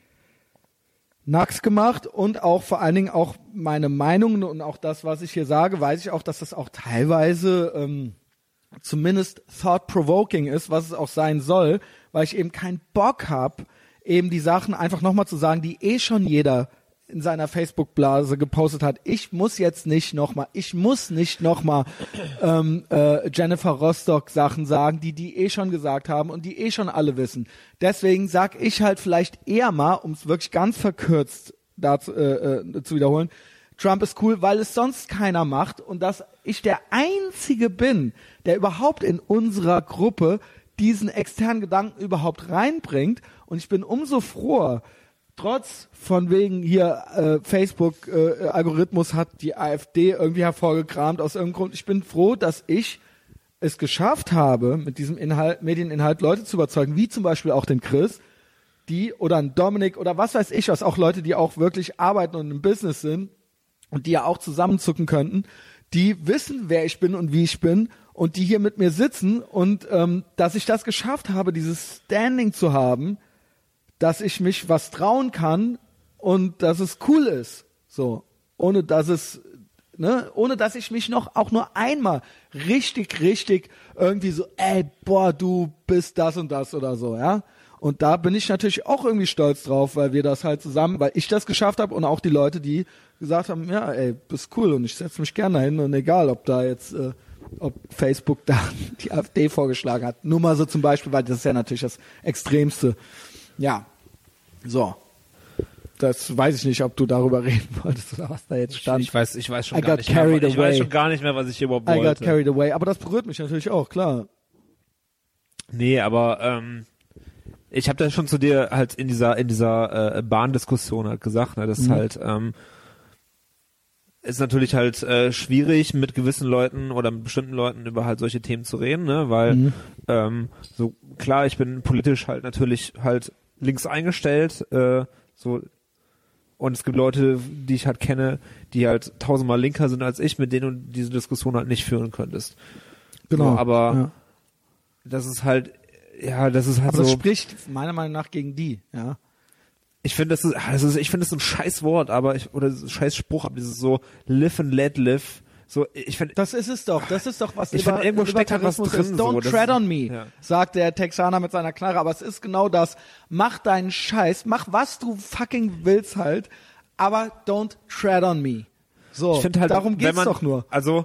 nacks gemacht und auch vor allen Dingen auch meine Meinungen und auch das, was ich hier sage, weiß ich auch, dass das auch teilweise ähm, zumindest thought-provoking ist, was es auch sein soll, weil ich eben keinen Bock habe, eben die Sachen einfach nochmal zu sagen, die eh schon jeder in seiner Facebook-Blase gepostet hat. Ich muss jetzt nicht nochmal, ich muss nicht nochmal ähm, äh, Jennifer Rostock Sachen sagen, die die eh schon gesagt haben und die eh schon alle wissen. Deswegen sag ich halt vielleicht eher mal, um es wirklich ganz verkürzt dazu, äh, äh, zu wiederholen, Trump ist cool, weil es sonst keiner macht und dass ich der Einzige bin, der überhaupt in unserer Gruppe diesen externen Gedanken überhaupt reinbringt. Und ich bin umso froher, trotz von wegen hier äh, Facebook-Algorithmus äh, hat die AfD irgendwie hervorgekramt aus irgendeinem Grund. Ich bin froh, dass ich es geschafft habe, mit diesem Inhalt, Medieninhalt Leute zu überzeugen, wie zum Beispiel auch den Chris, die oder ein Dominik oder was weiß ich was, auch Leute, die auch wirklich arbeiten und im Business sind und die ja auch zusammenzucken könnten, die wissen, wer ich bin und wie ich bin und die hier mit mir sitzen und ähm, dass ich das geschafft habe, dieses Standing zu haben, dass ich mich was trauen kann und dass es cool ist, so, ohne dass es, ne, ohne dass ich mich noch auch nur einmal richtig, richtig irgendwie so, ey, boah, du bist das und das oder so, ja. Und da bin ich natürlich auch irgendwie stolz drauf, weil wir das halt zusammen, weil ich das geschafft habe und auch die Leute, die gesagt haben, ja, ey, bist cool und ich setze mich gerne dahin und egal, ob da jetzt, äh, ob Facebook da die AfD vorgeschlagen hat. Nur mal so zum Beispiel, weil das ist ja natürlich das Extremste. Ja, so. Das weiß ich nicht, ob du darüber reden wolltest oder was da jetzt stand. Ich, ich weiß, ich weiß schon I gar got nicht mehr. carried Ich weiß away. schon gar nicht mehr, was ich hier überhaupt I wollte. got carried away. Aber das berührt mich natürlich auch, klar. Nee, aber ähm, ich habe da schon zu dir halt in dieser in dieser äh, Bahndiskussion halt gesagt, ne, dass Mhm. halt ähm, ist natürlich halt äh, schwierig mit gewissen Leuten oder mit bestimmten Leuten über halt solche Themen zu reden, ne, weil Mhm. ähm, so klar, ich bin politisch halt natürlich halt links eingestellt, äh, so und es gibt Leute, die ich halt kenne, die halt tausendmal linker sind als ich, mit denen du diese Diskussion halt nicht führen könntest. Genau. So, aber ja. das ist halt, ja, das ist halt Aber so. das spricht meiner Meinung nach gegen die, ja. Ich finde, das ist, das ist, ich finde das so ein scheiß Wort, aber ich, oder so ein scheiß Spruch, aber dieses so live and let live. So, ich finde, Das ist es doch. Das ist doch was. Ich finde, irgendwo steckt halt was Libertarismus drin, ist. Don't so, das tread ist- on me, ja. sagt der Texaner mit seiner Knarre. Aber es ist genau das. Mach deinen Scheiß, mach was du fucking willst halt, aber don't tread on me. So, ich finde halt, darum wenn geht's man, doch nur. Also,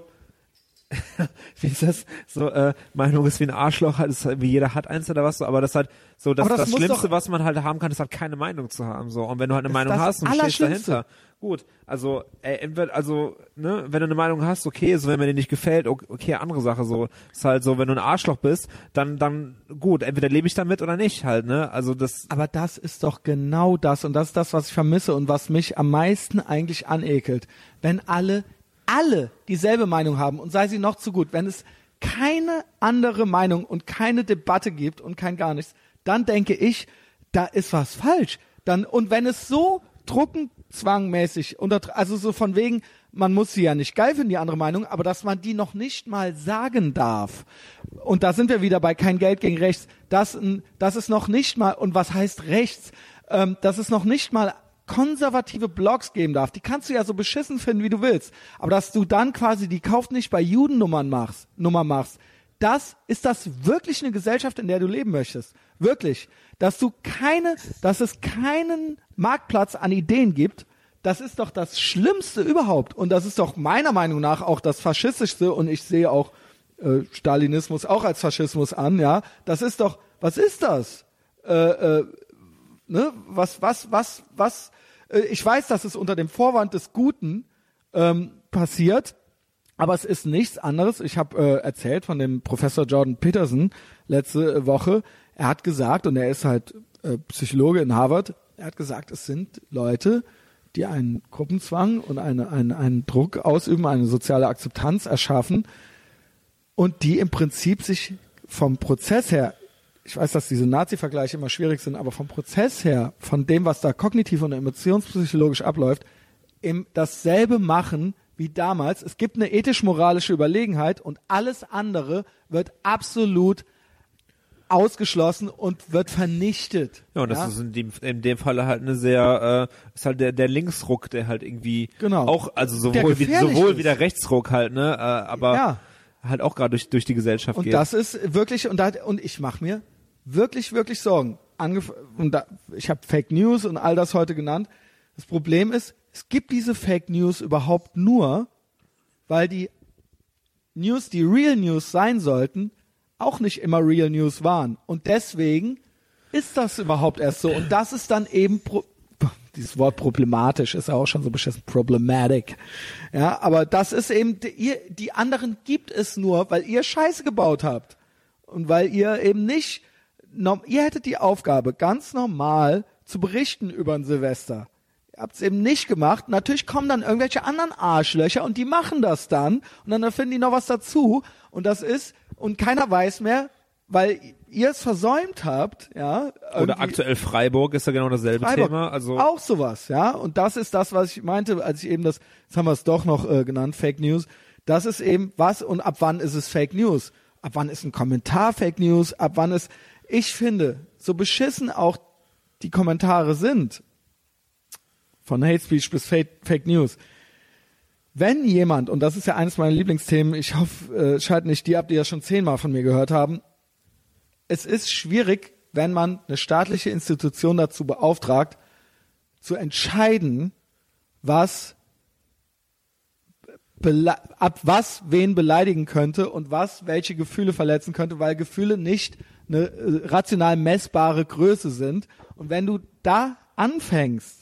wie ist das? So, äh, Meinung ist wie ein Arschloch, halt, ist halt, wie jeder hat eins oder was so, aber das halt, so, das, Aber das das muss Schlimmste, doch- was man halt haben kann, ist halt keine Meinung zu haben, so. Und wenn du halt eine Das Meinung ist das hast und stehst Allerschlimmste. dahinter. Gut, also, ey, entweder, also, ne, wenn du eine Meinung hast, okay, so, wenn mir die nicht gefällt, okay, okay, andere Sache, so. Ist halt so, wenn du ein Arschloch bist, dann, dann, gut, entweder lebe ich damit oder nicht, halt, ne, also das, Aber das ist doch genau das und das ist das, was ich vermisse und was mich am meisten eigentlich anekelt. Wenn alle, alle dieselbe Meinung haben und sei sie noch zu gut, wenn es keine andere Meinung und keine Debatte gibt und kein gar nichts, dann denke ich, da ist was falsch. Dann, und wenn es so druckenzwangmäßig, unter, also so von wegen, man muss sie ja nicht geil finden, die andere Meinung, aber dass man die noch nicht mal sagen darf. Und da sind wir wieder bei kein Geld gegen rechts. Das, das ist noch nicht mal, und was heißt rechts? Ähm, dass es noch nicht mal konservative Blogs geben darf. Die kannst du ja so beschissen finden, wie du willst. Aber dass du dann quasi die Kauft nicht bei Judennummern machst, Nummer machst, das ist das wirklich eine Gesellschaft, in der du leben möchtest. Wirklich. Dass du keine, dass es keinen Marktplatz an Ideen gibt, das ist doch das Schlimmste überhaupt. Und das ist doch meiner Meinung nach auch das Faschistischste. Und ich sehe auch äh, Stalinismus auch als Faschismus an, ja. Das ist doch, was ist das? Äh, äh, ne? Was, was, was, was? Äh, ich weiß, dass es unter dem Vorwand des Guten ähm, passiert, aber es ist nichts anderes. Ich habe äh, erzählt von dem Professor Jordan Peterson letzte Woche. Er hat gesagt, und er ist halt äh, Psychologe in Harvard, er hat gesagt, es sind Leute, die einen Gruppenzwang und eine, einen, einen Druck ausüben, eine soziale Akzeptanz erschaffen und die im Prinzip sich vom Prozess her, ich weiß, dass diese Nazi-Vergleiche immer schwierig sind, aber vom Prozess her, von dem, was da kognitiv und emotionspsychologisch abläuft, im dasselbe machen wie damals. Es gibt eine ethisch-moralische Überlegenheit und alles andere wird absolut ausgeschlossen und wird vernichtet. Ja, und das ja? ist in dem, in dem Falle halt eine sehr, äh, ist halt der, der Linksruck, der halt irgendwie genau. auch, also sowohl wie, sowohl wie der Rechtsruck halt, ne, äh, aber ja. halt auch gerade durch, durch die Gesellschaft und geht. Und das ist wirklich, und da, und ich mache mir wirklich, wirklich Sorgen. Angef- und da, ich habe Fake News und all das heute genannt. Das Problem ist, es gibt diese Fake News überhaupt nur, weil die News, die Real News sein sollten, auch nicht immer Real News waren. Und deswegen ist das überhaupt erst so. Und das ist dann eben, pro- dieses Wort problematisch ist ja auch schon so beschissen, problematic. Ja, aber das ist eben, die, ihr, die anderen gibt es nur, weil ihr Scheiße gebaut habt. Und weil ihr eben nicht, no, ihr hättet die Aufgabe, ganz normal zu berichten über ein Silvester. Ihr habt es eben nicht gemacht. Natürlich kommen dann irgendwelche anderen Arschlöcher und die machen das dann. Und dann erfinden die noch was dazu. Und das ist, und keiner weiß mehr, weil ihr es versäumt habt, ja. Oder aktuell Freiburg ist ja genau dasselbe Freiburg, Thema. Also auch sowas, ja. Und das ist das, was ich meinte, als ich eben das, jetzt haben wir es doch noch äh, genannt, Fake News. Das ist eben was und ab wann ist es Fake News? Ab wann ist ein Kommentar Fake News? Ab wann ist, ich finde, so beschissen auch die Kommentare sind, von Hate Speech bis Fake, Fake News. Wenn jemand, und das ist ja eines meiner Lieblingsthemen, ich hoffe, äh, schalten nicht die ab, die das schon zehnmal von mir gehört haben, es ist schwierig, wenn man eine staatliche Institution dazu beauftragt, zu entscheiden, was bele- ab was wen beleidigen könnte und was welche Gefühle verletzen könnte, weil Gefühle nicht eine äh, rational messbare Größe sind. Und wenn du da anfängst,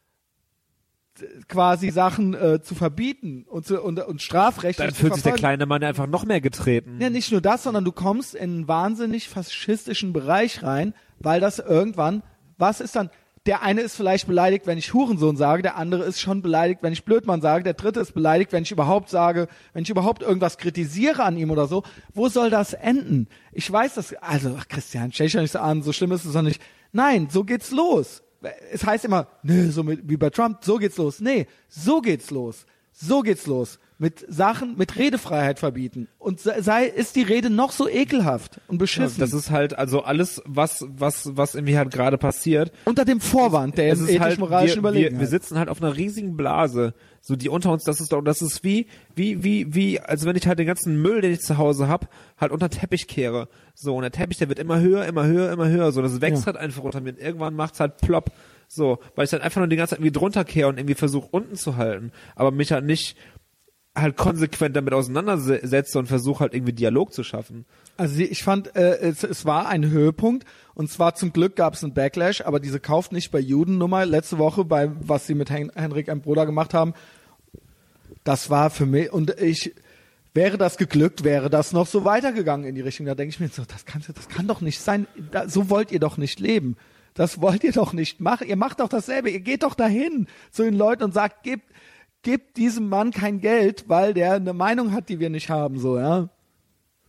quasi Sachen äh, zu verbieten und, zu, und, und strafrechtlich dann zu fühlt sich der verfolgen. kleine Mann einfach noch mehr getreten. Ja, nicht nur das, sondern du kommst in einen wahnsinnig faschistischen Bereich rein, weil das irgendwann, was ist dann, der eine ist vielleicht beleidigt, wenn ich Hurensohn sage, der andere ist schon beleidigt, wenn ich Blödmann sage, der dritte ist beleidigt, wenn ich überhaupt sage, wenn ich überhaupt irgendwas kritisiere an ihm oder so. Wo soll das enden? Ich weiß das, also, ach Christian, stell dich ja nicht so an, so schlimm ist es doch nicht. Nein, so geht's los. Es heißt immer, nö, so mit, wie bei Trump, so geht's los. Nee, so geht's los. So geht's los. Mit Sachen, mit Redefreiheit verbieten. Und sei, ist die Rede noch so ekelhaft und beschissen. Ja, das ist halt, also alles, was, was, was irgendwie halt gerade passiert. Unter dem Vorwand der es ist ethisch-moralischen halt, wir, Überlegenheit. wir, wir sitzen halt auf einer riesigen Blase. So, die unter uns, das ist doch, das ist wie, wie, wie, wie, also wenn ich halt den ganzen Müll, den ich zu Hause hab, halt unter den Teppich kehre. So, und der Teppich, der wird immer höher, immer höher, immer höher. So, das wächst Ja. halt einfach unter mir. Und irgendwann macht's halt plopp. So, weil ich dann einfach nur die ganze Zeit irgendwie drunter kehre und irgendwie versuche unten zu halten. Aber mich halt nicht halt konsequent damit auseinandersetze und versuche halt irgendwie Dialog zu schaffen. Also sie- ich fand, äh, es, es war ein Höhepunkt und zwar zum Glück gab es einen Backlash, aber diese Kauft nicht bei Juden-Nummer letzte Woche, bei was sie mit Hen- Henrik M. Broder gemacht haben, das war für mich, und ich, wäre das geglückt, wäre das noch so weitergegangen in die Richtung. Da denke ich mir so, das kann, das kann doch nicht sein, da, so wollt ihr doch nicht leben. Das wollt ihr doch nicht machen. Ihr macht doch dasselbe. Ihr geht doch dahin zu den Leuten und sagt, gebt, gebt diesem Mann kein Geld, weil der eine Meinung hat, die wir nicht haben, so, ja.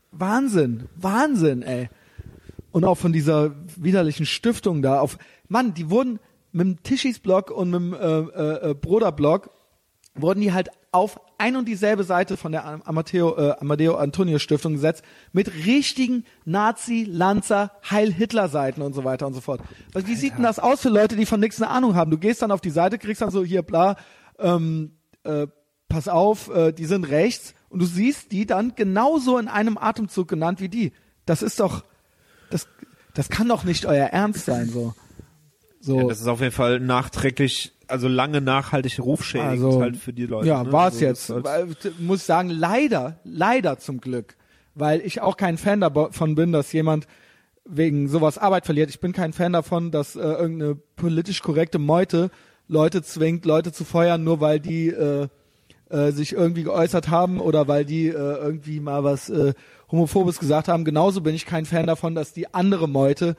Wahnsinn, Wahnsinn, ey. Und auch von dieser widerlichen Stiftung da auf, Mann, die wurden mit dem Tischis-Blog und mit dem äh, äh, Broder-Blog wurden die halt auf ein und dieselbe Seite von der Amadeo, äh, Amadeo Antonio Stiftung gesetzt, mit richtigen Nazi, Lanzer, Heil-Hitler-Seiten und so weiter und so fort. Weil wie sieht denn das aus für Leute, die von nichts eine Ahnung haben? Du gehst dann auf die Seite, kriegst dann so, hier, bla, ähm, äh, pass auf, äh, die sind rechts, und du siehst die dann genauso in einem Atemzug genannt wie die. Das ist doch, das, das kann doch nicht euer Ernst sein, so. So. Ja, das ist auf jeden Fall nachträglich, also lange nachhaltig rufschädigend also, halt für die Leute. Ja, ne? war es also, jetzt. Halt Weil, muss sagen, leider, leider zum Glück, weil ich auch kein Fan davon bin, dass jemand wegen sowas Arbeit verliert. Ich bin kein Fan davon, dass äh, irgendeine politisch korrekte Meute Leute zwingt, Leute zu feuern, nur weil die äh, äh, sich irgendwie geäußert haben oder weil die äh, irgendwie mal was äh, Homophobes gesagt haben. Genauso bin ich kein Fan davon, dass die andere Meute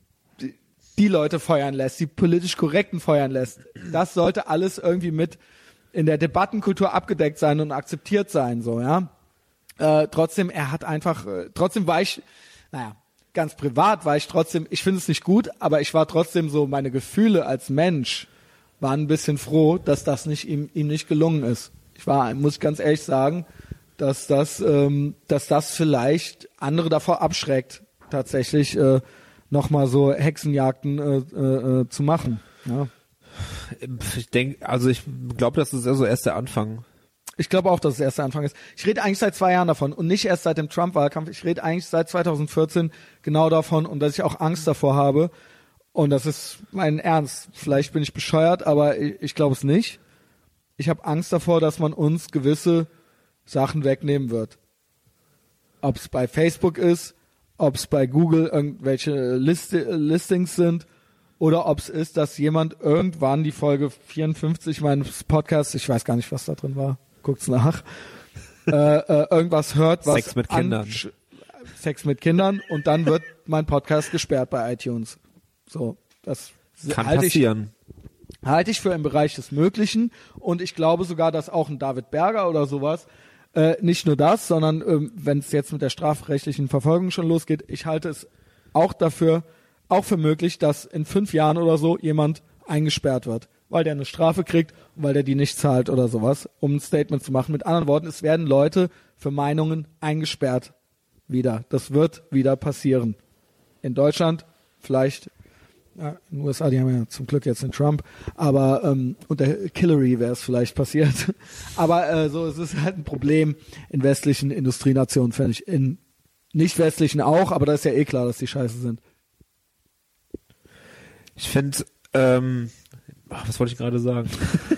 die Leute feuern lässt, die politisch Korrekten feuern lässt. Das sollte alles irgendwie mit in der Debattenkultur abgedeckt sein und akzeptiert sein, so, ja. Äh, trotzdem, er hat einfach, äh, trotzdem war ich, naja, ganz privat war ich trotzdem, ich finde es nicht gut, aber ich war trotzdem so, meine Gefühle als Mensch waren ein bisschen froh, dass das nicht ihm, ihm nicht gelungen ist. Ich war, muss ich ganz ehrlich sagen, dass das, ähm, dass das vielleicht andere davor abschreckt, tatsächlich, äh, nochmal so Hexenjagden äh, äh, zu machen. Ja. Ich denke, also ich glaube, das ist also erst der Anfang. Ich glaube auch, dass es erst der Anfang ist. Ich rede eigentlich seit zwei Jahren davon und nicht erst seit dem Trump-Wahlkampf. Ich rede eigentlich seit zwanzig vierzehn genau davon und dass ich auch Angst davor habe. Und das ist mein Ernst. Vielleicht bin ich bescheuert, aber ich, ich glaube es nicht. Ich habe Angst davor, dass man uns gewisse Sachen wegnehmen wird. Ob es bei Facebook ist, ob es bei Google irgendwelche Liste, Listings sind oder ob es ist, dass jemand irgendwann die Folge vierundfünfzig meines Podcasts, ich weiß gar nicht, was da drin war, guckt's nach, äh, äh, irgendwas hört, was Sex mit Kindern. An, Sex mit Kindern und dann wird mein Podcast gesperrt bei iTunes. So, das kann halte passieren. Ich, halte ich für im Bereich des Möglichen und ich glaube sogar, dass auch ein David Berger oder sowas Äh, nicht nur das, sondern ähm, wenn es jetzt mit der strafrechtlichen Verfolgung schon losgeht, ich halte es auch dafür, auch für möglich, dass in fünf Jahren oder so jemand eingesperrt wird, weil der eine Strafe kriegt und weil der die nicht zahlt oder sowas, um ein Statement zu machen. Mit anderen Worten, es werden Leute für Meinungen eingesperrt wieder. Das wird wieder passieren. In Deutschland vielleicht, ja, in den U S A, die haben ja zum Glück jetzt den Trump, aber ähm, unter Hillary wäre es vielleicht passiert. Aber äh, so, es ist halt ein Problem in westlichen Industrienationen, finde ich. In nicht westlichen auch, aber da ist ja eh klar, dass die scheiße sind. Ich finde, ähm, ach, was wollte ich gerade sagen?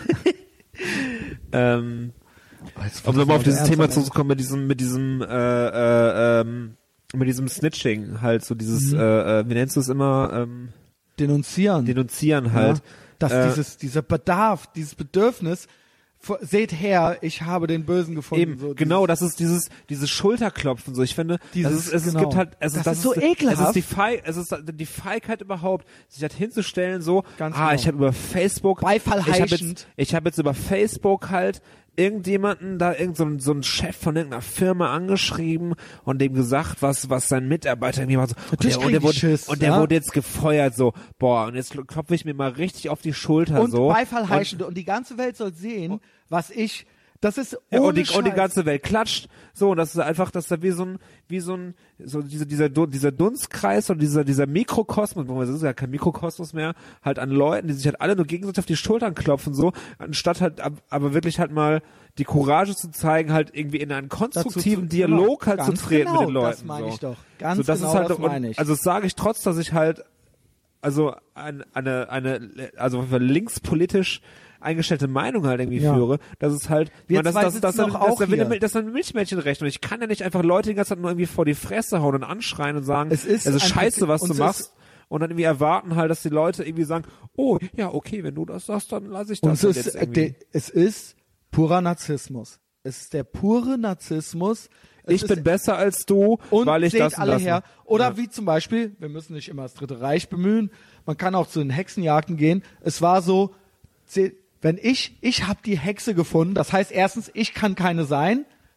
ähm, um nochmal auf dieses Thema zurückzukommen mit diesem, mit diesem, äh, äh, ähm, mit diesem Snitching halt, so dieses, mhm. äh, äh, wie nennst du es immer? Ähm, denunzieren. Denunzieren halt. Ja, dass äh, dieses, dieser Bedarf, dieses Bedürfnis, seht her, ich habe den Bösen gefunden. Eben, so, genau, das ist dieses, dieses Schulterklopfen, so, ich finde, dieses, das ist, es genau. gibt halt, es das, ist, das ist so ist, ekelhaft. Es ist die Feig, es ist die Feigheit überhaupt, sich halt hinzustellen, so, Ganz ah, genau. ich habe über Facebook, Beifall ich habe heischend. jetzt, ich habe jetzt über Facebook halt irgendjemanden da, irgend so ein, so ein Chef von irgendeiner Firma angeschrieben und dem gesagt, was, was sein Mitarbeiter irgendwie macht, so, und der, und der, wurde, Schiss, und der ja? wurde jetzt gefeuert, so, boah, und jetzt klopfe ich mir mal richtig auf die Schulter, und so. Beifall heischend. Und, und die ganze Welt soll sehen, was ich, das ist ohne Ja, und, die, Scheiß. und die ganze Welt klatscht, so, und das ist einfach, das ist da wie so ein, wie so ein, so dieser, dieser, dieser Dunstkreis und dieser, dieser Mikrokosmos, das ist ja kein Mikrokosmos mehr, halt an Leuten, die sich halt alle nur gegenseitig auf die Schultern klopfen, so, anstatt halt, aber wirklich halt mal die Courage zu zeigen, halt irgendwie in einen konstruktiven zu, Dialog genau, halt zu treten genau, mit den Leuten. Das meine so. ich doch. Ganz so, das genau, ist halt, das meine ich. Also das sage ich trotz, dass ich halt, also eine, eine, eine, also linkspolitisch eingestellte Meinung halt irgendwie ja. führe, dass es halt, Wir man, das, zwei das, das, das, sitzen das, doch auch das, hier. das, das ist ein Milchmädchenrecht und ich kann ja nicht einfach Leute die ganze Zeit nur irgendwie vor die Fresse hauen und anschreien und sagen, es ist, es ist scheiße, was du es machst. Ist, und dann irgendwie erwarten halt, dass die Leute irgendwie sagen, oh, ja, okay, wenn du das sagst, dann lasse ich das. Und es jetzt ist, irgendwie. de, es ist purer Narzissmus. Es ist der pure Narzissmus. Es ich ist, bin besser als du, und weil ich seht das und alle das her. mache. Oder Ja. wie zum Beispiel, wir müssen nicht immer das Dritte Reich bemühen, man kann auch zu den Hexenjagden gehen. Es war so, wenn ich, ich habe die Hexe gefunden, das heißt erstens, ich kann keine sein,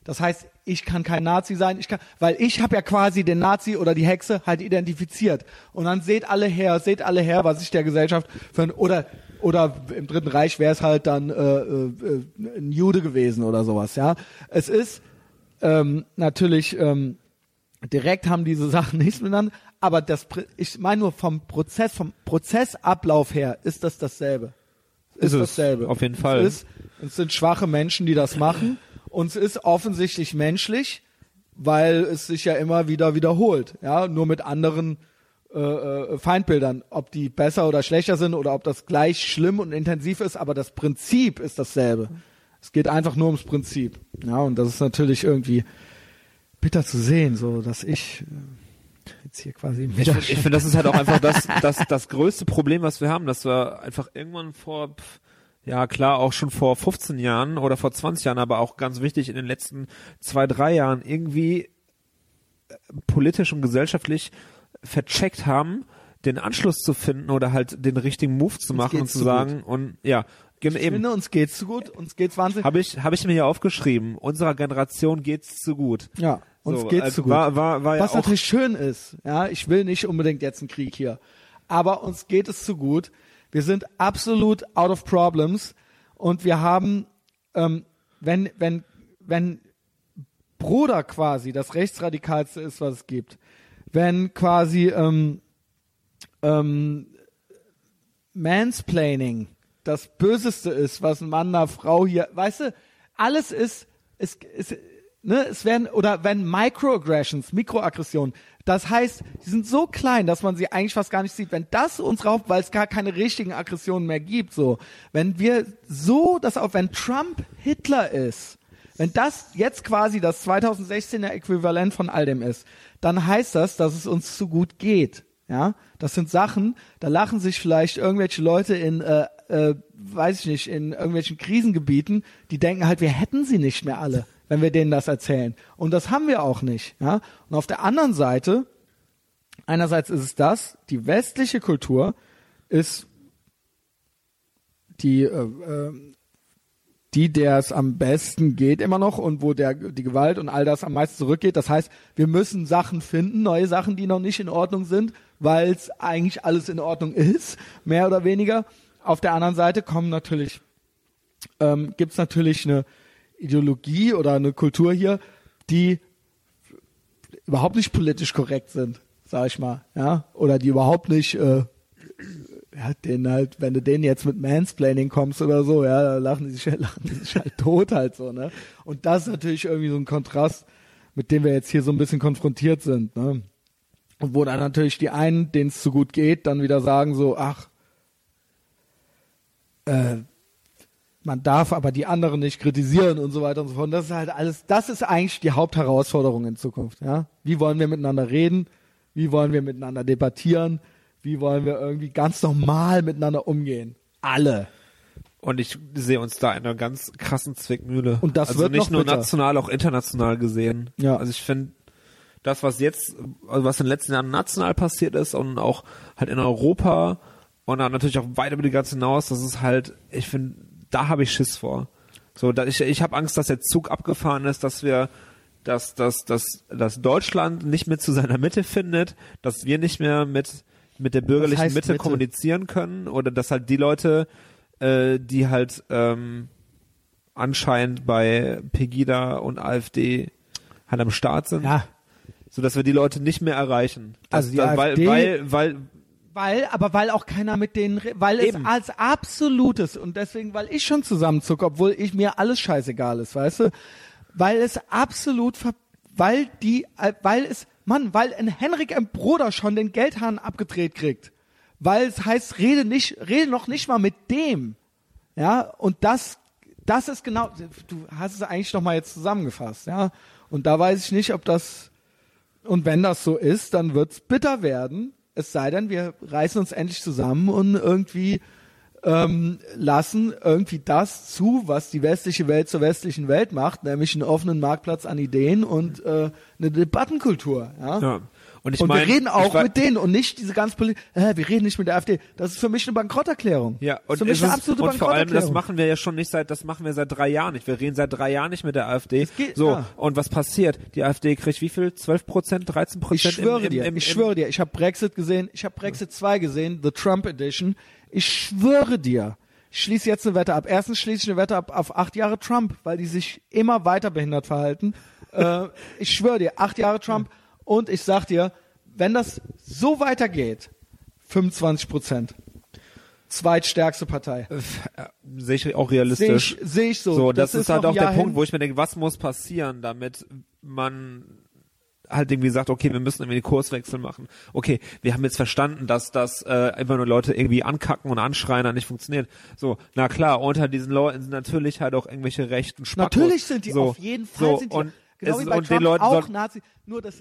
Das heißt, ich kann kein Nazi sein, ich kann, weil ich habe ja quasi den Nazi oder die Hexe halt identifiziert. Und dann seht alle her, seht alle her, was ich der Gesellschaft für ein, oder oder im Dritten Reich wäre es halt dann äh, äh, ein Jude gewesen oder sowas. Ja, es ist ähm, natürlich ähm, direkt haben diese Sachen nichts miteinander, aber das, ich meine nur vom Prozess, vom Prozessablauf her ist das dasselbe. Ist, ist dasselbe. Auf jeden Fall. Es, ist, es sind schwache Menschen, die das machen. Und es ist offensichtlich menschlich, weil es sich ja immer wieder wiederholt, ja, nur mit anderen äh, äh, Feindbildern, ob die besser oder schlechter sind oder ob das gleich schlimm und intensiv ist, aber das Prinzip ist dasselbe. Es geht einfach nur ums Prinzip, ja, und das ist natürlich irgendwie bitter zu sehen, so dass ich äh, jetzt hier quasi ich finde, ich find, das ist halt auch einfach das, das, das größte Problem, was wir haben, dass wir einfach irgendwann vor pff, ja, klar, auch schon vor fünfzehn Jahren oder vor zwanzig Jahren, aber auch ganz wichtig in den letzten zwei, drei Jahren irgendwie politisch und gesellschaftlich vercheckt haben, den Anschluss zu finden oder halt den richtigen Move zu machen und zu sagen, und ja, ich eben. finde, uns geht's zu gut, uns geht's wahnsinnig. Habe ich, habe ich mir hier aufgeschrieben, unserer Generation geht's zu gut. Ja, uns so, geht's also zu gut. War, war, war Was ja natürlich schön ist, ja, ich will nicht unbedingt jetzt einen Krieg hier, aber uns geht es zu gut. Wir sind absolut out of problems und wir haben, ähm, wenn, wenn, wenn Bruder quasi das Rechtsradikalste ist, was es gibt, wenn quasi ähm, ähm, Mansplaining das Böseste ist, was ein Mann einer Frau hier, weißt du, alles ist, ist, ist ne, es werden, oder wenn Microaggressions, Mikroaggressionen, das heißt, die sind so klein, dass man sie eigentlich fast gar nicht sieht. Wenn das uns raubt, weil es gar keine richtigen Aggressionen mehr gibt, so, wenn wir so, dass auch wenn Trump Hitler ist, wenn das jetzt quasi das zweitausendsechzehner Äquivalent von all dem ist, dann heißt das, dass es uns zu gut geht. Ja, das sind Sachen, da lachen sich vielleicht irgendwelche Leute in, äh, äh, weiß ich nicht, in irgendwelchen Krisengebieten, die denken halt, wir hätten sie nicht mehr alle, wenn wir denen das erzählen. Und das haben wir auch nicht. Ja? Und auf der anderen Seite, einerseits ist es das, die westliche Kultur ist die, äh, äh, die, der es am besten geht immer noch und wo der die Gewalt und all das am meisten zurückgeht. Das heißt, wir müssen Sachen finden, neue Sachen, die noch nicht in Ordnung sind, weil es eigentlich alles in Ordnung ist, mehr oder weniger. Auf der anderen Seite kommen natürlich, ähm, gibt es natürlich eine Ideologie oder eine Kultur hier, die überhaupt nicht politisch korrekt sind, sag ich mal, ja, oder die überhaupt nicht, äh, ja, den halt, wenn du denen jetzt mit Mansplaining kommst oder so, ja, da lachen die sich, lachen die sich halt tot halt so, ne? Und das ist natürlich irgendwie so ein Kontrast, mit dem wir jetzt hier so ein bisschen konfrontiert sind, ne? Und wo dann natürlich die einen, denen es zu gut geht, dann wieder sagen so, ach, äh, man darf aber die anderen nicht kritisieren und so weiter und so fort. Und das ist halt alles, das ist eigentlich die Hauptherausforderung in Zukunft, ja? Wie wollen wir miteinander reden? Wie wollen wir miteinander debattieren? Wie wollen wir irgendwie ganz normal miteinander umgehen? Alle. Und ich sehe uns da in einer ganz krassen Zwickmühle. Und das also wird nicht noch nur bitter. national, auch international gesehen. Ja. Also ich finde, das, was jetzt, also was in den letzten Jahren national passiert ist und auch halt in Europa und dann natürlich auch weit über die Grenze hinaus, das ist halt, ich finde, da habe ich Schiss vor. So, da ich, ich habe Angst, dass der Zug abgefahren ist, dass wir, dass, dass, dass, dass Deutschland nicht mehr zu seiner Mitte findet, dass wir nicht mehr mit mit der bürgerlichen Mitte, Mitte kommunizieren können oder dass halt die Leute, äh, die halt ähm, anscheinend bei Pegida und AfD halt am Start sind, ja, so dass wir die Leute nicht mehr erreichen. Das, also die das, AfD, weil, weil, weil, weil, aber weil auch keiner mit denen, weil Eben. es als absolutes und deswegen, weil ich schon zusammenzucke, obwohl ich mir alles scheißegal ist, weißt du, weil es absolut, ver, weil die, weil es Mann, weil ein Henrik M. Broder schon den Geldhahn abgedreht kriegt. Weil es heißt, rede nicht, rede noch nicht mal mit dem. Ja, und das, das ist genau, du hast es eigentlich noch mal jetzt zusammengefasst, ja. Und da weiß ich nicht, ob das, und wenn das so ist, dann wird's bitter werden. Es sei denn, wir reißen uns endlich zusammen und irgendwie, ähm, lassen irgendwie das zu, was die westliche Welt zur westlichen Welt macht, nämlich einen offenen Marktplatz an Ideen und äh, eine Debattenkultur. Ja? ja. Und ich und mein, wir reden auch war, mit denen und nicht diese ganz Poli- äh, wir reden nicht mit der AfD. Das ist für mich eine Bankrotterklärung. Ja, und, das ist für mich eine absolute und vor allem, Bankrotterklärung. das machen wir ja schon nicht seit, das machen wir seit drei Jahren nicht. Wir reden seit drei Jahren nicht mit der AfD. Geht, so, ja. und was passiert? Die AfD kriegt wie viel? zwölf Prozent, dreizehn Prozent? Ich schwöre im, im, dir, im, ich im, schwöre dir, ich habe Brexit gesehen, ich habe Brexit zwei gesehen, The Trump Edition. Ich schwöre dir, ich schließe jetzt eine Wette ab. Erstens schließe ich eine Wette ab auf acht Jahre Trump, weil die sich immer weiter behindert verhalten. äh, ich schwöre dir, acht Jahre Trump und ich sag dir, wenn das so weitergeht, fünfundzwanzig Prozent. Zweitstärkste Partei. Äh, sehe ich auch realistisch. Sehe ich, seh ich so. So, das, das ist, ist halt auch der hin. Punkt, wo ich mir denke, was muss passieren, damit man halt irgendwie sagt, okay, wir müssen irgendwie einen Kurswechsel machen. Okay, wir haben jetzt verstanden, dass das äh, immer nur Leute irgendwie ankacken und anschreien, dann nicht funktioniert. So, na klar, unter diesen Leuten sind natürlich halt auch irgendwelche rechten Spackos. Natürlich sind die, so, auf jeden Fall so, sind die. Und genau es, wie bei und Trump den Leuten auch soll, Nazi. Nur das,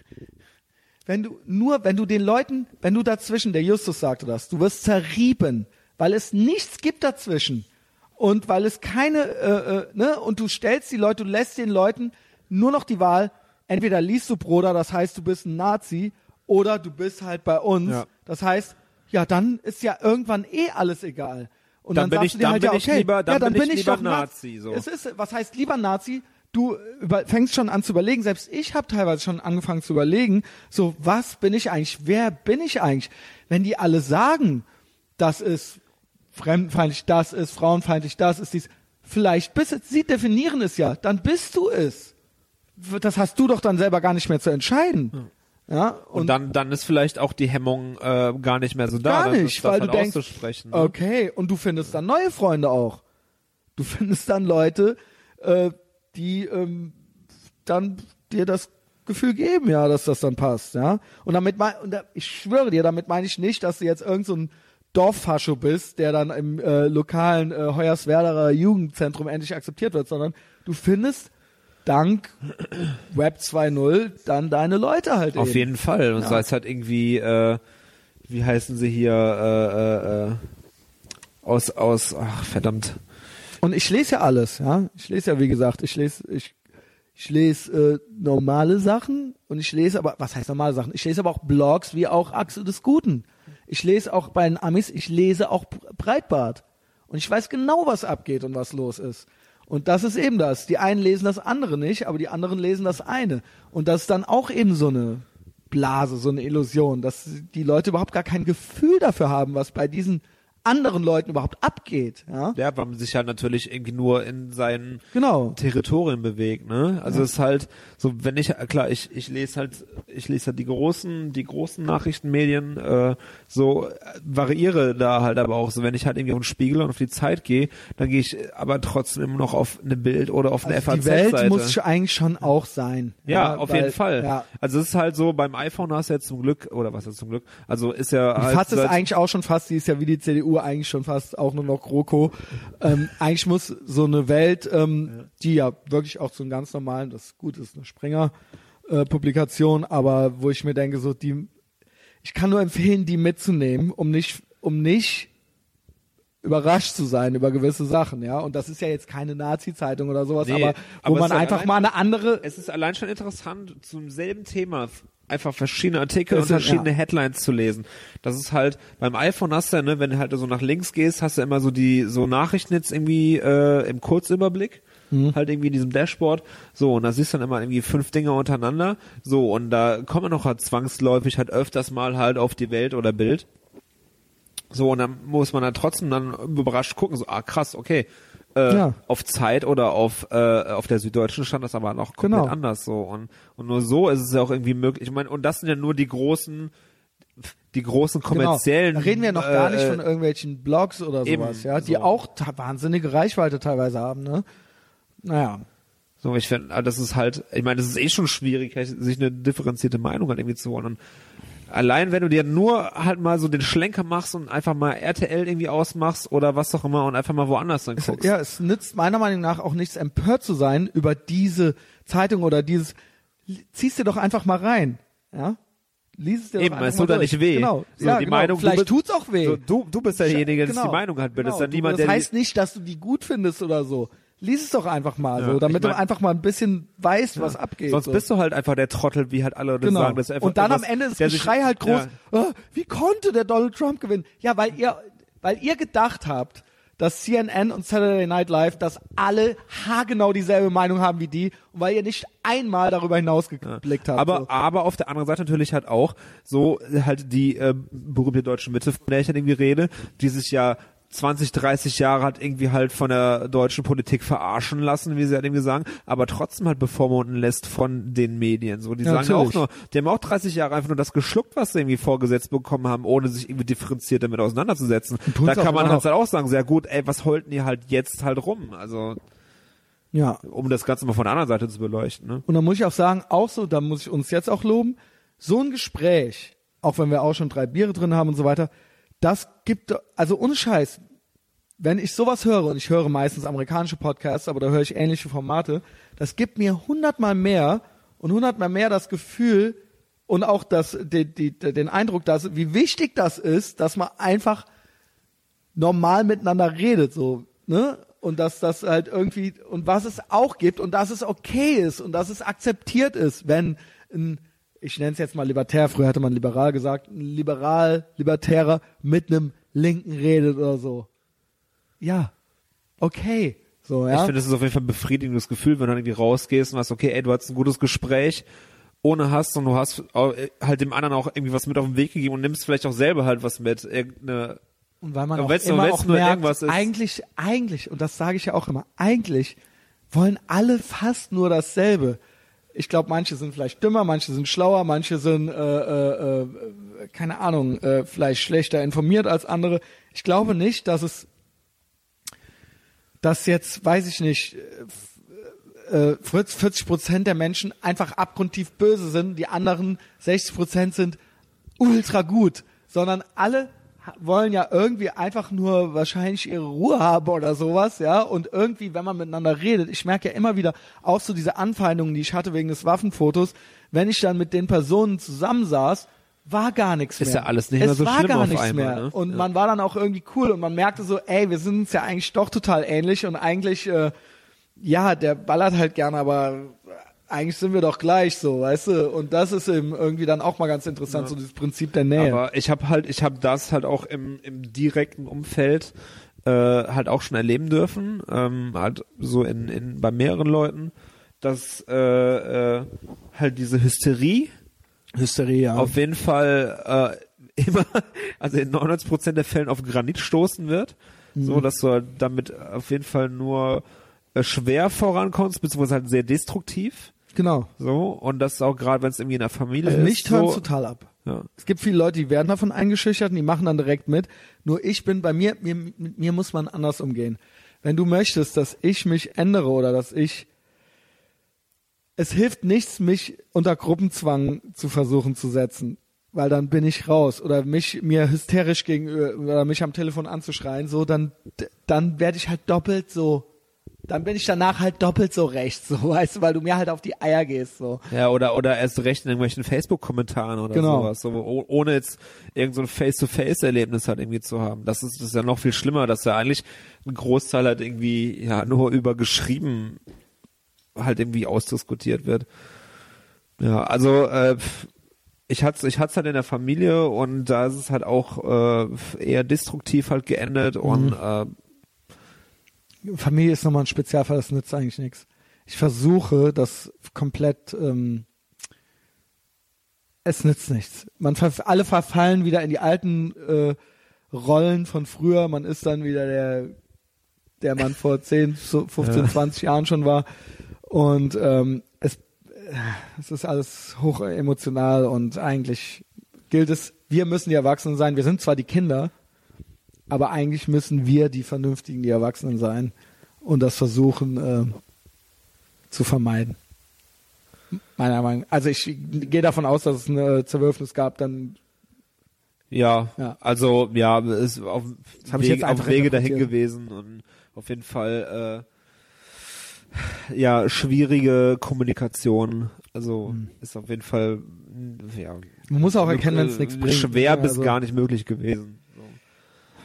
wenn du, nur wenn du den Leuten, wenn du dazwischen, der Justus sagte das, du wirst zerrieben, weil es nichts gibt dazwischen. Und weil es keine, äh, äh, ne, und du stellst die Leute, du lässt den Leuten nur noch die Wahl, entweder liest du Bruder, das heißt, du bist ein Nazi, oder du bist halt bei uns. Ja. Das heißt, ja, dann ist ja irgendwann eh alles egal. Und dann dann, bin sagst ich, du dir dann halt, bin ja, ich okay, lieber, dann ja, dann bin ich bin ich lieber doch Nazi. So. Es ist, was heißt lieber Nazi? Du über, fängst schon an zu überlegen, selbst ich habe teilweise schon angefangen zu überlegen, so, was bin ich eigentlich, wer bin ich eigentlich? Wenn die alle sagen, das ist fremdenfeindlich, das ist frauenfeindlich, das ist dies, vielleicht bist es, sie definieren es ja, dann bist du es. Das hast du doch dann selber gar nicht mehr zu entscheiden. Hm. Ja, und, und dann, dann ist vielleicht auch die Hemmung äh, gar nicht mehr so da, gar nicht, das, das weil du halt denkst, auszusprechen. Ne? Okay, und du findest dann neue Freunde auch. Du findest dann Leute, äh, die ähm, dann dir das Gefühl geben, ja, dass das dann passt, ja. Und damit mein, und da, ich schwöre dir, damit meine ich nicht, dass du jetzt irgend so ein Dorffascho bist, der dann im äh, lokalen äh, Hoyerswerdaer Jugendzentrum endlich akzeptiert wird, sondern du findest dank Web zwei Punkt null dann deine Leute halt Auf eben. jeden Fall. Und Ja. sei es halt irgendwie, äh, wie heißen sie hier, äh, äh, äh, aus, aus, ach verdammt. Und ich lese ja alles, ja. Ich lese ja, wie gesagt, ich lese, ich, ich lese äh, normale Sachen und ich lese aber, was heißt normale Sachen? Ich lese aber auch Blogs wie auch Achse des Guten. Ich lese auch bei den Amis, ich lese auch Breitbart. Und ich weiß genau, was abgeht und was los ist. Und das ist eben das. Die einen lesen das andere nicht, aber die anderen lesen das eine. Und das ist dann auch eben so eine Blase, so eine Illusion, dass die Leute überhaupt gar kein Gefühl dafür haben, was bei diesen anderen Leuten überhaupt abgeht. Ja, Ja, weil man sich halt natürlich irgendwie nur in seinen genau. Territorien bewegt, ne? Also Ja. es ist halt so, wenn ich, klar, ich, ich lese halt, ich lese halt die großen, die großen Nachrichtenmedien, äh, so äh, variiere da halt aber auch so, wenn ich halt irgendwie auf den Spiegel und auf die Zeit gehe, dann gehe ich aber trotzdem immer noch auf eine Bild oder auf eine Also F A die Welt Z-Seite. muss eigentlich schon auch sein. Ja, auf weil, jeden Fall. Ja. Also es ist halt so, beim iPhone hast du jetzt zum Glück, oder was ist zum Glück, also ist ja Die halt Faz ist seit- eigentlich auch schon fast, die ist ja wie die C D U eigentlich schon fast auch nur noch GroKo. Ähm, eigentlich muss so eine Welt, ähm, ja. die ja wirklich auch zu einem ganz normalen, das ist gut, das ist eine Springer-Publikation, äh, aber wo ich mir denke, so die, ich kann nur empfehlen, die mitzunehmen, um nicht, um nicht überrascht zu sein über gewisse Sachen, ja. Und das ist ja jetzt keine Nazi-Zeitung oder sowas, Nee, aber wo aber es man ist ja einfach allein- mal eine andere. Es ist allein schon interessant, zum selben Thema einfach verschiedene Artikel Das und ist halt, verschiedene ja. Headlines zu lesen. Das ist halt, beim iPhone hast du ja, ne, wenn du halt so nach links gehst, hast du immer so die, so Nachrichten jetzt irgendwie äh, im Kurzüberblick. Mhm. Halt irgendwie in diesem Dashboard. So, und da siehst du dann immer irgendwie fünf Dinge untereinander. So, und da kommt man noch halt zwangsläufig halt öfters mal halt auf die Welt oder Bild. So, und dann muss man dann trotzdem dann überrascht gucken, so, ah krass, okay, äh, Ja. auf Zeit oder auf äh, auf der Süddeutschen stand das aber noch komplett Genau. anders so. Und und nur so ist es ja auch irgendwie möglich. Ich meine, und das sind ja nur die großen, die großen kommerziellen. Genau. Da reden wir noch gar nicht äh, von irgendwelchen Blogs oder eben, sowas, ja, die so. auch ta- wahnsinnige Reichweite teilweise haben, ne? Naja. So, ich finde, das ist halt, ich meine, das ist eh schon schwierig, sich eine differenzierte Meinung halt irgendwie zu holen. Und allein, wenn du dir nur halt mal so den Schlenker machst und einfach mal R T L irgendwie ausmachst oder was auch immer und einfach mal woanders dann guckst. Ja, es nützt meiner Meinung nach auch nichts, empört zu sein über diese Zeitung oder dieses. Ziehst dir doch einfach mal rein, ja? Lies es dir Eben, doch einfach es mal tut ja durch. nicht weh. Genau. So, ja, die genau. Meinung, du Vielleicht bist- tut's auch weh. So, du, du bist derjenige, der Genau. die Meinung hat, bildest. Genau. Dann Du- niemand, das der heißt nicht, dass du die gut findest oder so. lies es doch einfach mal Ja, so, damit ich mein, du einfach mal ein bisschen weißt, was abgeht. Sonst so. bist du halt einfach der Trottel, wie halt alle das Genau. sagen. Das ist einfach Und dann am irgendwas, Ende ist der das sich- Geschrei halt groß, Ja. "Ah, wie konnte der Donald Trump gewinnen? Ja, weil ihr, weil ihr gedacht habt, dass C N N und Saturday Night Live, dass alle haargenau dieselbe Meinung haben wie die und weil ihr nicht einmal darüber hinausgeblickt habt. Aber, so. aber auf der anderen Seite natürlich halt auch so halt die äh, berühmte deutsche Mitte, von der ich halt irgendwie rede, die sich ja zwanzig, dreißig Jahre hat irgendwie halt von der deutschen Politik verarschen lassen, wie sie halt irgendwie sagen, aber trotzdem halt bevormunden lässt von den Medien. So, die Ja, sagen ja auch natürlich. nur, die haben auch dreißig Jahre einfach nur das geschluckt, was sie irgendwie vorgesetzt bekommen haben, ohne sich irgendwie differenziert damit auseinanderzusetzen. tun's Da auch kann man immer halt, noch. halt auch sagen, sehr gut, ey, was holten die halt jetzt halt rum? Also, Ja. um das Ganze mal von der anderen Seite zu beleuchten, ne? Und dann muss ich auch sagen, auch so, da muss ich uns jetzt auch loben, so ein Gespräch, auch wenn wir auch schon drei Biere drin haben und so weiter, das gibt, also ohne Scheiß, wenn ich sowas höre, und ich höre meistens amerikanische Podcasts, aber da höre ich ähnliche Formate, das gibt mir hundertmal mehr und hundertmal mehr das Gefühl und auch das, die, die, den Eindruck, dass, wie wichtig das ist, dass man einfach normal miteinander redet, so, ne? Und dass das halt irgendwie, und was es auch gibt und dass es okay ist und dass es akzeptiert ist, wenn ein, ich nenne es jetzt mal libertär, früher hatte man liberal gesagt, ein liberal, libertärer mit einem Linken redet oder so. Ja, okay. So, ja. Ich finde, es ist auf jeden Fall ein befriedigendes Gefühl, wenn du dann irgendwie rausgehst und hast, okay, ey, du hattest ein gutes Gespräch ohne Hass und du hast auch, äh, halt dem anderen auch irgendwie was mit auf den Weg gegeben und nimmst vielleicht auch selber halt was mit. Irgendeine, Und weil man Ja, auch wenn's nur- immer wenn's auch nur merkt, irgendwas ist. eigentlich, eigentlich, und das sage ich ja auch immer, eigentlich wollen alle fast nur dasselbe. Ich glaube, manche sind vielleicht dümmer, manche sind schlauer, manche sind, äh, äh, äh, keine Ahnung, äh, vielleicht schlechter informiert als andere. Ich glaube nicht, dass es, dass jetzt, weiß ich nicht, äh, vierzig Prozent der Menschen einfach abgrundtief böse sind, die anderen sechzig Prozent sind ultra gut, sondern alle ha- wollen ja irgendwie einfach nur wahrscheinlich ihre Ruhe haben oder sowas, ja, und irgendwie, wenn man miteinander redet, ich merke ja immer wieder, auch so diese Anfeindungen, die ich hatte wegen des Waffenfotos, wenn ich dann mit den Personen zusammensaß, war gar nichts Ist mehr. ja alles nicht es mehr so war schlimm gar auf nichts einmal, mehr. ne? Und Ja. man war dann auch irgendwie cool und man merkte so, ey, wir sind uns ja eigentlich doch total ähnlich und eigentlich, äh, ja, der ballert halt gerne, aber eigentlich sind wir doch gleich so, weißt du? Und das ist eben irgendwie dann auch mal ganz interessant, so dieses Prinzip der Nähe. Aber ich habe halt, ich habe das halt auch im, im direkten Umfeld äh, halt auch schon erleben dürfen, ähm, halt so in, in bei mehreren Leuten, dass äh, äh, halt diese Hysterie Hysterie, ja. auf jeden Fall äh, immer, also in neunundneunzig Prozent der Fällen auf Granit stoßen wird, Mhm. so dass du halt damit auf jeden Fall nur äh, schwer vorankommst, beziehungsweise halt sehr destruktiv, Genau. so, und das auch gerade, wenn es irgendwie in der Familie Also ist. mich turnt so, total ab. ja. Es gibt viele Leute, die werden davon eingeschüchtert und die machen dann direkt mit. Nur ich bin bei mir, mir, mit mir muss man anders umgehen. Wenn du möchtest, dass ich mich ändere oder dass ich, es hilft nichts, mich unter Gruppenzwang zu versuchen zu setzen, weil dann bin ich raus oder mich mir hysterisch gegenüber oder mich am Telefon anzuschreien, so dann dann werde ich halt doppelt so, dann bin ich danach halt doppelt so recht, so, weißt du, weil du mir halt auf die Eier gehst, so. Ja, oder oder erst recht in irgendwelchen Facebook-Kommentaren oder Genau. sowas, so, oh- ohne jetzt irgend so ein Face-to-Face-Erlebnis halt irgendwie zu haben. Das ist, das ist ja noch viel schlimmer, dass ja eigentlich ein Großteil halt irgendwie ja nur über geschrieben halt irgendwie ausdiskutiert wird. Ja, also äh, ich hatte ich hatte halt in der Familie und da ist es halt auch äh, eher destruktiv halt geendet und äh, Familie ist nochmal ein Spezialfall, das nützt eigentlich nichts. Ich versuche das komplett, ähm, es nützt nichts. Man ver alle verfallen wieder in die alten äh, Rollen von früher. Man ist dann wieder der, der man vor zehn, so fünfzehn, Ja. zwanzig Jahren schon war. Und ähm, es, äh, es ist alles hoch emotional und eigentlich gilt es, wir müssen die Erwachsenen sein. Wir sind zwar die Kinder, aber eigentlich müssen wir die Vernünftigen, die Erwachsenen sein und das versuchen äh, zu vermeiden. Meiner Meinung nach. Also ich gehe davon aus, dass es eine Zerwürfnis gab, dann ja, Ja. also ja, ist auf, hab ich Wege, jetzt einfach auf Wege dahin interpretiert. gewesen und auf jeden Fall äh, ja schwierige Kommunikation. Also Hm. ist auf jeden Fall ja man muss auch erkennen, wenn es nichts bringt. schwer bis Also, gar nicht möglich gewesen. So.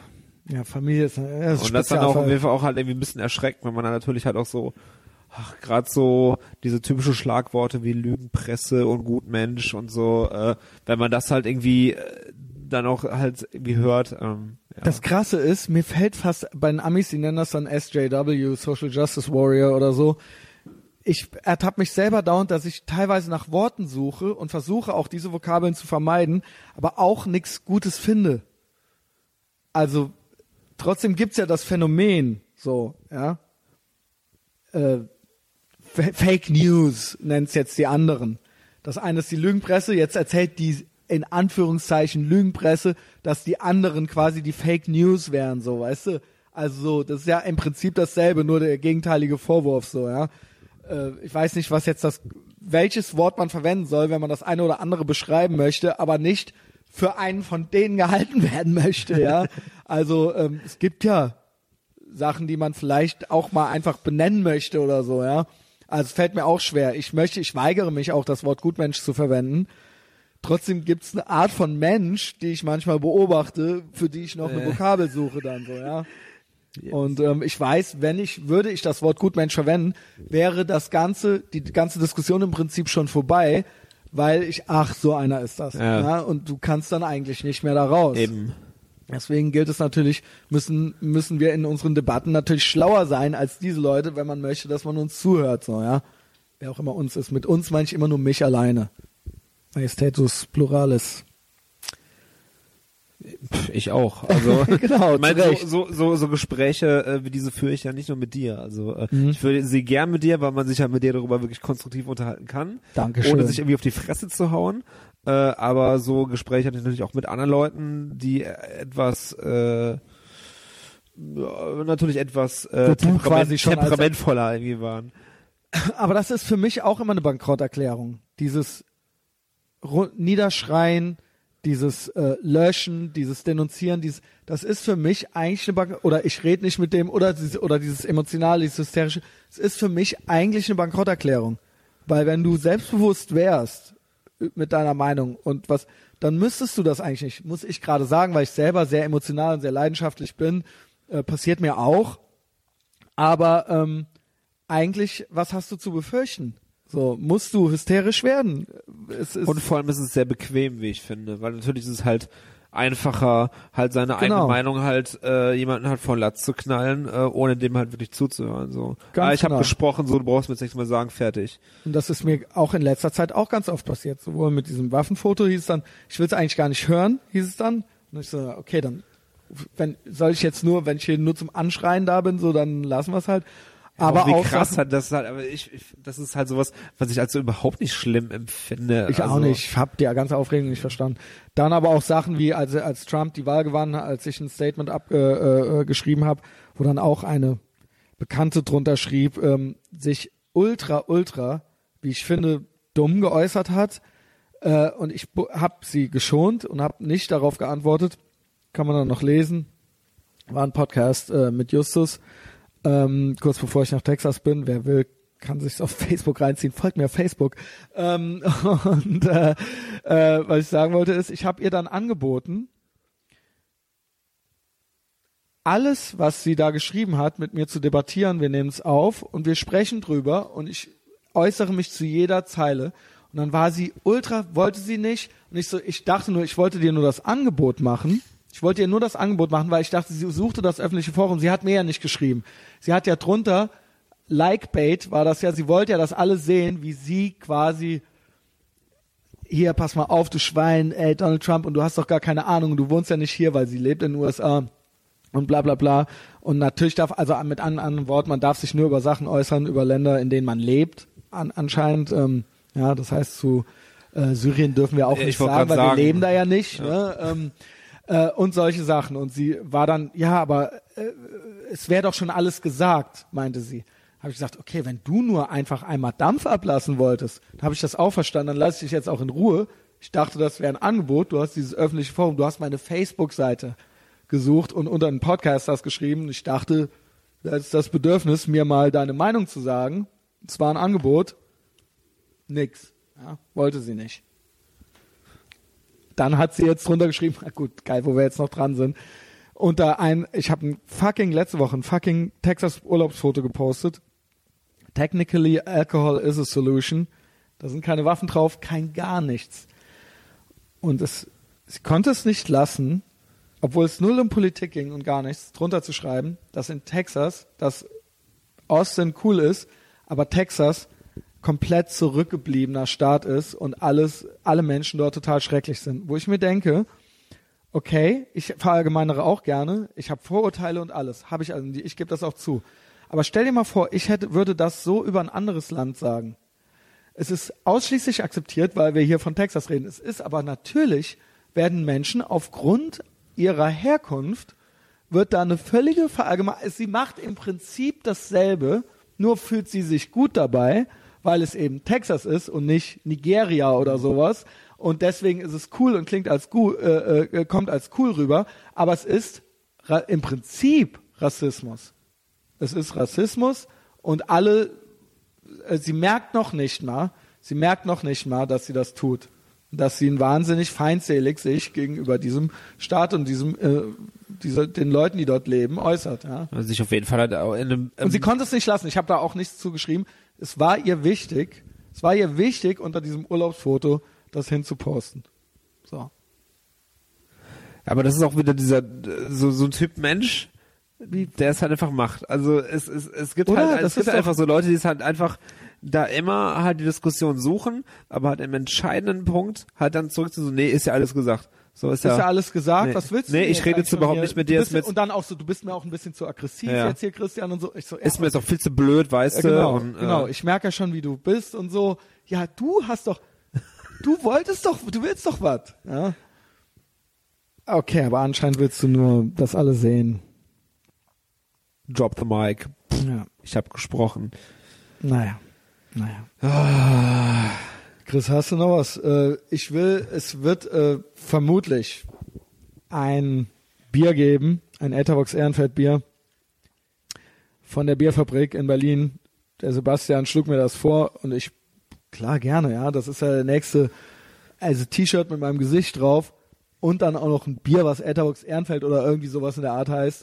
Ja, Familie ist, ja, das ist und das dann auch auf jeden Fall auch halt irgendwie ein bisschen erschreckt, wenn man dann natürlich halt auch so, ach, gerade so diese typischen Schlagworte wie Lügenpresse und Gutmensch und so, äh, wenn man das halt irgendwie äh, dann auch halt irgendwie hört. Ähm, ja. Das Krasse ist, mir fällt fast bei den Amis, die nennen das dann S J W, Social Justice Warrior oder so. Ich ertappe mich selber dauernd, dass ich teilweise nach Worten suche und versuche auch diese Vokabeln zu vermeiden, aber auch nichts Gutes finde. Also trotzdem gibt's ja das Phänomen, so, ja. Äh, F- Fake News nennt's jetzt die anderen. Das eine ist die Lügenpresse, jetzt erzählt die in Anführungszeichen Lügenpresse, dass die anderen quasi die Fake News wären, so, weißt du? Also so, das ist ja im Prinzip dasselbe, nur der gegenteilige Vorwurf, so, ja. Äh, ich weiß nicht, was jetzt das, welches Wort man verwenden soll, wenn man das eine oder andere beschreiben möchte, aber nicht für einen von denen gehalten werden möchte, ja. Also ähm, es gibt ja Sachen, die man vielleicht auch mal einfach benennen möchte oder so, ja. Also es fällt mir auch schwer. Ich möchte, ich weigere mich auch, das Wort Gutmensch zu verwenden. Trotzdem gibt's eine Art von Mensch, die ich manchmal beobachte, für die ich noch eine Äh. Vokabel suche dann so, ja. Yes. Und ähm, ich weiß, wenn ich, würde ich das Wort Gutmensch verwenden, wäre das ganze, die ganze Diskussion im Prinzip schon vorbei, weil ich, ach, so einer ist das. Ja. Ja, und du kannst dann eigentlich nicht mehr da raus. Eben. Deswegen gilt es natürlich, müssen, müssen wir in unseren Debatten natürlich schlauer sein als diese Leute, wenn man möchte, dass man uns zuhört, so, ja. Wer auch immer uns ist. Mit uns meine ich immer nur mich alleine. Majestätus Pluralis. Ich auch. Also Genau, ich meine, zu Recht. so, so, so, so Gespräche äh, wie diese führe ich ja nicht nur mit dir. Also äh, Mhm. ich führe sie gern mit dir, weil man sich halt mit dir darüber wirklich konstruktiv unterhalten kann. Dankeschön. Ohne sich irgendwie auf die Fresse zu hauen. Äh, aber so Gespräche hatte ich natürlich auch mit anderen Leuten, die äh, etwas äh, ja, natürlich etwas äh, Wo du temperament, quasi schon als- temperamentvoller irgendwie waren. Aber das ist für mich auch immer eine Bankrotterklärung. Dieses Ru- Niederschreien, dieses äh, Löschen, dieses Denunzieren, dieses, das ist für mich eigentlich eine Bank oder ich rede nicht mit dem oder dieses, oder dieses emotionale, dieses hysterische. Es ist für mich eigentlich eine Bankrotterklärung, weil wenn du selbstbewusst wärst mit deiner Meinung und was, dann müsstest du das eigentlich nicht. Muss ich gerade sagen, weil ich selber sehr emotional und sehr leidenschaftlich bin, äh, passiert mir auch. Aber ähm, eigentlich, was hast du zu befürchten? So, musst du hysterisch werden? Es ist Und vor allem ist es sehr bequem, wie ich finde, weil natürlich ist es halt einfacher, halt seine eigene Genau. Meinung halt äh, jemanden halt von Latz zu knallen, äh, ohne dem halt wirklich zuzuhören. So, Ganz ah, ich habe genau. gesprochen, so du brauchst mir jetzt nichts mehr sagen, fertig. Und das ist mir auch in letzter Zeit auch ganz oft passiert. Sowohl mit diesem Waffenfoto hieß es dann, ich will es eigentlich gar nicht hören, hieß es dann. Und ich so, okay, dann wenn soll ich jetzt nur, wenn ich hier nur zum Anschreien da bin, so dann lassen wir es halt. Aber wie auch krass Sachen- halt das ist halt, aber ich, ich das ist halt sowas, was ich als so überhaupt nicht schlimm empfinde. Ich also, auch nicht. Ich habe die ganze Aufregung nicht verstanden. Dann aber auch Sachen wie, als, als Trump die Wahl gewann, als ich ein Statement abgeschrieben äh, geschrieben habe, wo dann auch eine Bekannte drunter schrieb, ähm, sich ultra, ultra, wie ich finde, dumm geäußert hat. Äh, und ich habe sie geschont und habe nicht darauf geantwortet. Kann man dann noch lesen. War ein Podcast äh, mit Justus. Ähm, kurz bevor ich nach Texas bin, wer will, kann sich's auf Facebook reinziehen, folgt mir auf Facebook. Ähm, und äh, äh, was ich sagen wollte ist, ich habe ihr dann angeboten, alles, was sie da geschrieben hat, mit mir zu debattieren. Wir nehmen es auf und wir sprechen drüber und ich äußere mich zu jeder Zeile. Und dann war sie ultra, wollte sie nicht. Und ich so, ich dachte nur, ich wollte dir nur das Angebot machen. Ich wollte ihr nur das Angebot machen, weil ich dachte, sie suchte das öffentliche Forum. Sie hat mir ja nicht geschrieben. Sie hat ja drunter, Likebait war das ja, sie wollte ja, dass alle sehen, wie sie quasi, hier, pass mal auf, du Schwein, ey, Donald Trump, und du hast doch gar keine Ahnung, du wohnst ja nicht hier, weil sie lebt in den U S A und bla bla bla. Und natürlich darf, also mit anderen, anderen Worten, man darf sich nur über Sachen äußern, über Länder, in denen man lebt, an, anscheinend. Ähm, ja, das heißt, zu äh, Syrien dürfen wir auch Ich nicht wollte sagen, weil grad sagen. wir leben da ja nicht. Ja. Ne? Ähm, äh, und solche Sachen. Und sie war dann, ja, aber äh, es wäre doch schon alles gesagt, meinte sie. Habe ich gesagt, okay, wenn du nur einfach einmal Dampf ablassen wolltest, dann habe ich das auch verstanden, dann lasse ich dich jetzt auch in Ruhe. Ich dachte, das wäre ein Angebot. Du hast dieses öffentliche Forum, du hast meine Facebook-Seite gesucht und unter einen Podcast das geschrieben. Ich dachte, das ist das Bedürfnis, mir mal deine Meinung zu sagen. Es war ein Angebot. Nix. Ja, wollte sie nicht. Dann hat sie jetzt drunter geschrieben, na gut, geil, wo wir jetzt noch dran sind. Und da ein, ich habe ein fucking letzte Woche ein fucking Texas Urlaubsfoto gepostet. Technically, alcohol is a solution. Da sind keine Waffen drauf, kein gar nichts. Und es, sie konnte es nicht lassen, obwohl es null um Politik ging und gar nichts, drunter zu schreiben, dass in Texas, dass Austin cool ist, aber Texas komplett zurückgebliebener Staat ist und alles, alle Menschen dort total schrecklich sind. Wo ich mir denke, okay, ich verallgemeinere auch gerne, ich habe Vorurteile und alles, habe ich also, ich gebe das auch zu. Aber stell dir mal vor, ich hätte, würde das so über ein anderes Land sagen. Es ist ausschließlich akzeptiert, weil wir hier von Texas reden. Es ist aber natürlich, werden Menschen aufgrund ihrer Herkunft, wird da eine völlige Verallgemeinerung, sie macht im Prinzip dasselbe, nur fühlt sie sich gut dabei, weil es eben Texas ist und nicht Nigeria oder sowas. Und deswegen ist es cool und klingt als cool, äh, äh, kommt als cool rüber. Aber es ist ra- im Prinzip Rassismus. Es ist Rassismus und alle, äh, sie merkt noch nicht mal, sie merkt noch nicht mal, dass sie das tut. Dass sie wahnsinnig feindselig sich gegenüber diesem Staat und diesem, äh, dieser, den Leuten, die dort leben, äußert. Ja. Also sich auf jeden Fall halt auch in einem, ähm und sie konnte es nicht lassen. Ich habe da auch nichts zugeschrieben. Es war ihr wichtig, es war ihr wichtig, unter diesem Urlaubsfoto das hinzuposten. So. Aber das ist auch wieder dieser, so, so ein Typ Mensch, der es halt einfach macht. Also es, es, es gibt Oder? halt, Das es gibt ist einfach doch- so Leute, die es halt einfach da immer halt die Diskussion suchen, aber halt im entscheidenden Punkt halt dann zurück zu so, nee, ist ja alles gesagt. So ist, Ist ja alles gesagt, nee. was willst du Nee, denn ich jetzt rede eigentlich jetzt von überhaupt mir? nicht mit Du dir, bist, ist mit, und dann auch so, du bist mir auch ein bisschen zu aggressiv Ja. jetzt hier, Christian, und so. Ich so ja, ist mir jetzt auch viel zu blöd, weißt ja, du? genau, und, äh, genau. Ich merke ja schon, wie du bist und so. Ja, du hast doch, du wolltest doch, du willst doch was. Ja. Okay, aber anscheinend willst du nur, dass alle sehen. Drop the mic. Ja. Ich habe gesprochen. Naja, naja. Ah. Chris, hast du noch was? Äh, ich will, es wird äh, vermutlich ein Bier geben, ein Etherbox Ehrenfeld Bier von der Bierfabrik in Berlin. Der Sebastian schlug mir das vor und ich, klar, gerne, ja. Das ist ja der nächste, also T-Shirt mit meinem Gesicht drauf und dann auch noch ein Bier, was Etherbox Ehrenfeld oder irgendwie sowas in der Art heißt.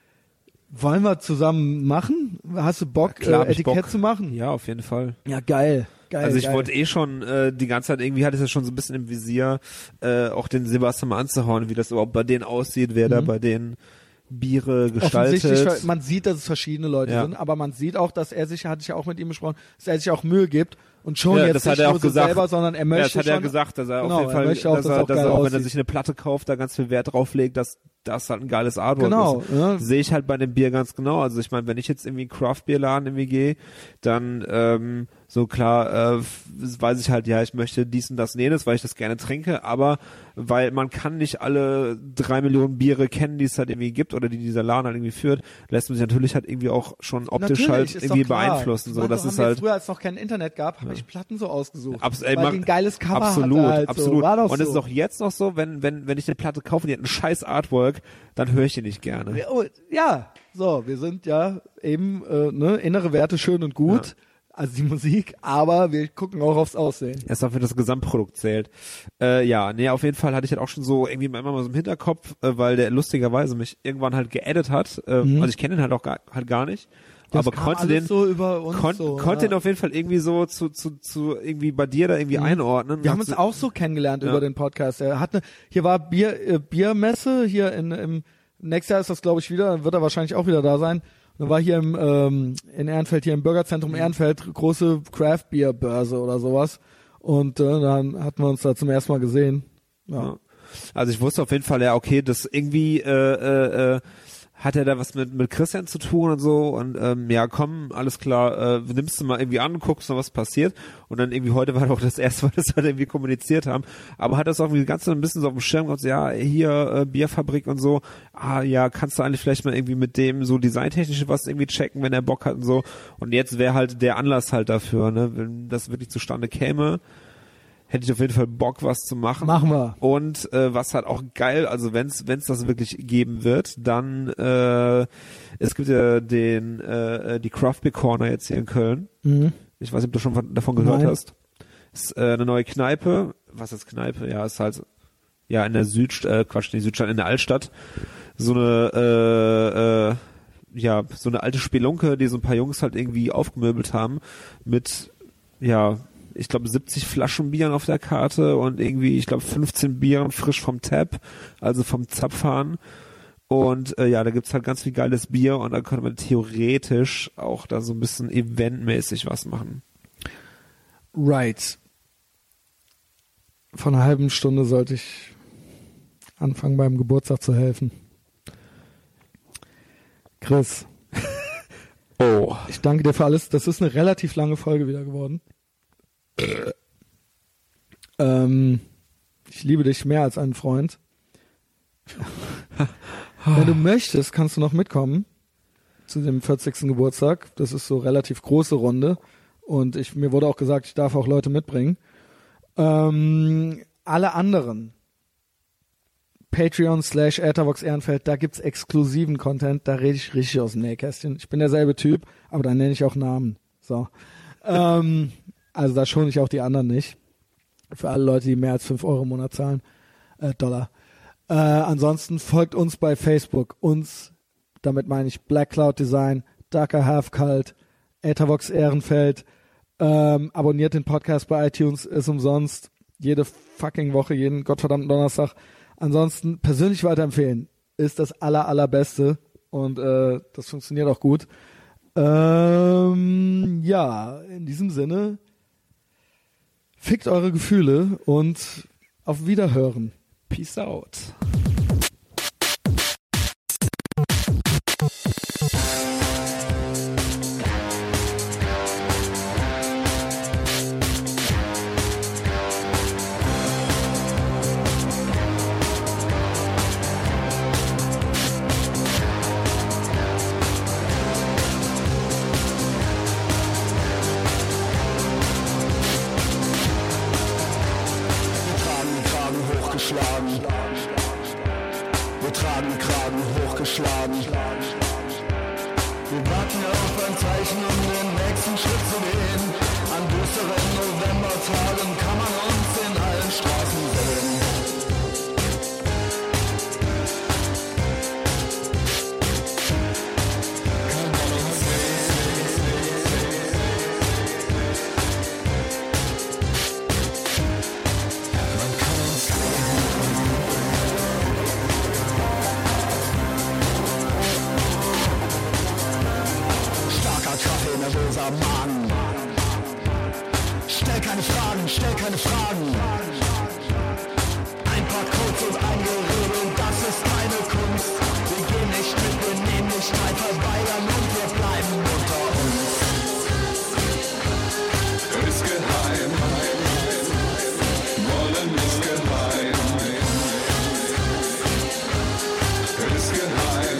Wollen wir zusammen machen? Hast du Bock, Klar, hab äh, ich Etikett Bock. zu machen? Ja, auf jeden Fall. Ja, geil. Geil, Also ich geil. wollte eh schon äh, die ganze Zeit, irgendwie hatte ich das schon so ein bisschen im Visier, äh, auch den Sebastian mal anzuhauen, wie das überhaupt bei denen aussieht, wer Mhm. da bei denen Biere Offensichtlich, gestaltet. man sieht, dass es verschiedene Leute Ja. sind, aber man sieht auch, dass er sich, hatte ich ja auch mit ihm besprochen, dass er sich auch Mühe gibt und schon Ja, jetzt das hat nicht er nur auch so gesagt. selber, sondern er Ja, möchte das hat schon, er gesagt, dass er genau, auf jeden er Fall, möchte auch, dass, dass er, auch dass geil er auch, wenn er aussieht. sich eine Platte kauft, da ganz viel Wert drauf legt, dass das halt ein geiles Artwork Genau, ist. ja. Sehe ich halt bei dem Bier ganz genau. Also ich meine, wenn ich jetzt irgendwie in einen Craft-Bier-Laden irgendwie gehe, dann ähm, so klar äh, weiß ich halt, ja, ich möchte dies und das und jenes, weil ich das gerne trinke, aber weil man kann nicht alle drei Millionen Biere kennen, die es halt irgendwie gibt oder die dieser Laden halt irgendwie führt, lässt man sich natürlich halt irgendwie auch schon optisch Natürlich, halt ist irgendwie doch klar. beeinflussen. So, Mann, das haben ist wir halt früher, als es noch kein Internet gab, habe ich Platten so ausgesucht, Abs ey, weil man- die ein geiles Cover absolut, hatte halt absolut. so. War doch und es so. ist auch jetzt noch so, wenn wenn wenn ich eine Platte kaufe, die hat ein scheiß Artwork, dann höre ich die nicht gerne. Ja, oh, ja, so, wir sind ja eben, äh, ne, innere Werte schön und gut, Ja. also die Musik, aber wir gucken auch aufs Aussehen. Erst auch, wenn das Gesamtprodukt zählt. Äh, ja, nee, auf jeden Fall hatte ich halt auch schon so irgendwie immer mal so im Hinterkopf, äh, weil der lustigerweise mich irgendwann halt geaddet hat. Äh, Mhm. Also ich kenne den halt auch gar, halt gar nicht. Das aber kam konnte alles den so über uns kon so, konnte ja. den auf jeden Fall irgendwie so zu zu zu irgendwie bei dir da irgendwie Mhm. einordnen. Wir haben Hat uns so- auch so kennengelernt Ja. über den Podcast. Er hat eine, hier war Bier, äh, Biermesse, hier in, im, nächstes Jahr ist das glaube ich wieder, dann wird er wahrscheinlich auch wieder da sein. Und dann war hier im, ähm, in Ehrenfeld, hier im Bürgerzentrum Mhm. Ehrenfeld, große Craft-Bier-Börse oder sowas. Und äh, dann hatten wir uns da zum ersten Mal gesehen. Ja. Ja. Also ich wusste auf jeden Fall, ja, okay, das irgendwie äh, äh, äh, hat er da was mit mit Christian zu tun und so und ähm, ja, komm, alles klar, äh, nimmst du mal irgendwie an, guckst mal, was passiert und dann irgendwie heute war auch das erste Mal, dass wir irgendwie kommuniziert haben, aber hat das auch irgendwie ganz so ein bisschen so auf dem Schirm gehabt, so, ja, hier äh, Bierfabrik und so, ah ja, kannst du eigentlich vielleicht mal irgendwie mit dem so designtechnisch was irgendwie checken, wenn er Bock hat und so und jetzt wäre halt der Anlass halt dafür, ne, wenn das wirklich zustande käme, hätte ich auf jeden Fall Bock, was zu machen. Machen wir. Und äh, was halt auch geil, also wenn's wenn's das wirklich geben wird, dann äh, es gibt ja den äh, die Craft Beer Corner jetzt hier in Köln. Mhm. Ich weiß nicht, ob du schon von, davon gehört Nein. hast. Ist äh, eine neue Kneipe. Was ist Kneipe? Ja, ist halt ja in der Süd äh, Quatsch, nicht Südstadt, in der Altstadt. so eine äh, äh, ja, so eine alte Spelunke, die so ein paar Jungs halt irgendwie aufgemöbelt haben mit, ja, ich glaube siebzig Flaschen Bieren auf der Karte und irgendwie, ich glaube fünfzehn Bieren frisch vom Tap, also vom Zapfhahn. Und äh, ja, da gibt's halt ganz viel geiles Bier und da könnte man theoretisch auch da so ein bisschen eventmäßig was machen. Right. Vor einer halben Stunde sollte ich anfangen, beim Geburtstag zu helfen. Chris. Oh. Ich danke dir für alles. Das ist eine relativ lange Folge wieder geworden. ähm, ich liebe dich mehr als einen Freund. Wenn du möchtest, kannst du noch mitkommen zu dem vierzigsten Geburtstag. Das ist so relativ große Runde. Und ich, mir wurde auch gesagt, ich darf auch Leute mitbringen. Ähm, alle anderen Patreon slash Ethervox Ehrenfeld, da gibt's exklusiven Content, da rede ich richtig aus dem Nähkästchen. Ich bin derselbe Typ, aber da nenne ich auch Namen. So. ähm, also da schone ich auch die anderen nicht. Für alle Leute, die mehr als fünf Euro im Monat zahlen. Äh, Dollar. Äh, ansonsten folgt uns bei Facebook. Uns, damit meine ich Black Cloud Design, Darker Half Cult, Ethervox Ehrenfeld. Ähm, abonniert den Podcast bei iTunes, ist umsonst. Jede fucking Woche, jeden gottverdammten Donnerstag. Ansonsten persönlich weiterempfehlen ist das aller, allerbeste und äh, das funktioniert auch gut. Ähm, ja, in diesem Sinne, fickt eure Gefühle und auf Wiederhören. Peace out. Wir tragen den Kragen hochgeschlagen. Wir warten auf ein Zeichen, um den nächsten Schritt zu gehen. An düsteren Novembertagen kann man uns in allen Straßen sehen. Kann man uns Kaffee, nervöser Magen. Stell keine Fragen, stell keine Fragen. Ein paar Codes und ein Gerede, das ist keine Kunst. Wir gehen nicht mit, wir nehmen nicht teil, verweigern und wir bleiben unter uns. Ist geheim, wollen ist geheim. Ist geheim,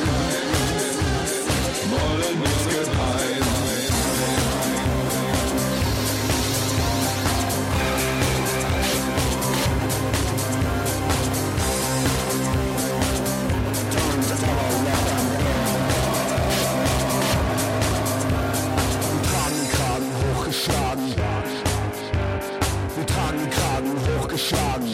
wollen ist geheim. Wir tragen den Kragen hochgeschlagen.